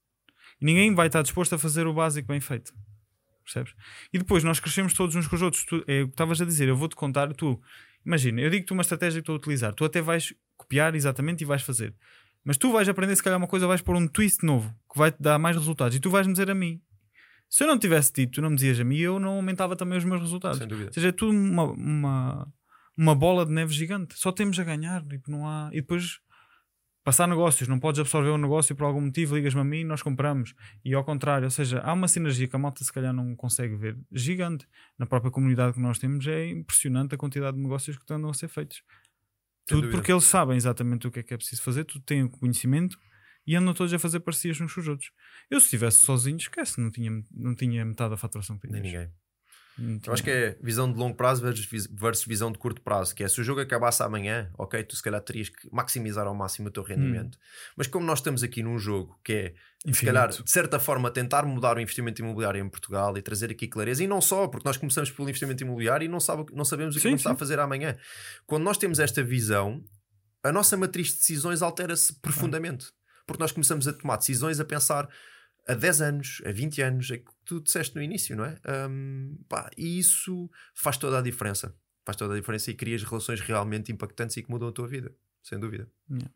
E ninguém vai estar disposto a fazer o básico bem feito. Percebes? E depois nós crescemos todos uns com os outros. Tu, é o que estavas a dizer, eu vou-te contar, tu imagina, eu digo-te uma estratégia que estou a utilizar, tu até vais copiar exatamente e vais fazer, mas tu vais aprender se calhar uma coisa, vais pôr um twist novo que vai-te dar mais resultados e tu vais-me dizer a mim. Se eu não tivesse dito, tu não me dizias a mim, eu não aumentava também os meus resultados. Sem dúvida. Ou seja, é tudo uma, uma, uma bola de neve gigante, só temos a ganhar, tipo, não há... E depois passar negócios, não podes absorver um negócio por algum motivo, ligas-me a mim e nós compramos. E ao contrário, ou seja, há uma sinergia que a malta se calhar não consegue ver, gigante. Na própria comunidade que nós temos é impressionante a quantidade de negócios que estão a ser feitos. Sem tudo dúvida. Porque eles sabem exatamente o que é que é preciso fazer, tudo têm o conhecimento e andam todos a fazer parcerias uns com os outros. Eu se estivesse sozinho, esquece, não tinha, não tinha metade da faturação que tinha. Nem ninguém. Eu acho que é visão de longo prazo versus visão de curto prazo, que é se o jogo acabasse amanhã, ok, tu se calhar terias que maximizar ao máximo o teu rendimento, hum. mas como nós estamos aqui num jogo que é, infinito. Se calhar, de certa forma tentar mudar o investimento imobiliário em Portugal e trazer aqui clareza, e não só, porque nós começamos pelo investimento imobiliário e não, sabe, não sabemos o que sim, vamos sim. estar a fazer amanhã. Quando nós temos esta visão, a nossa matriz de decisões altera-se profundamente, ah. porque nós começamos a tomar decisões a pensar a dez anos, a vinte anos, é que tu disseste no início, não é? Um, pá, e isso faz toda a diferença. Faz toda a diferença e crias relações realmente impactantes e que mudam a tua vida, sem dúvida. Yeah.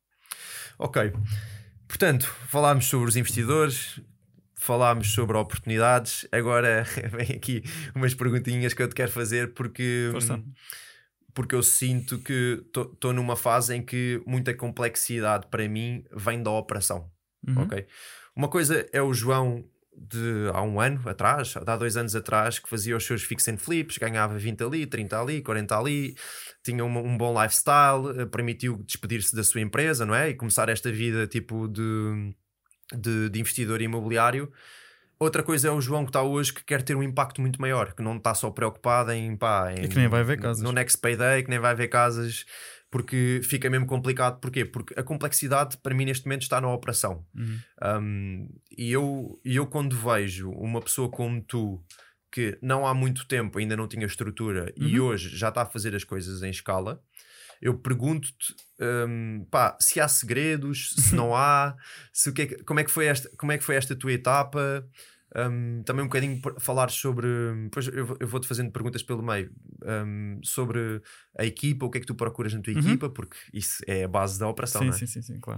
Ok. Portanto, falámos sobre os investidores, falámos sobre oportunidades. Agora vem aqui umas perguntinhas que eu te quero fazer porque, porque eu sinto que estou numa fase em que muita complexidade para mim vem da operação. Uhum. Ok? Uma coisa é o João de há um ano atrás, de há dois anos atrás, que fazia os seus fix and flips, ganhava vinte ali, trinta ali, quarenta ali, tinha uma, um bom lifestyle, permitiu despedir-se da sua empresa, não é? E começar esta vida tipo de, de, de investidor imobiliário. Outra coisa é o João que está hoje, que quer ter um impacto muito maior, que não está só preocupado em, pá, em, e que nem vai ver casas. No next payday, que nem vai ver casas, porque fica mesmo complicado. Porquê? Porque a complexidade para mim neste momento está na operação. Uhum. Um, e eu, eu quando vejo uma pessoa como tu, que não há muito tempo ainda não tinha estrutura, uhum. e hoje já está a fazer as coisas em escala, eu pergunto-te um, pá, se há segredos, se não há, se, o que é que, como, é que foi esta, como é que foi esta tua etapa. Um, também um bocadinho falar sobre, depois eu, eu vou-te fazendo perguntas pelo meio, um, sobre a equipa, o que é que tu procuras na tua uhum. equipa, porque isso é a base da operação, sim, não é? Sim, sim, sim, claro.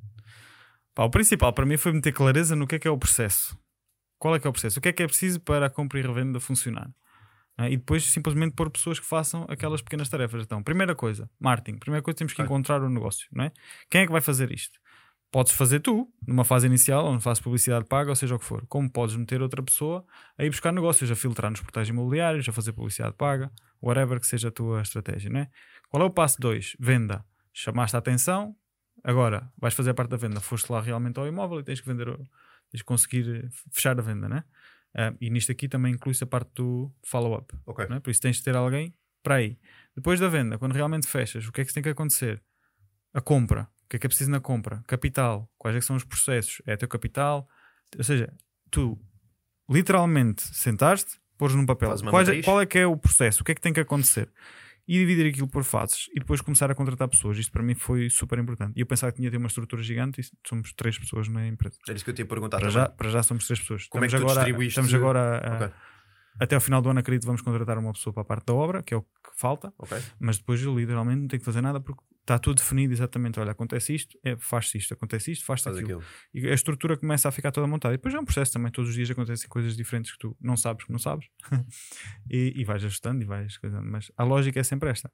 Pá, o principal para mim foi meter clareza no que é que é o processo. Qual é que é o processo? O que é que é preciso para a compra e revenda funcionar? Ah, e depois simplesmente pôr pessoas que façam aquelas pequenas tarefas. Então, primeira coisa, marketing. Primeira coisa, temos que okay. encontrar o negócio, não é? Quem é que vai fazer isto? Podes fazer tu, numa fase inicial, onde fazes publicidade paga, ou seja o que for. Como podes meter outra pessoa a ir buscar negócios, a filtrar nos portais imobiliários, a fazer publicidade paga, whatever que seja a tua estratégia, não é? Qual é o passo dois? Venda. Chamaste a atenção, agora vais fazer a parte da venda. Foste lá realmente ao imóvel e tens que vender, tens que conseguir fechar a venda, não é? Uh, e nisto aqui também inclui-se a parte do follow-up. Okay. Não é? Por isso tens de ter alguém para aí. Depois da venda, quando realmente fechas, o que é que tem que acontecer? A compra. O que é que é preciso na compra? Capital. Quais é que são os processos? É teu capital? Ou seja, tu literalmente sentaste, pôs num papel. Quais é, qual é que é o processo? O que é que tem que acontecer? E dividir aquilo por fases e depois começar a contratar pessoas. Isto para mim foi super importante. E eu pensava que tinha de ter uma estrutura gigante e somos três pessoas na empresa. É isso que eu tinha perguntado para também. Já, para já somos três pessoas. Como estamos é que tu agora, distribuíste? Estamos agora a, okay. até ao final do ano acredito que vamos contratar uma pessoa para a parte da obra, que é o que falta, Ok. mas depois eu literalmente não tenho que fazer nada porque está tudo definido exatamente. Olha, acontece isto, é, faz-se isto, acontece isto, faz-se Faz aquilo. aquilo. E a estrutura começa a ficar toda montada. E depois é um processo também, todos os dias acontecem coisas diferentes que tu não sabes que não sabes. e, e vais ajustando e vais coisando. Mas a lógica é sempre esta.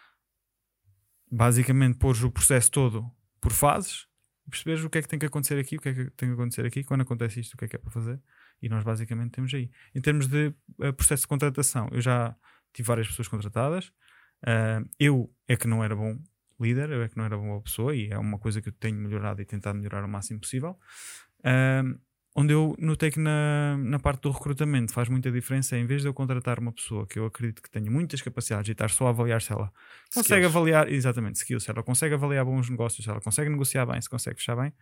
Basicamente, pôres o processo todo por fases, perceberes o que é que tem que acontecer aqui, o que é que tem que acontecer aqui, quando acontece isto, o que é que é para fazer. E nós basicamente temos aí. Em termos de uh, processo de contratação, eu já tive várias pessoas contratadas. Uh, eu é que não era bom líder, eu é que não era boa pessoa, e é uma coisa que eu tenho melhorado e tentado melhorar o máximo possível. Uh, onde eu notei que na, na parte do recrutamento faz muita diferença, em vez de eu contratar uma pessoa que eu acredito que tenha muitas capacidades e estar só a avaliar se ela consegue Skills. avaliar, exatamente, skills, se ela consegue avaliar bons negócios, se ela consegue negociar bem, se consegue fechar bem,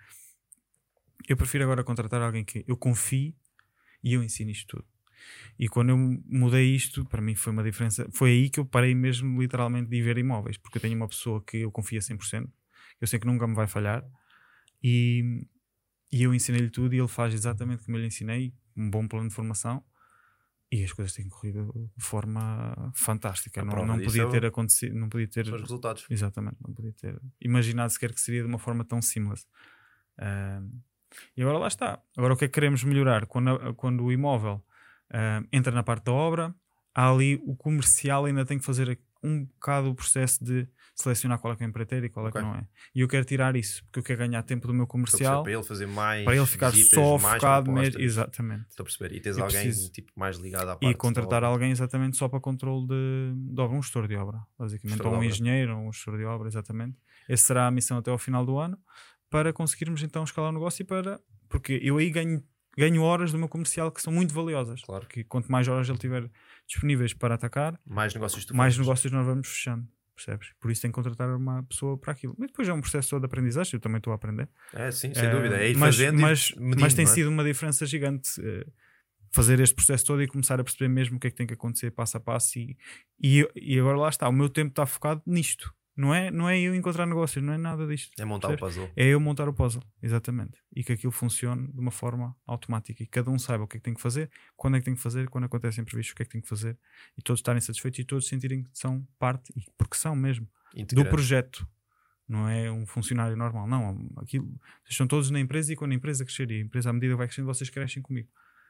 eu prefiro agora contratar alguém que eu confie e eu ensino isto tudo. E quando eu mudei isto, para mim foi uma diferença. Foi aí que eu parei mesmo literalmente de ver imóveis, porque eu tenho uma pessoa que eu confio a cem por cento, eu sei que nunca me vai falhar, e, e eu ensinei-lhe tudo e ele faz exatamente como eu lhe ensinei, um bom plano de formação, e as coisas têm corrido de forma fantástica. A Não, prova não disso podia é o- ter acontecido, não podia ter São os resultados. exatamente, não podia ter imaginado sequer que seria de uma forma tão seamless. Ah, e agora lá está. Agora o que é que queremos melhorar? Quando, a- quando o imóvel ah, entra na parte da obra, há ali o comercial ainda tem que fazer um bocado o processo de selecionar qual é que é empreiteiro e qual é Ok. que não é. E eu quero tirar isso, porque eu quero ganhar tempo do meu Estou a perceber, comercial para ele fazer mais para ele ficar visitas, só mais focado mesmo. propostas. Exatamente. Estou a perceber. E tens Eu alguém preciso- tipo, mais ligado à parte E contratar da obra. alguém exatamente só para controle de, de obra, um gestor de obra, basicamente, Gestor ou de um obra. engenheiro, ou um gestor de obra, exatamente. Essa será a missão até ao final do ano, para conseguirmos então escalar o negócio e para. Porque eu aí ganho, ganho horas do meu comercial que são muito valiosas. Claro. Porque quanto mais horas ele tiver disponíveis para atacar, Mais negócios tu mais fazes. negócios nós vamos fechando. Percebes? Por isso tem que contratar uma pessoa para aquilo. Mas depois é um processo todo de aprendizagem, eu também estou a aprender. É, sim, sem Eh, dúvida. É ir mas, fazendo mas, e medindo, mas tem não é? sido uma diferença gigante eh, fazer este processo todo e começar a perceber mesmo o que é que tem que acontecer passo a passo. E, e, e agora lá está, o meu tempo está focado nisto. Não é, não é eu encontrar negócios, não é nada disto. É montar percebes? o puzzle. É eu montar o puzzle, exatamente. E que aquilo funcione de uma forma automática e cada um saiba o que é que tem que fazer, quando é que tem que fazer, quando acontece imprevisto, o que é que tem que fazer, e todos estarem satisfeitos e todos sentirem que são parte, e porque são mesmo, do Integrante. projeto. Não é um funcionário normal, não. Aquilo, vocês estão todos na empresa e quando a empresa crescer e a empresa à medida que vai crescendo, vocês crescem comigo.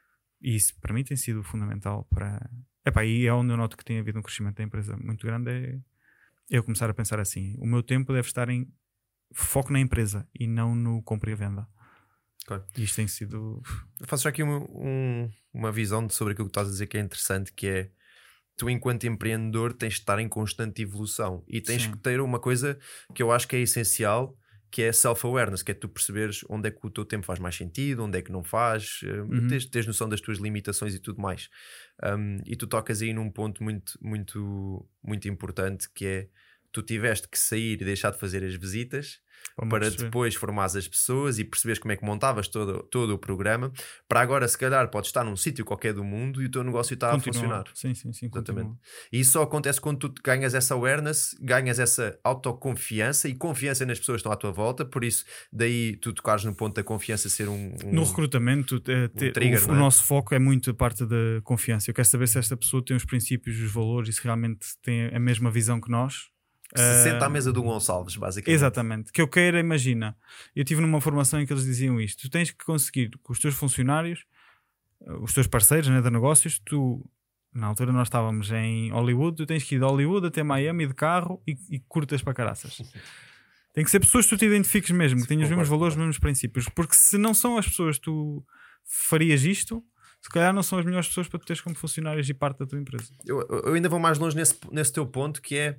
E isso para mim tem sido fundamental para. Epá, e é onde eu noto que tem havido um crescimento da empresa muito grande. É eu começar a pensar assim: o meu tempo deve estar em foco na empresa e não no compra e venda. Ok. E isto tem sido. Eu faço já aqui uma, um- uma visão de- sobre aquilo que estás a dizer que é interessante, que é tu enquanto empreendedor tens de estar em constante evolução e tens Sim. que ter uma coisa que eu acho que é essencial, que é self-awareness, que é tu perceberes onde é que o teu tempo faz mais sentido, onde é que não faz, eh, Uhum. tens, tens noção das tuas limitações e tudo mais. Um, e tu tocas aí num ponto muito, muito, muito importante, que é tu tiveste que sair e deixar de fazer as visitas Para, para depois formares as pessoas e perceberes como é que montavas todo, todo o programa, para agora se calhar podes estar num sítio qualquer do mundo e o teu negócio está a funcionar. Sim, sim, sim. Exatamente. Continua. E isso só acontece quando tu ganhas essa awareness, ganhas essa autoconfiança e confiança nas pessoas que estão à tua volta. Por isso, daí tu tocares no ponto da confiança ser um, um- No recrutamento, eh, ter- trigger, o, não o é? nosso foco é muito a parte da confiança. Eu quero saber se esta pessoa tem os princípios, os valores e se realmente tem a mesma visão que nós. que se senta à Ah, mesa do Gonçalves, basicamente. Exatamente. Que eu queira, imagina. Eu estive numa formação em que eles diziam isto: tu tens que conseguir com os teus funcionários, eh, os teus parceiros, né, de negócios, tu. Na altura nós estávamos em Hollywood, tu tens que ir de Hollywood até Miami de carro e, e curtas para caraças. Tem que ser pessoas que tu te identifiques mesmo, que tenham os mesmos Concordo, valores, os concordo. mesmos princípios. Porque se não são as pessoas que tu farias isto, se calhar não são as melhores pessoas para tu teres como funcionários e parte da tua empresa. Eu, eu ainda vou mais longe nesse, nesse teu ponto, que é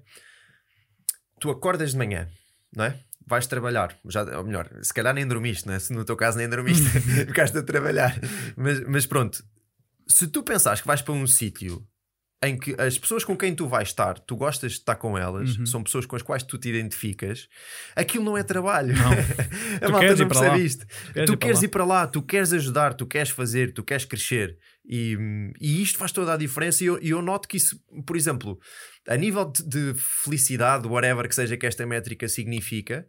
tu acordas de manhã, não é? Vais trabalhar, já, ou melhor, se calhar nem dormiste, não é? Se no teu caso nem dormiste, ficaste a trabalhar, mas, mas pronto, se tu pensares que vais para um sítio em que as pessoas com quem tu vais estar, tu gostas de estar com elas, Uhum. são pessoas com as quais tu te identificas, aquilo não é trabalho. Não. A Tu malta queres não ir para percebe lá. isto. queres Tu ir para queres lá. ir para lá, tu queres ajudar, tu queres fazer, tu queres crescer. E, e isto faz toda a diferença. E eu, e eu noto que isso, por exemplo, a nível de, de felicidade, whatever que seja que esta métrica significa,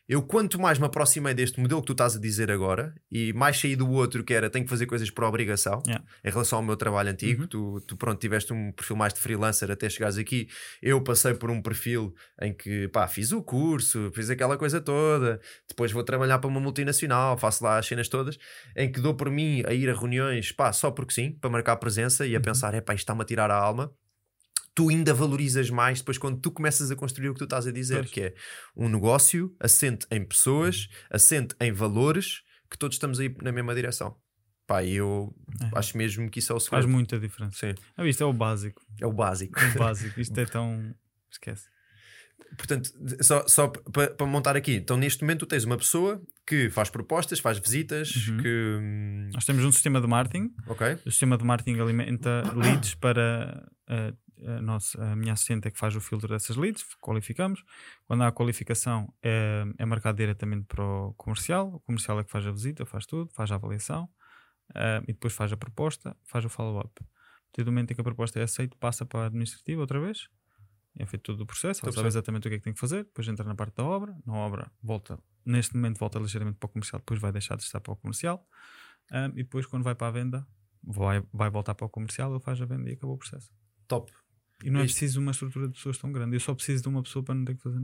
eu quanto mais me aproximei deste modelo que tu estás a dizer agora e mais saí do outro que era tenho que fazer coisas por obrigação, Yeah. em relação ao meu trabalho antigo, Uhum. tu, tu pronto, tiveste um perfil mais de freelancer até chegares aqui, eu passei por um perfil em que pá, fiz o curso, fiz aquela coisa toda, depois vou trabalhar para uma multinacional, faço lá as cenas todas, em que dou por mim a ir a reuniões pá, só porque sim, para marcar presença e a Uhum. pensar, é pá, isto está-me a tirar a alma. Tu ainda valorizas mais depois quando tu começas a construir o que tu estás a dizer, Pois. que é um negócio assente em pessoas, assente em valores, que todos estamos aí na mesma direção. Pá, e eu É. acho mesmo que isso é o Faz segredo. muita diferença. Sim, Ah, isto é o básico. é o básico. O básico. Isto é tão. Esquece. Portanto, só, só para pa montar aqui, então neste momento tu tens uma pessoa que faz propostas, faz visitas, Uhum. que... hum, Nós temos um sistema de marketing. Ok, O sistema de marketing alimenta leads para a, a, nossa, a minha assistente é que faz o filtro dessas leads, qualificamos. Quando há a qualificação é, é marcado diretamente para o comercial. O comercial é que faz a visita, faz tudo, faz a avaliação uh, e depois faz a proposta, faz o follow-up. A partir do momento em que a proposta é aceita, passa para a administrativa outra vez. É feito todo o processo, ela sabe exatamente o que é que tem que fazer, depois entra na parte da obra, na obra volta, neste momento volta ligeiramente para o comercial, depois vai deixar de estar para o comercial, um, e depois quando vai para a venda vai, vai voltar para o comercial, ele faz a venda e acabou o processo. top. E não é Isto- preciso uma estrutura de pessoas tão grande, eu só preciso de uma pessoa para não ter que fazer.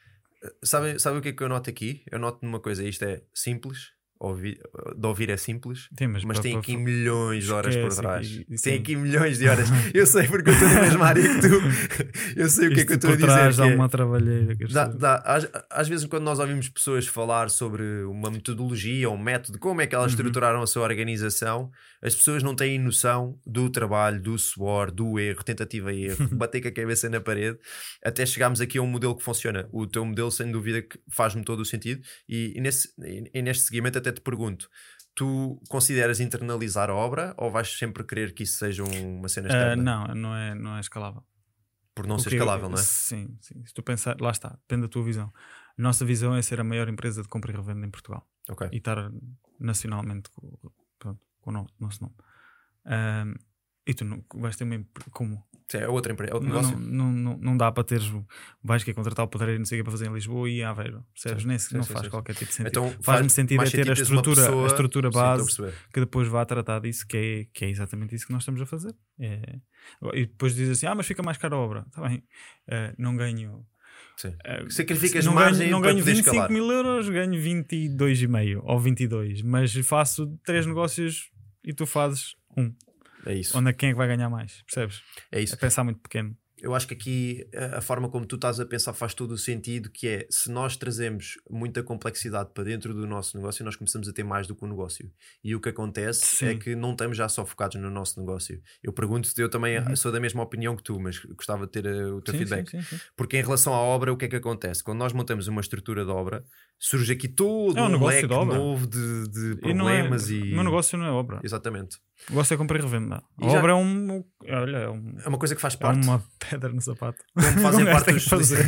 Sabe, sabe o que é que eu noto aqui? Eu noto numa coisa, isto é simples, ouvir, de ouvir é simples, Sim, mas, para- tem para- aqui milhões de horas por Esquece trás. aqui, Tem sim. aqui milhões de horas. Eu sei porque eu estou na mesma área que tu. Eu sei o que é que eu Isto estou a por trás dizer. dá que é- uma trabalheira. que as Dá- pessoas- dá- às, às vezes quando nós ouvimos pessoas falar sobre uma metodologia ou um método, como é que elas Uhum. estruturaram a sua organização, as pessoas não têm noção do trabalho, do suor, do erro, tentativa e erro, bater com a cabeça na parede, até chegarmos aqui a um modelo que funciona. O teu modelo sem dúvida que faz-me todo o sentido e, e, nesse, e, e neste seguimento até te pergunto, tu consideras internalizar a obra ou vais sempre querer que isso seja um- uma cena Ah, externa? não, não é, não é escalável. Por não ser Porque- escalável, não é? Sim, sim. Se tu pensar, lá está, depende da tua visão. A nossa visão é ser a maior empresa de compra e revenda em Portugal Ok. e estar nacionalmente com, pronto, com o no- nosso nome. Ahm, e tu não, vais ter uma empre- como? Sim, é outra empresa, é outro Não, negócio. não, não, não, não dá para teres, vais que contratar o padreiro e não sei o que para fazer em Lisboa e em Aveiro, percebes? Sim, Nem, sim, não sim, faz sim, qualquer tipo de sentido. Então, Faz-me faz sentido mais é ter a sentido teres uma estrutura, pessoa- a estrutura Sim, estou a base perceber. que depois vá tratar disso, que é, que é exatamente isso que nós estamos a fazer. É, e depois diz assim, ah, mas fica mais cara a obra. Está bem, Eh, não ganho... Sim. eh, Sacrificas não margem ganho, não para ganho poder vinte e cinco escalar. mil euros, ganho vinte e dois e meio ou vinte e dois, mas faço três negócios e tu fazes um. É isso. Onde é quem é que vai ganhar mais? Percebes? É isso. É pensar muito pequeno. Eu acho que aqui a a forma como tu estás a pensar faz todo o sentido, que é, se nós trazemos muita complexidade para dentro do nosso negócio, nós começamos a ter mais do que um negócio. E o que acontece Sim. é que não estamos já só focados no nosso negócio. Eu pergunto-te, eu também Uhum. sou da mesma opinião que tu, mas gostava de ter uh, o teu Sim, feedback. sim, sim, sim. Porque em relação à obra, o que é que acontece? Quando nós montamos uma estrutura de obra, surge aqui todo É um um negócio leque de obra. novo de, de E não é, problemas e... o meu negócio não é obra. Exatamente. O negócio é comprar e revenda. E A já- obra é um. Olha, é, um, É uma coisa que faz é parte. uma pedra no sapato. Como fazem Um gajo parte tem os que fazer.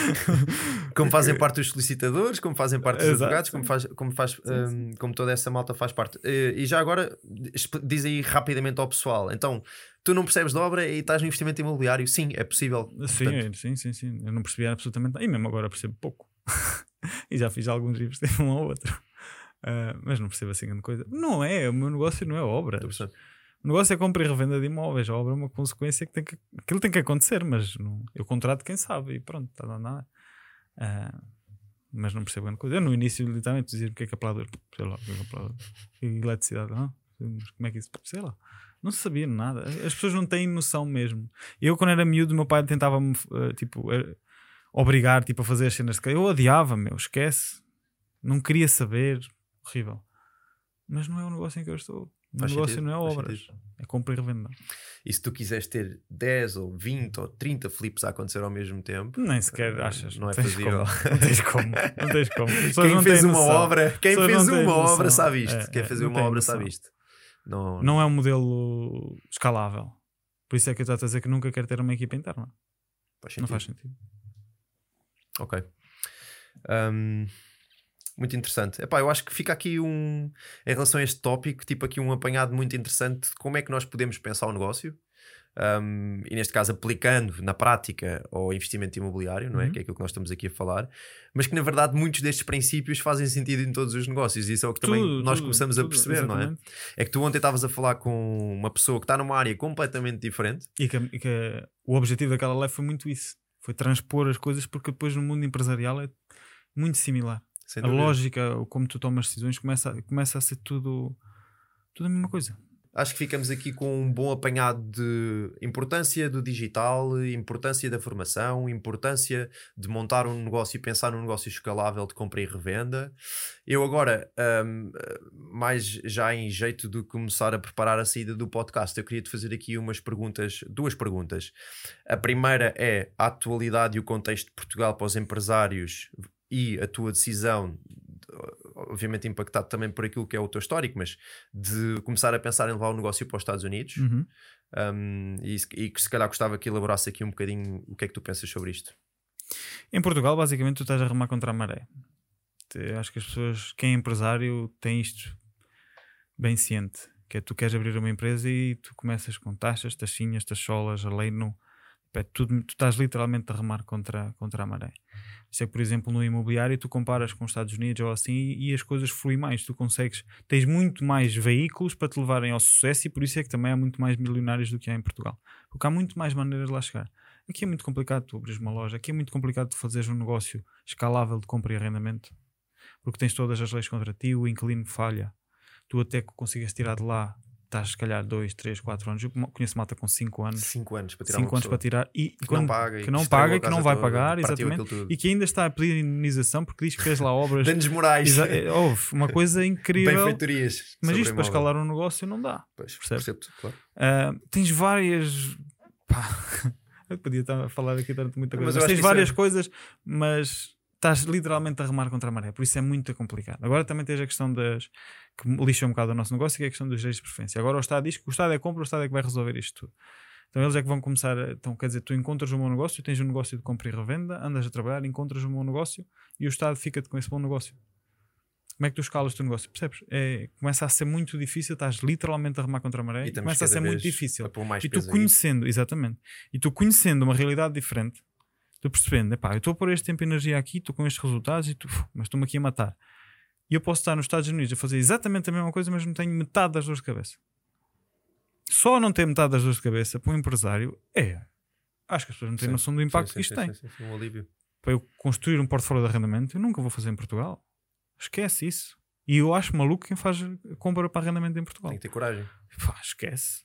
como fazem parte os solicitadores, como fazem parte dos Exato, advogados, sim. como, faz, como, faz, Sim, hum, como toda essa malta faz parte. Eh, E já agora, exp- diz aí rapidamente ao pessoal: então, tu não percebes de obra e estás no investimento imobiliário? Sim, é possível. Sim, Portanto, é, sim, sim, sim. Eu não percebia absolutamente nada. E mesmo agora percebo pouco. E já fiz alguns livros, teve um ou outro. Ah, mas não percebo assim grande coisa. Não é, o meu negócio não é obra. estou a perceber. O negócio é compra e revenda de imóveis. A obra é uma consequência que tem que. Aquilo tem que acontecer, mas não, eu contrato quem sabe e pronto, está a dar nada. Ah, mas não percebo grande coisa. Eu no início, literalmente, dizia o que é que é plalador. Sei lá, o que é que é plalador. E eletricidade, ah, mas como é que isso. Sei lá. Não se sabia nada. As pessoas não têm noção mesmo. Eu, quando era miúdo, meu pai tentava-me uh, tipo, uh, obrigar tipo, a fazer as cenas de casa. Eu odiava, meu, esquece. Não queria saber. Horrível. Mas não é o negócio em que eu estou. O meu Faz negócio sentido, não é faz obras. sentido. É compra e revenda. E se tu quiseres ter dez ou vinte ou trinta flips a acontecer ao mesmo tempo, Nem sequer eh, achas. não é tens fazível. como. Não tens como. Não tens como. As pessoas Quem não fez têm uma noção. obra, quem As pessoas fez não têm uma noção. obra sabe isto. É, Quem é, fez não uma têm obra noção. sabe isto. Não, Não é um modelo escalável. Por isso é que eu estou a dizer que nunca quero ter uma equipa interna. faz Não sentido. faz sentido. Ok. Um, muito interessante. Epá, eu acho que fica aqui um, em relação a este tópico, tipo aqui um apanhado muito interessante de como é que nós podemos pensar o negócio. Um, e neste caso aplicando na prática ao investimento imobiliário, não é? Uhum. Que é aquilo que nós estamos aqui a falar, mas que na verdade muitos destes princípios fazem sentido em todos os negócios, e isso é o que também Tudo, nós tudo, começamos tudo, a perceber, não é? exatamente. É que tu ontem estavas a falar com uma pessoa que está numa área completamente diferente. E que, e que o objetivo daquela live foi muito isso. Foi transpor as coisas, porque depois no mundo empresarial é muito similar. Sem A dúvida. lógica, o como tu tomas decisões, começa, a- começa a ser tudo, tudo a mesma coisa. Acho que ficamos aqui com um bom apanhado de importância do digital, importância da formação, importância de montar um negócio e pensar num negócio escalável de compra e revenda. Eu agora, um, mais já em jeito de começar a preparar a saída do podcast, eu queria te fazer aqui umas perguntas, duas perguntas. A primeira é a atualidade e o contexto de Portugal para os empresários e a tua decisão, obviamente impactado também por aquilo que é o teu histórico, mas de começar a pensar em levar o negócio para os Estados Unidos. Uhum. um, e, e que se calhar gostava que elaborasse aqui um bocadinho o que é que tu pensas sobre isto. Em Portugal, basicamente, tu estás a remar contra a maré. Eu acho que as pessoas, quem é empresário, tem isto bem ciente, que é tu queres abrir uma empresa e tu começas com taxas, taxinhas, taxolas, a lei no... É tudo, tu estás literalmente a remar contra, contra a maré. Isso é que, por exemplo, no imobiliário tu comparas com os Estados Unidos ou assim e, e as coisas fluem mais. Tu consegues, tens muito mais veículos para te levarem ao sucesso, e por isso é que também há muito mais milionários do que há em Portugal. Porque há muito mais maneiras de lá chegar. Aqui é muito complicado tu abrir uma loja, aqui é muito complicado tu fazeres um negócio escalável de compra e arrendamento, porque tens todas as leis contra ti, o inquilino falha, tu até que consigas tirar de lá estás se calhar dois, três, quatro anos. Eu conheço malta com cinco anos. cinco anos para tirar cinco uma anos para tirar e que quando, não paga, que e não que paga, estragou que a não casa vai toda, pagar, partiu exatamente, aquilo tudo. e que ainda está a pedir indenização porque diz que fez lá obras. Danos morais. Exa- houve uma coisa incrível. Benfeitorias. Mas sobre isto para imóvel. escalar um negócio não dá. Pois, percebes? percebo-te, claro. Uh, tens várias. Pá, eu podia estar a falar aqui tanto muita coisa, Mas mas, eu acho tens que isso várias é- coisas, mas estás literalmente a remar contra a maré, por isso é muito complicado. Agora também tens a questão das que lixa um bocado o nosso negócio, que é a questão dos direitos de preferência. Agora o Estado diz que o Estado é que compra, o Estado é que vai resolver isto tudo. Então eles é que vão começar a, então quer dizer, tu encontras um bom negócio, tens um negócio de compra e revenda, andas a trabalhar, encontras um bom negócio e o Estado fica-te com esse bom negócio. Como é que tu escalas o teu negócio? Percebes? É, começa a ser muito difícil, estás literalmente a remar contra a maré, E e estamos começa a cada ser muito vez difícil. a pôr mais E tu peso aí. conhecendo, exatamente, e tu conhecendo uma realidade diferente, tu percebendo, epá, eu estou a pôr este tempo de energia aqui, estou com estes resultados, e tu, mas estou-me aqui a matar. E eu posso estar nos Estados Unidos a fazer exatamente a mesma coisa, mas não tenho metade das dores de cabeça. Só não ter metade das dores de cabeça para um empresário é. Acho que as pessoas não têm Sim, noção do impacto sim, que isto sim, tem. sim, sim, sim, um alívio. Para eu construir um portfólio de arrendamento, eu nunca vou fazer em Portugal. Esquece isso. E eu acho maluco quem faz compra para arrendamento em Portugal. Tem que ter coragem. Pá, esquece.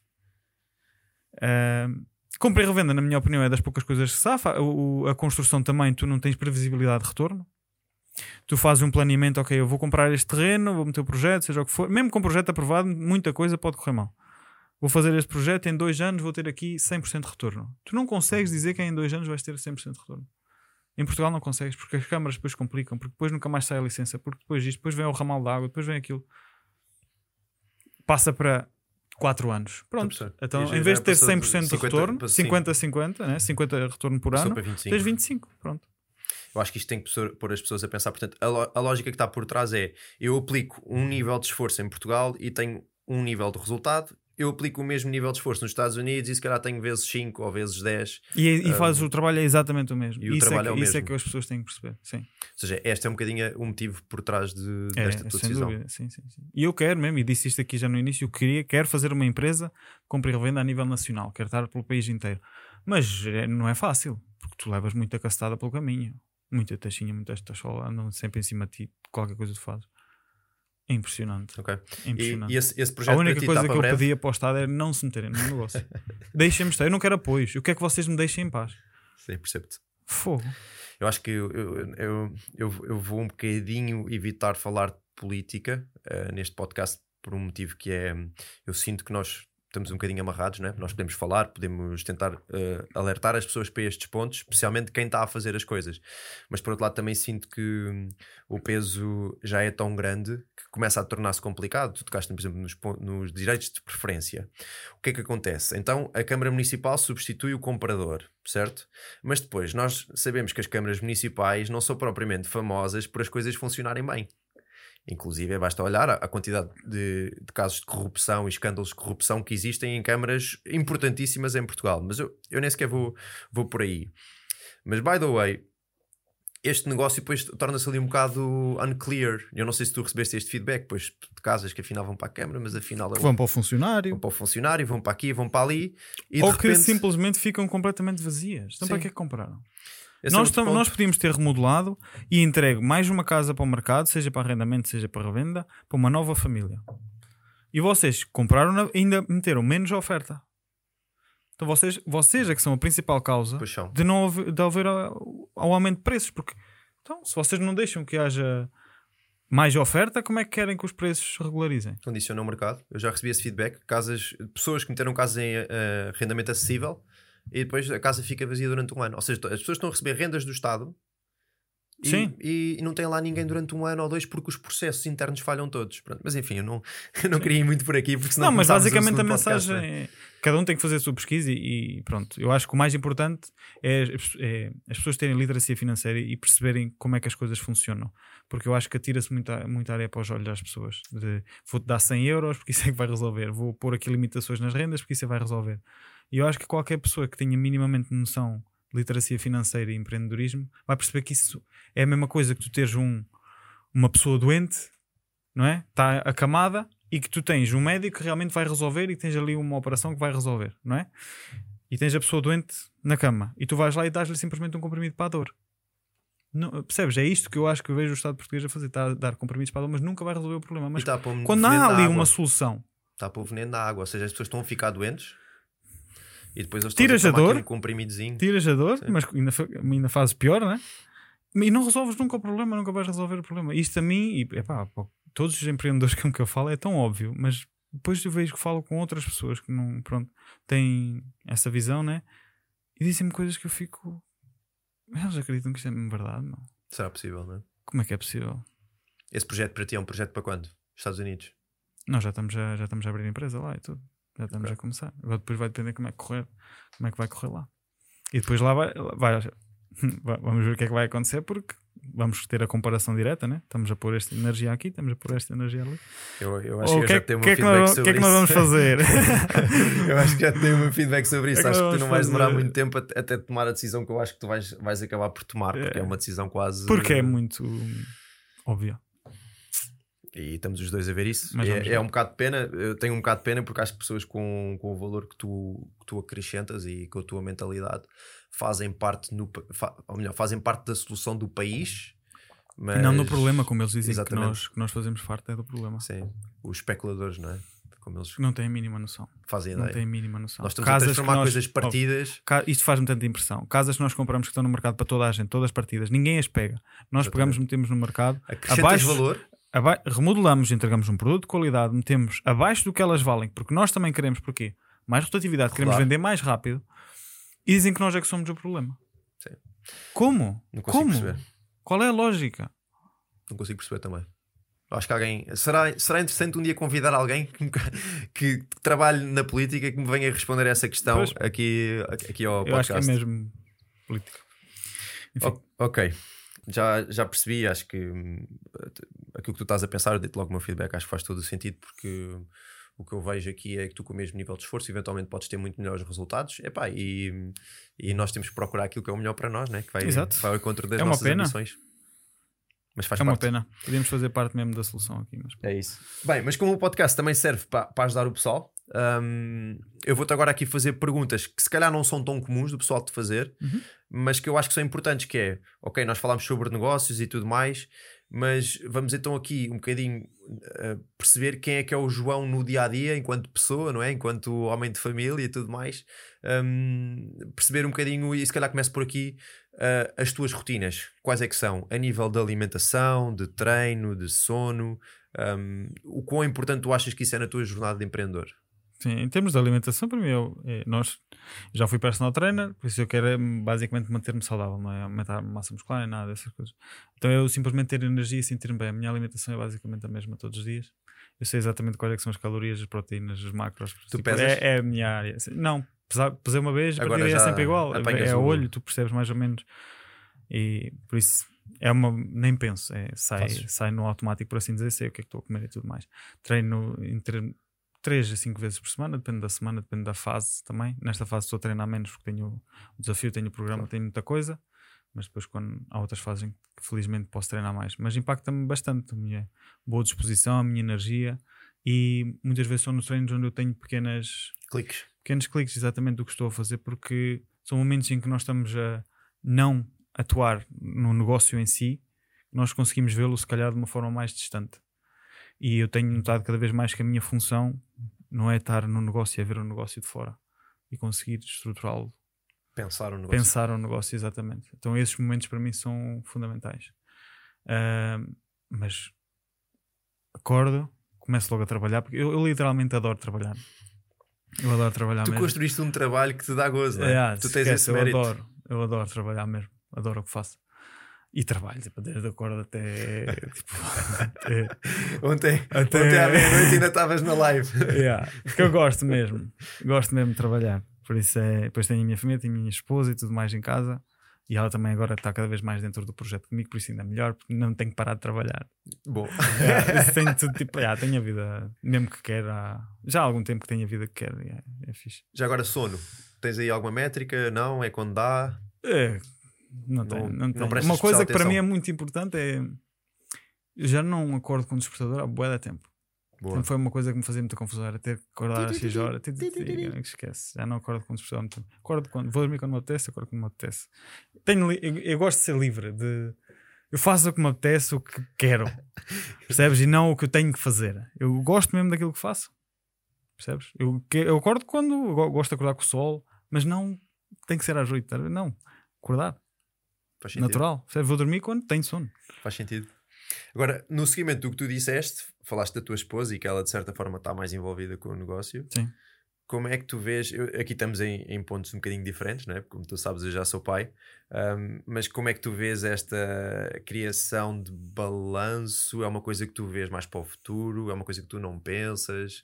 Uh, compra e revenda, na minha opinião, é das poucas coisas que se safa. O, o- a construção também, tu não tens previsibilidade de retorno. Tu fazes um planeamento, ok, eu vou comprar este terreno, vou meter o projeto, seja o que for. Mesmo com o projeto aprovado, muita coisa pode correr mal. Vou fazer este projeto, em dois anos vou ter aqui cem por cento de retorno. Tu não consegues dizer que em dois anos vais ter cem por cento de retorno. Em Portugal não consegues, porque as câmaras depois complicam, porque depois nunca mais sai a licença, porque depois isto, depois vem o ramal de água, depois vem aquilo. Passa para quatro anos. Pronto. Estou a perceber. Então, E já em vez de ter passou cem de por cento de cinquenta retorno, para cinquenta a cinquenta, né? cinquenta de retorno por Passou ano, para vinte e cinco. tens vinte e cinco. Pronto. Eu acho que isto tem que pôr as pessoas a pensar. Portanto, a, lo- a lógica que está por trás é: eu aplico um nível de esforço em Portugal e tenho um nível de resultado. Eu aplico o mesmo nível de esforço nos Estados Unidos e se calhar tenho vezes cinco ou vezes dez. E, e fazes o trabalho é exatamente o mesmo. e o isso trabalho é é que, o isso é mesmo. que as pessoas têm que perceber. Sim. Ou seja, este é um bocadinho o motivo por trás de, É, desta tua sem decisão. dúvida. Sim, sim, sim. E eu quero mesmo, e disse isto aqui já no início, eu queria, quero fazer uma empresa de compra e revenda a nível nacional, quero estar pelo país inteiro. Mas é, não é fácil, porque tu levas muita castada pelo caminho, muita taxinha, muita taxola, andam sempre em cima de ti, qualquer coisa que tu fazes. É impressionante. Ok. É E, impressionante. e esse, esse A projeto única para ti coisa está que para eu breve? pedia para o Estado era não se meterem no meu negócio. Deixem-me estar, eu não quero apoios, eu quero que vocês me deixem em paz. Sim, percebo-te. Fogo. Eu acho que eu, eu, eu, eu, eu vou um bocadinho evitar falar de política uh, neste podcast por um motivo que é, eu sinto que nós estamos um bocadinho amarrados, né? Nós podemos falar, podemos tentar uh, alertar as pessoas para estes pontos, especialmente quem está a fazer as coisas. Mas por outro lado também sinto que hum, o peso já é tão grande que começa a tornar-se complicado. Tu tocaste, por exemplo, nos, pon- nos direitos de preferência. O que é que acontece? Então a Câmara Municipal substitui o comprador, certo? Mas depois nós sabemos que as câmaras municipais não são propriamente famosas por as coisas funcionarem bem. Inclusive, basta olhar a quantidade de, de casos de corrupção e escândalos de corrupção que existem em câmaras importantíssimas em Portugal. Mas eu, eu nem sequer vou, vou por aí. Mas, by the way, este negócio depois torna-se ali um bocado unclear. Eu não sei se tu recebeste este feedback, depois de casas que afinal vão para a câmara, mas afinal... Que vão para o funcionário. Vão para o funcionário, vão para aqui, vão para ali. E Ou de que repente... simplesmente ficam completamente vazias. Então, para que é que compraram? Esse Nós, é outro tam- nós podíamos ter remodelado e entregue mais uma casa para o mercado, seja para arrendamento, seja para revenda, para uma nova família. E vocês compraram na- ainda meteram menos oferta. Então vocês, vocês é que são a principal causa Pois são. de não haver, de haver ao, ao aumento de preços. Porque então, se vocês não deixam que haja mais oferta, como é que querem que os preços se regularizem? Condiciona o mercado. Eu já recebi esse feedback. Casas, pessoas que meteram casas em uh, arrendamento acessível e depois a casa fica vazia durante um ano. Ou seja, as pessoas estão a receber rendas do Estado e, Sim. e, e não tem lá ninguém durante um ano ou dois porque os processos internos falham todos. Pronto. Mas enfim, eu não, eu não queria ir muito por aqui porque senão Não, mas começávamos um basicamente a segundo podcast, mensagem né? é cada um tem que fazer a sua pesquisa e, e pronto. Eu acho que o mais importante é, é as pessoas terem literacia financeira e perceberem como é que as coisas funcionam. Porque eu acho que atira-se muita, muita areia para os olhos das pessoas. De, vou-te dar cem euros porque isso é que vai resolver. Vou pôr aqui limitações nas rendas porque isso é que vai resolver. E eu acho que qualquer pessoa que tenha minimamente noção de literacia financeira e empreendedorismo vai perceber que isso é a mesma coisa que tu teres um, uma pessoa doente, não é? Está acamada e que tu tens um médico que realmente vai resolver e tens ali uma operação que vai resolver, não é? E tens a pessoa doente na cama e tu vais lá e dás-lhe simplesmente um comprimido para a dor. Não, percebes? É isto que eu acho que eu vejo o Estado português a fazer, está a dar comprimidos para a dor, mas nunca vai resolver o problema. Mas E está a pôr quando veneno há na ali água. uma solução, Está a pôr veneno na água. Ou seja, as pessoas estão a ficar doentes e depois eles Tiras estão a a tomar dor, aquele comprimidozinho. tiras a dor, Sim. mas ainda, fa- ainda fazes pior, não é? E não resolves nunca o problema, nunca vais resolver o problema. Isto a mim, e epá, pá, todos os empreendedores com que eu falo é tão óbvio, mas depois eu vejo que falo com outras pessoas que não, pronto, têm essa visão, né? E dizem-me coisas que eu fico. Eles acreditam que isto é mesmo verdade, não? Será possível, não é? Como é que é possível? Esse projeto para ti é um projeto para quando? Estados Unidos? Nós já estamos a, já estamos a abrir a empresa lá e tudo. Já estamos Ok. a começar. Agora depois vai depender como é que correr, como é que vai correr lá. E depois lá vai, vai vamos ver o que é que vai acontecer, porque vamos ter a comparação direta, né? Estamos a pôr esta energia aqui, estamos a pôr esta energia ali. Eu, eu acho Ou que o que, eu é- já tenho que um é que feedback nós, sobre que é que nós vamos isso. fazer? Eu acho que já tenho um feedback sobre isso. É que Acho que nós tu não vais vamos demorar fazer. muito tempo até até tomar a decisão que eu acho que tu vais, vais acabar por tomar, porque é, É. uma decisão quase. Porque é muito óbvio. E estamos os dois a ver isso. Mas E vamos É, ver. é um bocado de pena. Eu tenho um bocado de pena porque acho que pessoas com, com o valor que tu, que tu acrescentas e com a tua mentalidade fazem parte, no, pa- fa- ou melhor, fazem parte da solução do país. Mas... E não do problema, como eles dizem que Exatamente. nós, que nós fazemos parte é do problema. Sim, os especuladores, não é? Como eles Não têm a mínima noção. fazem Não ideia. têm a mínima noção. Nós estamos Casas a que transformar nós- coisas partidas. Ca- Isto faz-me tanta impressão. Casas que nós compramos que estão no mercado para toda a gente, todas partidas, ninguém as pega. Nós Exatamente. pegamos, metemos no mercado, Acrescentas abaixo, valor. aba- remodelamos, entregamos um produto de qualidade, metemos abaixo do que elas valem, porque nós também queremos, porquê? Mais rotatividade, queremos Rodar. vender mais rápido e dizem que nós é que somos o problema. Sim. Como? Não consigo Como? perceber. Qual é a lógica? Não consigo perceber também. Acho que alguém. Será, será interessante um dia convidar alguém que, me- que trabalhe na política que me venha responder a essa questão Pois. aqui, aqui ao Eu acho que é podcast. mesmo política. Enfim, O- ok, já, já percebi. Acho que hum, aquilo que tu estás a pensar, eu dei-te logo o meu feedback. Acho que faz todo o sentido, porque o que eu vejo aqui é que tu, com o mesmo nível de esforço, eventualmente podes ter muito melhores resultados. Epá, e, e nós temos que procurar aquilo que é o melhor para nós, né? Que vai, Exato. vai ao encontro das É uma nossas pena. ambições. Mas faz é uma parte. pena. Podíamos fazer parte mesmo da solução aqui. Mas... É isso. Bem, mas como o podcast também serve para, para ajudar o pessoal, hum, eu vou-te agora aqui fazer perguntas que se calhar não são tão comuns do pessoal de fazer, Uhum. mas que eu acho que são importantes, que é, ok, nós falámos sobre negócios e tudo mais, mas vamos então aqui um bocadinho uh, perceber quem é que é o João no dia-a-dia, enquanto pessoa, não é? Enquanto homem de família e tudo mais. Hum, perceber um bocadinho, e se calhar começo por aqui, uh, as tuas rotinas. Quais é que são? A nível de alimentação, de treino, de sono. Um, o quão importante tu achas que isso é na tua jornada de empreendedor? Sim, em termos de alimentação, para mim, eu, é, nós já fui personal trainer, por isso eu quero é, basicamente manter-me saudável, não é aumentar a massa muscular, nem nada dessas coisas. Então eu simplesmente ter energia e sentir-me bem. A minha alimentação é basicamente a mesma todos os dias. Eu sei exatamente quais é que são as calorias, as proteínas, os macros. Tu Tipo, pesas? é, é a minha área. Não, pesar, pesei uma vez, a Agora partir daí é já sempre igual. apanhas É a o- olho, tu percebes mais ou menos. E por isso é uma, nem penso, é, sai, Fazes. sai no automático, por assim dizer, sei o que é que estou a comer e tudo mais. Treino entre três a cinco vezes por semana, depende da semana, depende da fase também. Nesta fase estou a treinar menos porque tenho o desafio, tenho o programa, Claro. tenho muita coisa, mas depois quando há outras fases em que felizmente posso treinar mais. Mas impacta-me bastante a minha boa disposição, a minha energia, e muitas vezes são nos treinos onde eu tenho pequenas, Cliques. pequenos cliques exatamente do que estou a fazer, porque são momentos em que nós estamos a não atuar no negócio em si, nós conseguimos vê-lo se calhar de uma forma mais distante. E eu tenho notado cada vez mais que a minha função não é estar no negócio, é ver o negócio de fora e conseguir estruturá-lo, Pensar o negócio. pensar o negócio exatamente. Então esses momentos para mim são fundamentais. Uh, mas acordo, começo logo a trabalhar, porque eu, eu literalmente adoro trabalhar. Eu adoro trabalhar Tu mesmo. construíste um trabalho que te dá gozo, não é? É, Tu tens esquece, esse eu mérito. adoro, eu adoro trabalhar mesmo, adoro o que faço. E trabalho, tipo, desde a corda até, tipo, até, Ontem, até... ontem à meia-noite ainda estavas na live. Yeah, porque eu gosto mesmo, gosto mesmo de trabalhar. Por isso é, depois tenho a minha família, tenho a minha esposa e tudo mais em casa. E ela também agora está cada vez mais dentro do projeto comigo, por isso ainda é melhor, porque não tenho que parar de trabalhar. Bom. Yeah, isso tenho tudo, tipo, yeah, tenho a vida, mesmo que quero, há, já há algum tempo que tenho a vida que quero, yeah, é fixe. Já agora sono, tens aí alguma métrica? Não? É quando dá? É, não tenho, Não- não não tenho. prestas Uma coisa especial que para atenção. mim é muito importante é, eu já não acordo com o despertador há bué de tempo. Boa. Sempre foi uma coisa que me fazia muita confusão, era ter que acordar às seis horas. Esquece, já não acordo com o despertador há muito tempo. Acordo quando vou dormir quando me apetece, acordo quando me apetece. Tenho li- eu, eu gosto de ser livre, de eu faço o que me apetece, o que quero, percebes? E não o que eu tenho que fazer. Eu gosto mesmo daquilo que faço, percebes? Eu, que- eu acordo quando eu go- gosto de acordar com o sol, mas não tem que ser às oito, não, acordar, Faz sentido. natural, percebes? Vou dormir quando tenho sono. Faz sentido. Agora, no seguimento do que tu disseste, falaste da tua esposa e que ela de certa forma está mais envolvida com o negócio. Sim. Como é que tu vês? Eu- aqui estamos em, em pontos um bocadinho diferentes, não é? Como tu sabes, eu já sou pai. Um, mas como é que tu vês esta criação de balanço? É uma coisa que tu vês mais para o futuro? É uma coisa que tu não pensas?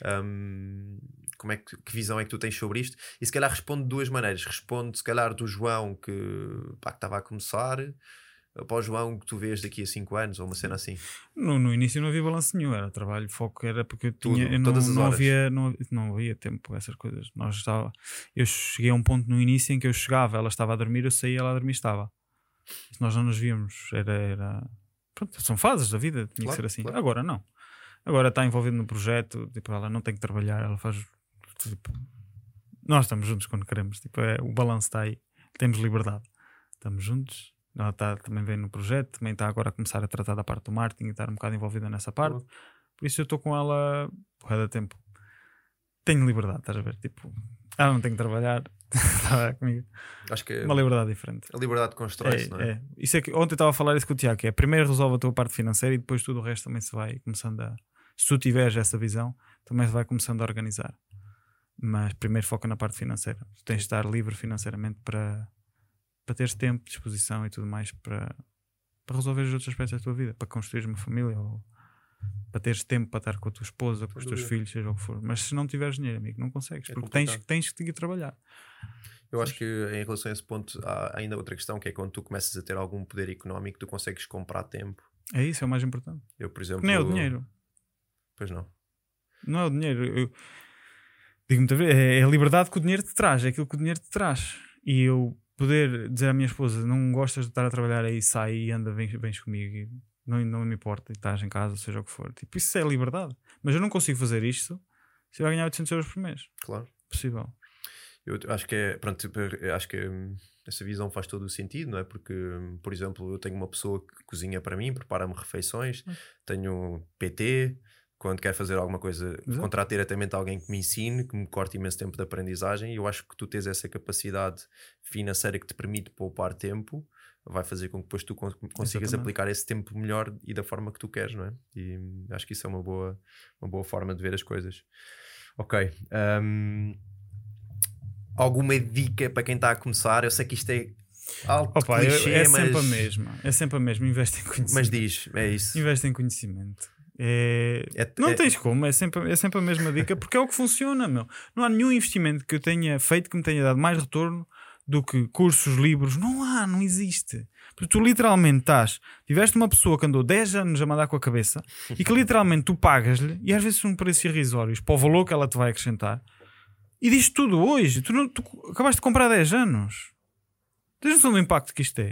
Um, como é que, que visão é que tu tens sobre isto? E se calhar responde de duas maneiras. Responde se calhar do João que pá, que estava a começar, para o João que tu vês daqui a cinco anos ou uma cena assim. No, no início não havia balanço nenhum, era trabalho, foco, era porque eu tinha, Tudo, eu não, todas as não horas. havia, não, não havia tempo, essas coisas. Nós estava, eu cheguei a um ponto no início em que eu chegava, ela estava a dormir, eu saía, ela a dormir estava. Se nós não nos víamos, era, era... Pronto, são fases da vida, tinha Claro, que ser assim. claro. Agora não. Agora está envolvido no projeto, tipo, ela não tem que trabalhar, ela faz. Tipo, nós estamos juntos quando queremos, tipo, é, o balanço está aí, temos liberdade, estamos juntos. Ela tá, também vem no projeto, também está agora a começar a tratar da parte do marketing e estar um bocado envolvida nessa parte. Boa. Por isso eu estou com ela porra da tempo. Tenho liberdade, estás a ver? Tipo, ela não tem que trabalhar, está comigo. Acho que Uma liberdade diferente. a liberdade constrói-se, É, não é? é. Isso é que, ontem eu estava a falar isso com o Tiago, que é primeiro resolve a tua parte financeira e depois tudo o resto também se vai começando a. Se tu tiveres essa visão, também se vai começando a organizar. Mas primeiro foca na parte financeira. Tu tens de estar livre financeiramente para, para teres tempo, disposição e tudo mais para, para resolver os outros aspectos da tua vida, para construir uma família ou para teres tempo para estar com a tua esposa, com os teus dúvida. filhos, seja o que for. Mas se não tiveres dinheiro, amigo, não consegues, É porque tens, complicado. tens que ir trabalhar. Eu acho que em relação a esse ponto há ainda outra questão, que é quando tu começas a ter algum poder económico, tu consegues comprar tempo. É isso, é o mais importante. Eu, por exemplo... Nem é o dinheiro. Pois não. Não é o dinheiro. Eu digo muitas vezes, é a liberdade que o dinheiro te traz, é aquilo que o dinheiro te traz. E eu poder dizer à minha esposa: não gostas de estar a trabalhar aí, sai e anda, vens, vens comigo, e não, não me importa, e estás em casa, seja o que for. Tipo, isso é liberdade. Mas eu não consigo fazer isto se eu ganhar oitocentos euros por mês. Claro. Possível. Eu acho que é, pronto, tipo, eu acho que hum, essa visão faz todo o sentido, não é? Porque, hum, por exemplo, eu tenho uma pessoa que cozinha para mim, prepara-me refeições, tenho P T, quando quero fazer alguma coisa, Exato. contrato diretamente alguém que me ensine, que me corte imenso tempo de aprendizagem, e eu acho que tu tens essa capacidade financeira que te permite poupar tempo, vai fazer com que depois tu con- consigas Exatamente. aplicar esse tempo melhor e da forma que tu queres, não é? E hum, acho que isso é uma boa, uma boa forma de ver as coisas. Ok. hum, Alguma dica para quem está a começar? Eu sei que isto é algo Opa, clichê, é, é mas... sempre a mesma. É sempre a mesma. Investe em conhecimento. Mas diz, é isso. Investe em conhecimento. É... É- não é- tens como, é sempre, é sempre a mesma dica, porque é o que funciona, meu. Não há nenhum investimento que eu tenha feito que me tenha dado mais retorno do que cursos, livros. Não há, não existe. Porque tu literalmente estás, tiveste uma pessoa que andou dez anos a mandar com a cabeça e que literalmente tu pagas-lhe, e às vezes são preços irrisórios para o valor que ela te vai acrescentar, e diz tudo hoje. Tu, não, tu acabaste de comprar há dez anos. Tens noção do impacto que isto é?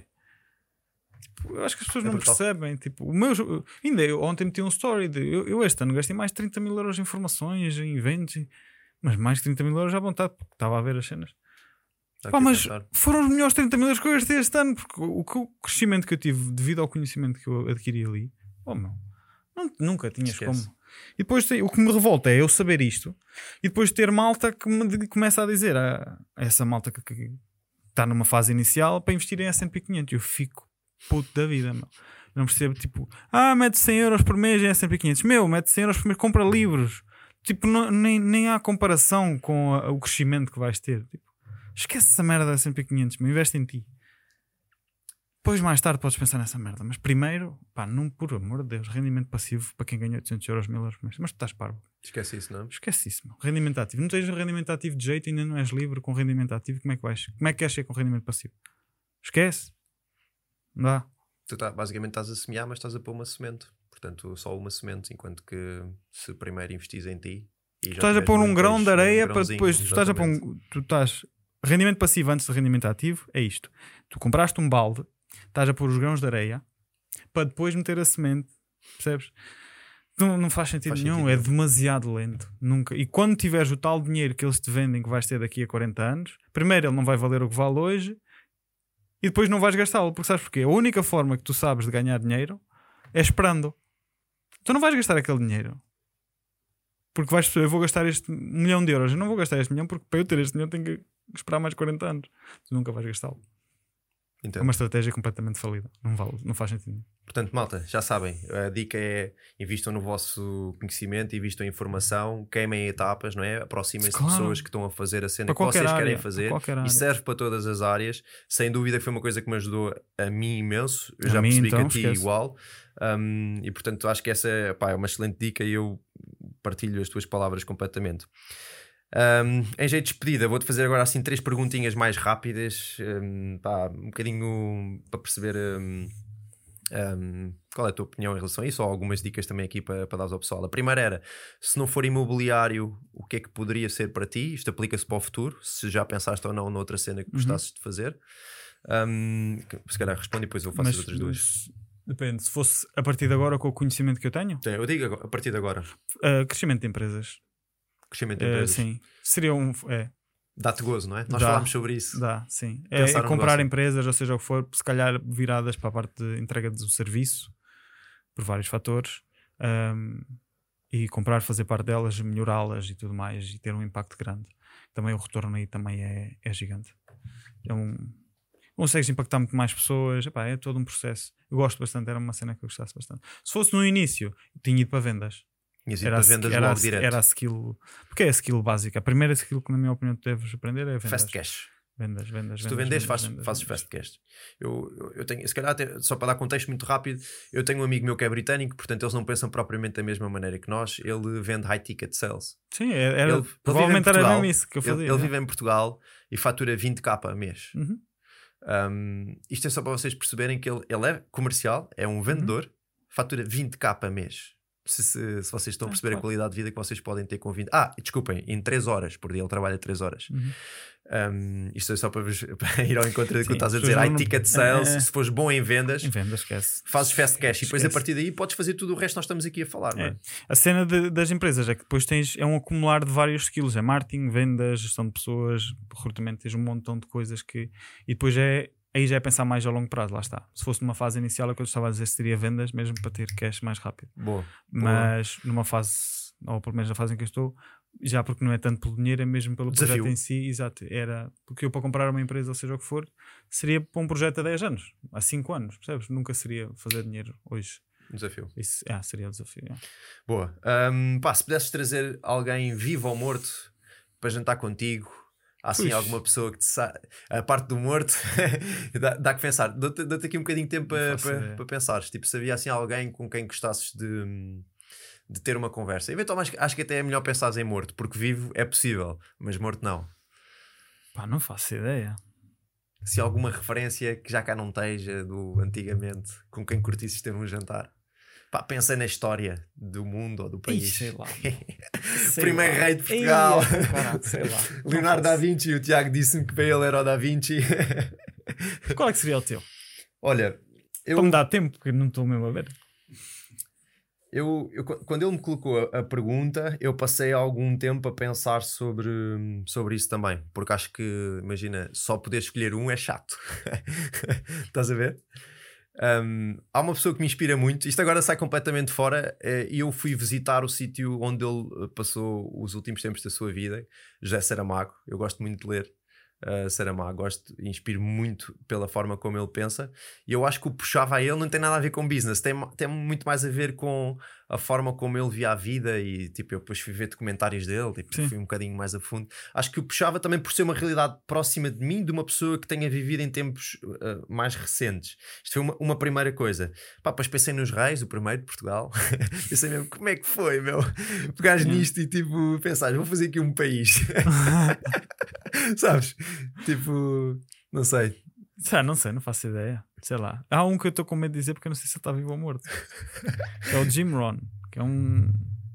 Eu acho que as pessoas é não brutal. percebem. Tipo, o meu, ainda eu, ontem meti um story de, eu, eu este ano gastei mais de trinta mil euros em informações, em eventos, mas mais de trinta mil euros à vontade, porque estava a ver as cenas. Pá, mas foram os melhores trinta mil euros que eu gastei este ano, porque o, o crescimento que eu tive devido ao conhecimento que eu adquiri ali, oh meu, não, nunca tinhas Esquece. como. E depois o que me revolta é eu saber isto e depois ter malta que me começa a dizer a, a essa malta que, que está numa fase inicial para investir em S and P quinhentos. Eu fico puto da vida, meu. Não percebo, tipo, ah, mete cem euros por mês em S and P quinhentos. Meu, mete cem euros por mês, compra livros. Tipo, não, nem, nem há comparação com a, o crescimento que vais ter. Tipo, esquece essa merda da S and P quinhentos, meu, investe em ti. Depois, mais tarde, podes pensar nessa merda. Mas primeiro, pá, não, por amor de Deus, rendimento passivo para quem ganha oitocentos euros, mil euros por mês. Mas tu estás parvo. Esquece isso, não? Esquece isso, meu. Rendimento ativo. Não tens rendimento ativo de jeito, ainda não és livre com rendimento ativo. Como é que vais? Como é que queres ser com rendimento passivo? Esquece. Não dá. Tu tá, basicamente estás a semear, mas estás a pôr uma semente. Portanto, só uma semente, enquanto que se primeiro investis em ti. E tu estás a pôr um grão de areia um para depois. Tu estás a pôr um, tu estás. Rendimento passivo antes de rendimento ativo é isto. Tu compraste um balde, estás a pôr os grãos de areia para depois meter a semente. Percebes? Não, não faz sentido faz nenhum. Sentido, é não. demasiado lento. Nunca. E quando tiveres o tal dinheiro que eles te vendem que vais ter daqui a quarenta anos, primeiro ele não vai valer o que vale hoje. E depois não vais gastá-lo, porque sabes porquê? A única forma que tu sabes de ganhar dinheiro é esperando. Tu não vais gastar aquele dinheiro porque vais perceber, eu vou gastar este milhão de euros. Eu não vou gastar este milhão porque para eu ter este milhão tenho que esperar mais quarenta anos. Tu nunca vais gastá-lo. Entendo. É uma estratégia completamente falida. Não vale, não faz sentido. Portanto, malta, já sabem, a dica é invistam no vosso conhecimento, invistam em informação, queimem etapas, não é? Aproximem-se claro. de pessoas que estão a fazer a cena que vocês área, querem fazer e serve para todas as áreas. Sem dúvida que foi uma coisa que me ajudou a mim imenso. Eu a já mim, percebi então, que a ti esquece. igual. Um, e portanto acho que essa pá, é uma excelente dica e eu partilho as tuas palavras completamente. Um, em jeito de despedida, vou-te fazer agora assim três perguntinhas mais rápidas, um, pá, um bocadinho para perceber um, um, qual é a tua opinião em relação a isso, ou algumas dicas também aqui para, para dar ao pessoal. A primeira era, se não for imobiliário, o que é que poderia ser para ti? Isto aplica-se para o futuro, se já pensaste ou não noutra cena que gostasses uhum. de fazer. Um, se calhar responde e depois eu faço mas, as outras duas. Depende, se fosse a partir de agora com o conhecimento que eu tenho? Sim, eu digo a partir de agora. Uh, crescimento de empresas. Crescimento de empresas. Uh, sim, seria um. É. Dá-te gozo, não é? Nós dá, falámos sobre isso. Dá, sim. É, é comprar negócio. empresas, ou seja o que for, se calhar viradas para a parte de entrega de um serviço, por vários fatores, um, e comprar, fazer parte delas, melhorá-las e tudo mais, e ter um impacto grande. Também o retorno aí também é, é gigante. É um. Consegues impactar muito mais pessoas. Epá, é todo um processo. Eu gosto bastante, era uma cena que eu gostasse bastante. Se fosse no início, tinha ido para vendas. Era, para vendas era, era, direto. era a skill, porque é a skill básica. A primeira skill que, na minha opinião, tu deves aprender é vendas. Fast cash. Vendas, vendas. Se tu vendes, faz, vendas, fazes vendas. fast cash. Eu, eu, eu tenho, se calhar, até, só para dar contexto muito rápido, eu tenho um amigo meu que é britânico, portanto, eles não pensam propriamente da mesma maneira que nós. Ele vende high ticket sales. Sim, era, ele, provavelmente ele era mesmo isso que eu fazia. Ele, ele vive em Portugal e fatura vinte mil a mês. Uhum. Um, isto é só para vocês perceberem que ele, ele é comercial, é um vendedor, uhum. fatura vinte mil a mês. Se, se, se vocês estão a perceber ah, claro. a qualidade de vida que vocês podem ter com vinte. Ah, desculpem, em três horas por dia, ele trabalha três horas. Uhum. Um, isto é só para, vos, para ir ao encontro do que estás a dizer. High ticket sales, é, se fores bom em vendas, em vendas esquece. fazes fast cash esquece. E depois a partir daí podes fazer tudo o resto que nós estamos aqui a falar. É. Não é? A cena de, das empresas é que depois tens é um acumular de vários skills: é marketing, vendas, gestão de pessoas, recrutamento, tens um montão de coisas que. E depois é. Aí já é pensar mais a longo prazo, lá está. Se fosse numa fase inicial, é o que eu estava a dizer, seria vendas mesmo para ter cash mais rápido. Boa. Mas Boa. numa fase, ou pelo menos na fase em que eu estou, já porque não é tanto pelo dinheiro, é mesmo pelo Desafio. projeto em si. Exato. Era porque eu para comprar uma empresa, ou seja o que for, seria para um projeto a dez anos, a cinco anos, percebes? Nunca seria fazer dinheiro hoje. Desafio. Isso é, seria o desafio. É. Boa. Um, pá, se pudesses trazer alguém vivo ou morto para jantar contigo. Há assim Puxa. alguma pessoa que te sabe. A parte do morto dá, dá que pensar. Dou-te, dou-te aqui um bocadinho de tempo para, para, para pensares. Tipo, se havia assim alguém com quem gostasses de, de ter uma conversa. Eventualmente acho que até é melhor pensares em morto, porque vivo é possível, mas morto não. Pá, não faço ideia. se alguma referência que já cá não esteja do antigamente, com quem curtisses ter um jantar. Pá, pensa na história do mundo ou do país. Ih, sei lá. Primeiro lá. rei de Portugal. Ei, caralho, sei lá. Leonardo da Vinci. O Tiago disse-me que para ele era o Da Vinci. Qual é que seria o teu? Olha, eu... Para me dar tempo, porque não estou mesmo a ver. Eu, eu, quando ele me colocou a, a pergunta, eu passei algum tempo a pensar sobre, sobre isso também. Porque acho que, imagina, só poder escolher um é chato. Estás a ver? Um, há uma pessoa que me inspira muito. Isto agora sai completamente fora. E eu fui visitar o sítio onde ele passou os últimos tempos da sua vida, José Saramago. Eu gosto muito de ler Uh, Saramago, gosto, inspiro muito pela forma como ele pensa, e eu acho que o puxava a ele não tem nada a ver com business, tem, tem muito mais a ver com a forma como ele via a vida. E tipo, eu depois fui ver documentários dele, tipo, fui um bocadinho mais a fundo. Acho que o puxava também por ser uma realidade próxima de mim, de uma pessoa que tenha vivido em tempos uh, mais recentes. Isto foi uma, uma primeira coisa. Pá, depois pensei nos reis, o primeiro de Portugal. Pensei mesmo, como é que foi, meu? Pegares nisto e tipo, pensares, vou fazer aqui um país. Sabes? Tipo, não sei. Ah, não sei, não faço ideia. Sei lá. Há um que eu estou com medo de dizer porque eu não sei se ele está vivo ou morto. É o Jim Rohn, que é um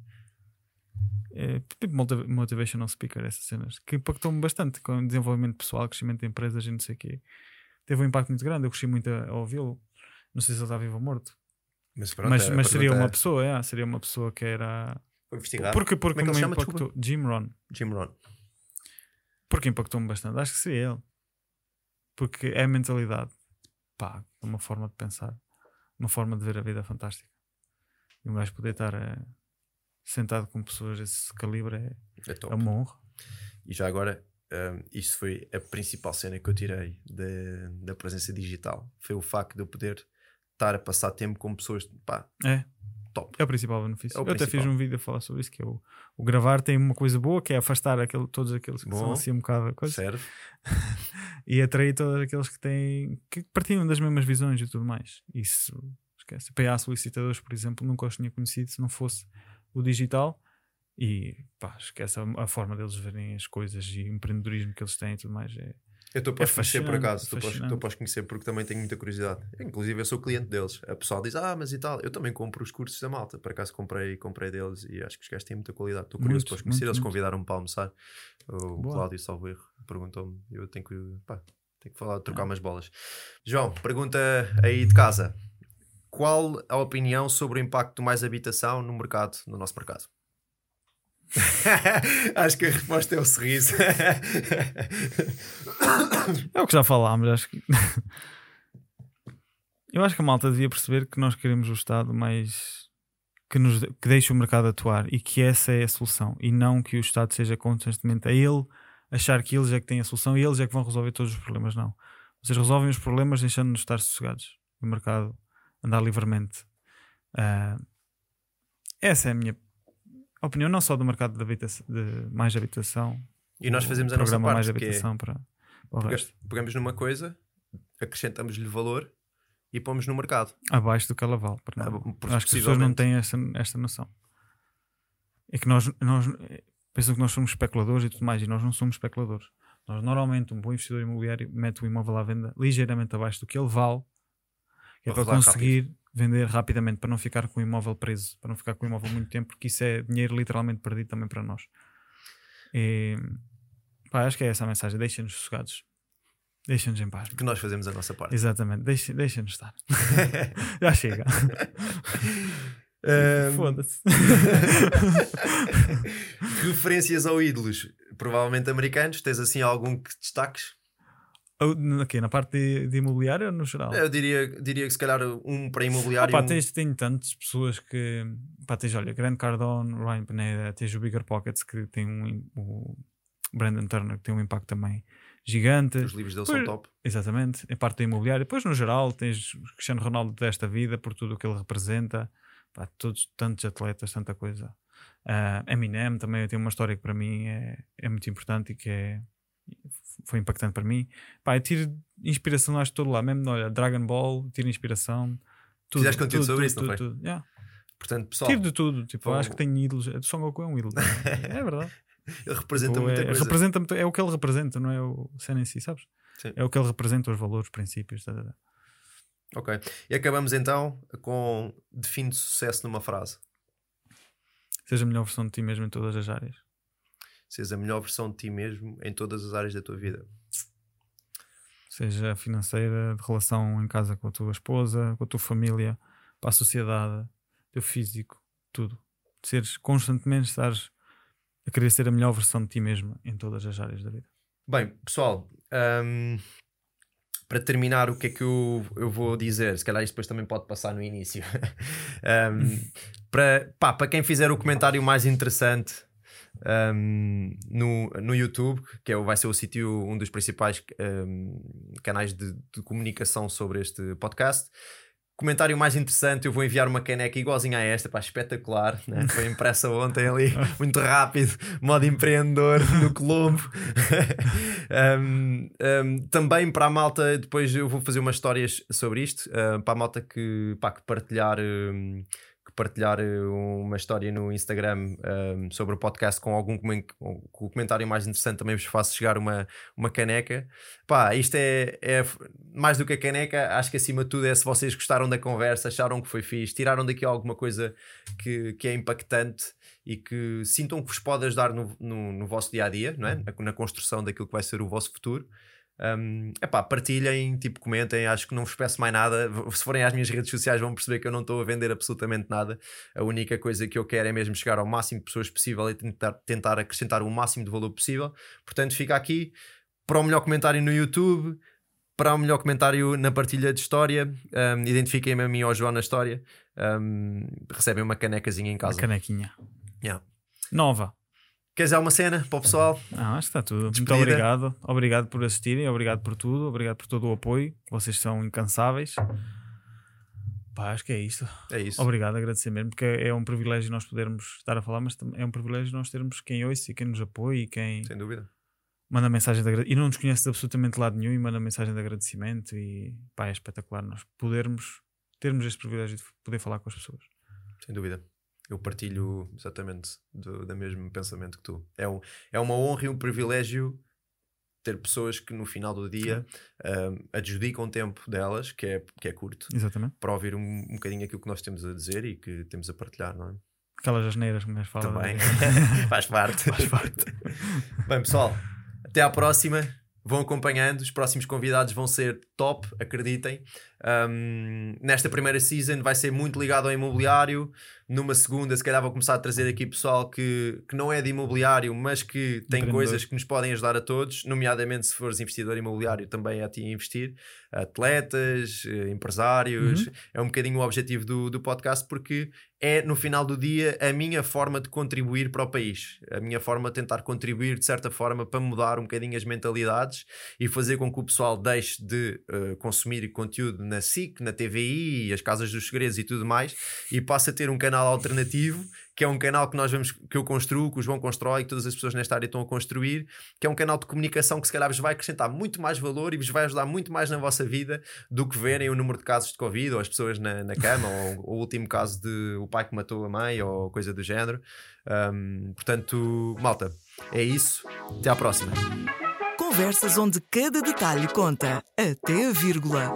é, tipo motivational speaker, essas cenas, que impactou-me bastante com o desenvolvimento pessoal, crescimento de empresas e não sei o quê. Teve um impacto muito grande. Eu gostei muito a, a ouvi-lo. Não sei se ele está vivo ou morto. Mas, pronto, mas, mas seria uma é... pessoa, é, seria uma pessoa que era. Vou investigar. Porque, porque Como é que me ele chama? impactou. Jim Rohn. Jim Rohn. Porque impactou-me bastante. Acho que seria ele. Porque é a mentalidade. Pá, uma forma de pensar. Uma forma de ver a vida fantástica. E um gajo poder estar é, sentado com pessoas desse calibre é, é, top. é uma honra. E já agora, um, isso foi a principal cena que eu tirei de, da presença digital. Foi o facto de eu poder estar a passar tempo com pessoas. Pá, é. Top. É o principal benefício. É o eu principal. até fiz um vídeo a falar sobre isso, que é o, o gravar tem uma coisa boa, que é afastar aquele, todos aqueles que Bom, são assim um bocado coisa. Serve. E atrair todos aqueles que têm, que partilham das mesmas visões e tudo mais. Isso, esquece. P A solicitadores, por exemplo, nunca os tinha conhecido se não fosse o digital. E pá, esquece a, a forma deles verem as coisas e o empreendedorismo que eles têm e tudo mais. É, eu estou para é conhecer por acaso, fascinante. estou para conhecer porque também tenho muita curiosidade. Inclusive eu sou cliente deles. A pessoa diz, ah, mas e tal. Eu também compro os cursos da malta. Por acaso comprei, comprei deles e acho que os gajos têm muita qualidade. Estou curioso para os conhecer. Eles convidaram-me para almoçar. O Boa. Cláudio Salveiro perguntou-me. Eu tenho que, pá, tenho que falar, trocar ah. umas bolas. João, pergunta aí de casa. Qual a opinião sobre o impacto do mais habitação no mercado, no nosso mercado? Acho que a resposta é o sorriso. É o que já falámos. Acho que eu acho que a malta devia perceber que nós queremos o Estado mais que, nos, que deixe o mercado atuar e que essa é a solução, e não que o Estado seja constantemente a ele achar que eles é que têm a solução e eles é que vão resolver todos os problemas. Não, vocês resolvem os problemas deixando-nos estar sossegados, o mercado andar livremente. Uh, essa é a minha opinião, não só do mercado de, habitação, de mais habitação. E nós fazemos a nossa parte, mais habitação é, para, para o resto. Pegamos numa coisa, acrescentamos-lhe valor e pomos no mercado abaixo do que ela vale. Para não. Ah, acho que as pessoas não têm esta, esta noção. É que nós, nós pensam que nós somos especuladores e tudo mais, e nós não somos especuladores. Nós normalmente, um bom investidor imobiliário mete o imóvel à venda ligeiramente abaixo do que ele vale, que é para, para conseguir rápido. Vender rapidamente, para não ficar com o imóvel preso, para não ficar com o imóvel muito tempo, porque isso é dinheiro literalmente perdido também para nós. E, pá, acho que é essa a mensagem. Deixem-nos sossegados, deixem-nos em paz. Que nós fazemos a nossa parte. Exatamente, deixem, deixem-nos estar. Já chega. um... Foda-se. Referências ou ídolos, provavelmente americanos. Tens assim algum que destaques? Aqui, na parte de, de imobiliário ou no geral? Eu diria, diria que se calhar um para imobiliário. Ah, pá, um... tens, tem tantas pessoas que. Pá, tens, olha, Grant Cardone, Ryan Pineda, tens o Bigger Pockets, que tem um. O Brandon Turner, que tem um impacto também gigante. Os livros dele depois, são top. Exatamente. Em parte da imobiliária. Depois, no geral, tens o Cristiano Ronaldo desta vida, por tudo o que ele representa. Pá, todos, tantos atletas, tanta coisa. Uh, Eminem também tem uma história que para mim é, é muito importante e que é. Foi impactante para mim. Pá, eu tiro inspiração, acho, de todo lá. Mesmo, olha, Dragon Ball, tiro inspiração. Tudo, fizeste conteúdo tudo, sobre tudo, isso, tudo, não foi? tudo. Yeah. Portanto, pessoal, tiro de tudo. Tipo, Bom... acho que tenho ídolos. O Son Goku é um ídolo. É verdade. Ele representa tipo, muita é, coisa. Representa, é o que ele representa, não é o cena em si, sabes? Sim. É o que ele representa, os valores, os princípios. Tá, tá, tá. Ok. E acabamos então com define sucesso numa frase. Seja a melhor versão de ti mesmo em todas as áreas. Seja a melhor versão de ti mesmo em todas as áreas da tua vida. Seja financeira, de relação em casa com a tua esposa, com a tua família, para a sociedade, teu físico, tudo. Seres constantemente, estares a querer ser a melhor versão de ti mesmo em todas as áreas da vida. Bem, pessoal, um, para terminar, o que é que eu, eu vou dizer? Se calhar isto depois também pode passar no início. um, para, pá, para quem fizer o comentário mais interessante um, no, no YouTube, que é, vai ser o sítio, um dos principais um, canais de, de comunicação sobre este podcast. Comentário mais interessante, eu vou enviar uma caneca igualzinha a esta, pá, espetacular, né? Foi impressa ontem ali, muito rápido, modo empreendedor no Colombo. um, um, também para a malta, depois eu vou fazer umas histórias sobre isto, uh, para a malta que, pá, que partilhar um, que partilhar uma história no Instagram um, sobre o podcast com algum com o comentário mais interessante, também vos faço chegar uma, uma caneca. Pá, isto é, é mais do que a caneca, acho que acima de tudo é se vocês gostaram da conversa, acharam que foi fixe, tiraram daqui alguma coisa que, que é impactante e que sintam que vos pode ajudar no, no, no vosso dia-a-dia, não é? na, na construção daquilo que vai ser o vosso futuro. Um, epá, partilhem, tipo, comentem. Acho que não vos peço mais nada. Se forem às minhas redes sociais vão perceber que eu não estou a vender absolutamente nada. A única coisa que eu quero é mesmo chegar ao máximo de pessoas possível e tentar, tentar acrescentar o máximo de valor possível. Portanto, fica aqui para o melhor comentário no YouTube, para o melhor comentário na partilha de história. um, Identifiquem-me a mim ou ao João na história. um, Recebem uma canecazinha em casa. Uma canequinha yeah. Nova. Queres dar uma cena para o pessoal? Ah, acho que está tudo. Despedida. Muito obrigado. Obrigado por assistirem, obrigado por tudo, obrigado por todo o apoio. Vocês são incansáveis. Pá, acho que é isto. É isso. Obrigado, agradecer mesmo, porque é um privilégio nós podermos estar a falar, mas é um privilégio nós termos quem ouça e quem nos apoia e quem Sem dúvida. manda mensagem de agradecimento. E não nos conhece de absolutamente lado nenhum e manda mensagem de agradecimento. E pá, é espetacular nós podermos termos este privilégio de poder falar com as pessoas. Sem dúvida. Eu partilho exatamente do, do mesmo pensamento que tu. É, um, é uma honra e um privilégio ter pessoas que no final do dia um, adjudicam o tempo delas, que é, que é curto, Exatamente. para ouvir um, um bocadinho aquilo que nós temos a dizer e que temos a partilhar, não é? Aquelas asneiras que me falam. Também. Faz parte. Faz parte. Bem, pessoal, até à próxima. Vão acompanhando, os próximos convidados vão ser top, acreditem. Um, nesta primeira season vai ser muito ligado ao imobiliário. Numa segunda, se calhar vou começar a trazer aqui pessoal que, que não é de imobiliário, mas que tem coisas que nos podem ajudar a todos, nomeadamente se fores investidor imobiliário, também é a ti investir. Atletas, empresários, uhum. É um bocadinho o objetivo do, do podcast, porque é no final do dia a minha forma de contribuir para o país, a minha forma de tentar contribuir de certa forma para mudar um bocadinho as mentalidades e fazer com que o pessoal deixe de uh, consumir conteúdo na S I C, na T V I, as Casas dos Segredos e tudo mais, e passe a ter um canal alternativo, que é um canal que nós vamos, que eu construo, que o João constrói, que todas as pessoas nesta área estão a construir, que é um canal de comunicação que se calhar vos vai acrescentar muito mais valor e vos vai ajudar muito mais na vossa vida do que verem o número de casos de Covid ou as pessoas na, na cama ou o último caso de o pai que matou a mãe ou coisa do género. Um, portanto, malta, é isso. Até à próxima. Conversas onde cada detalhe conta, até a vírgula.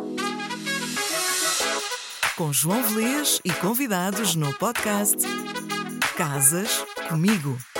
Com João Velez e convidados no podcast Casas Comigo.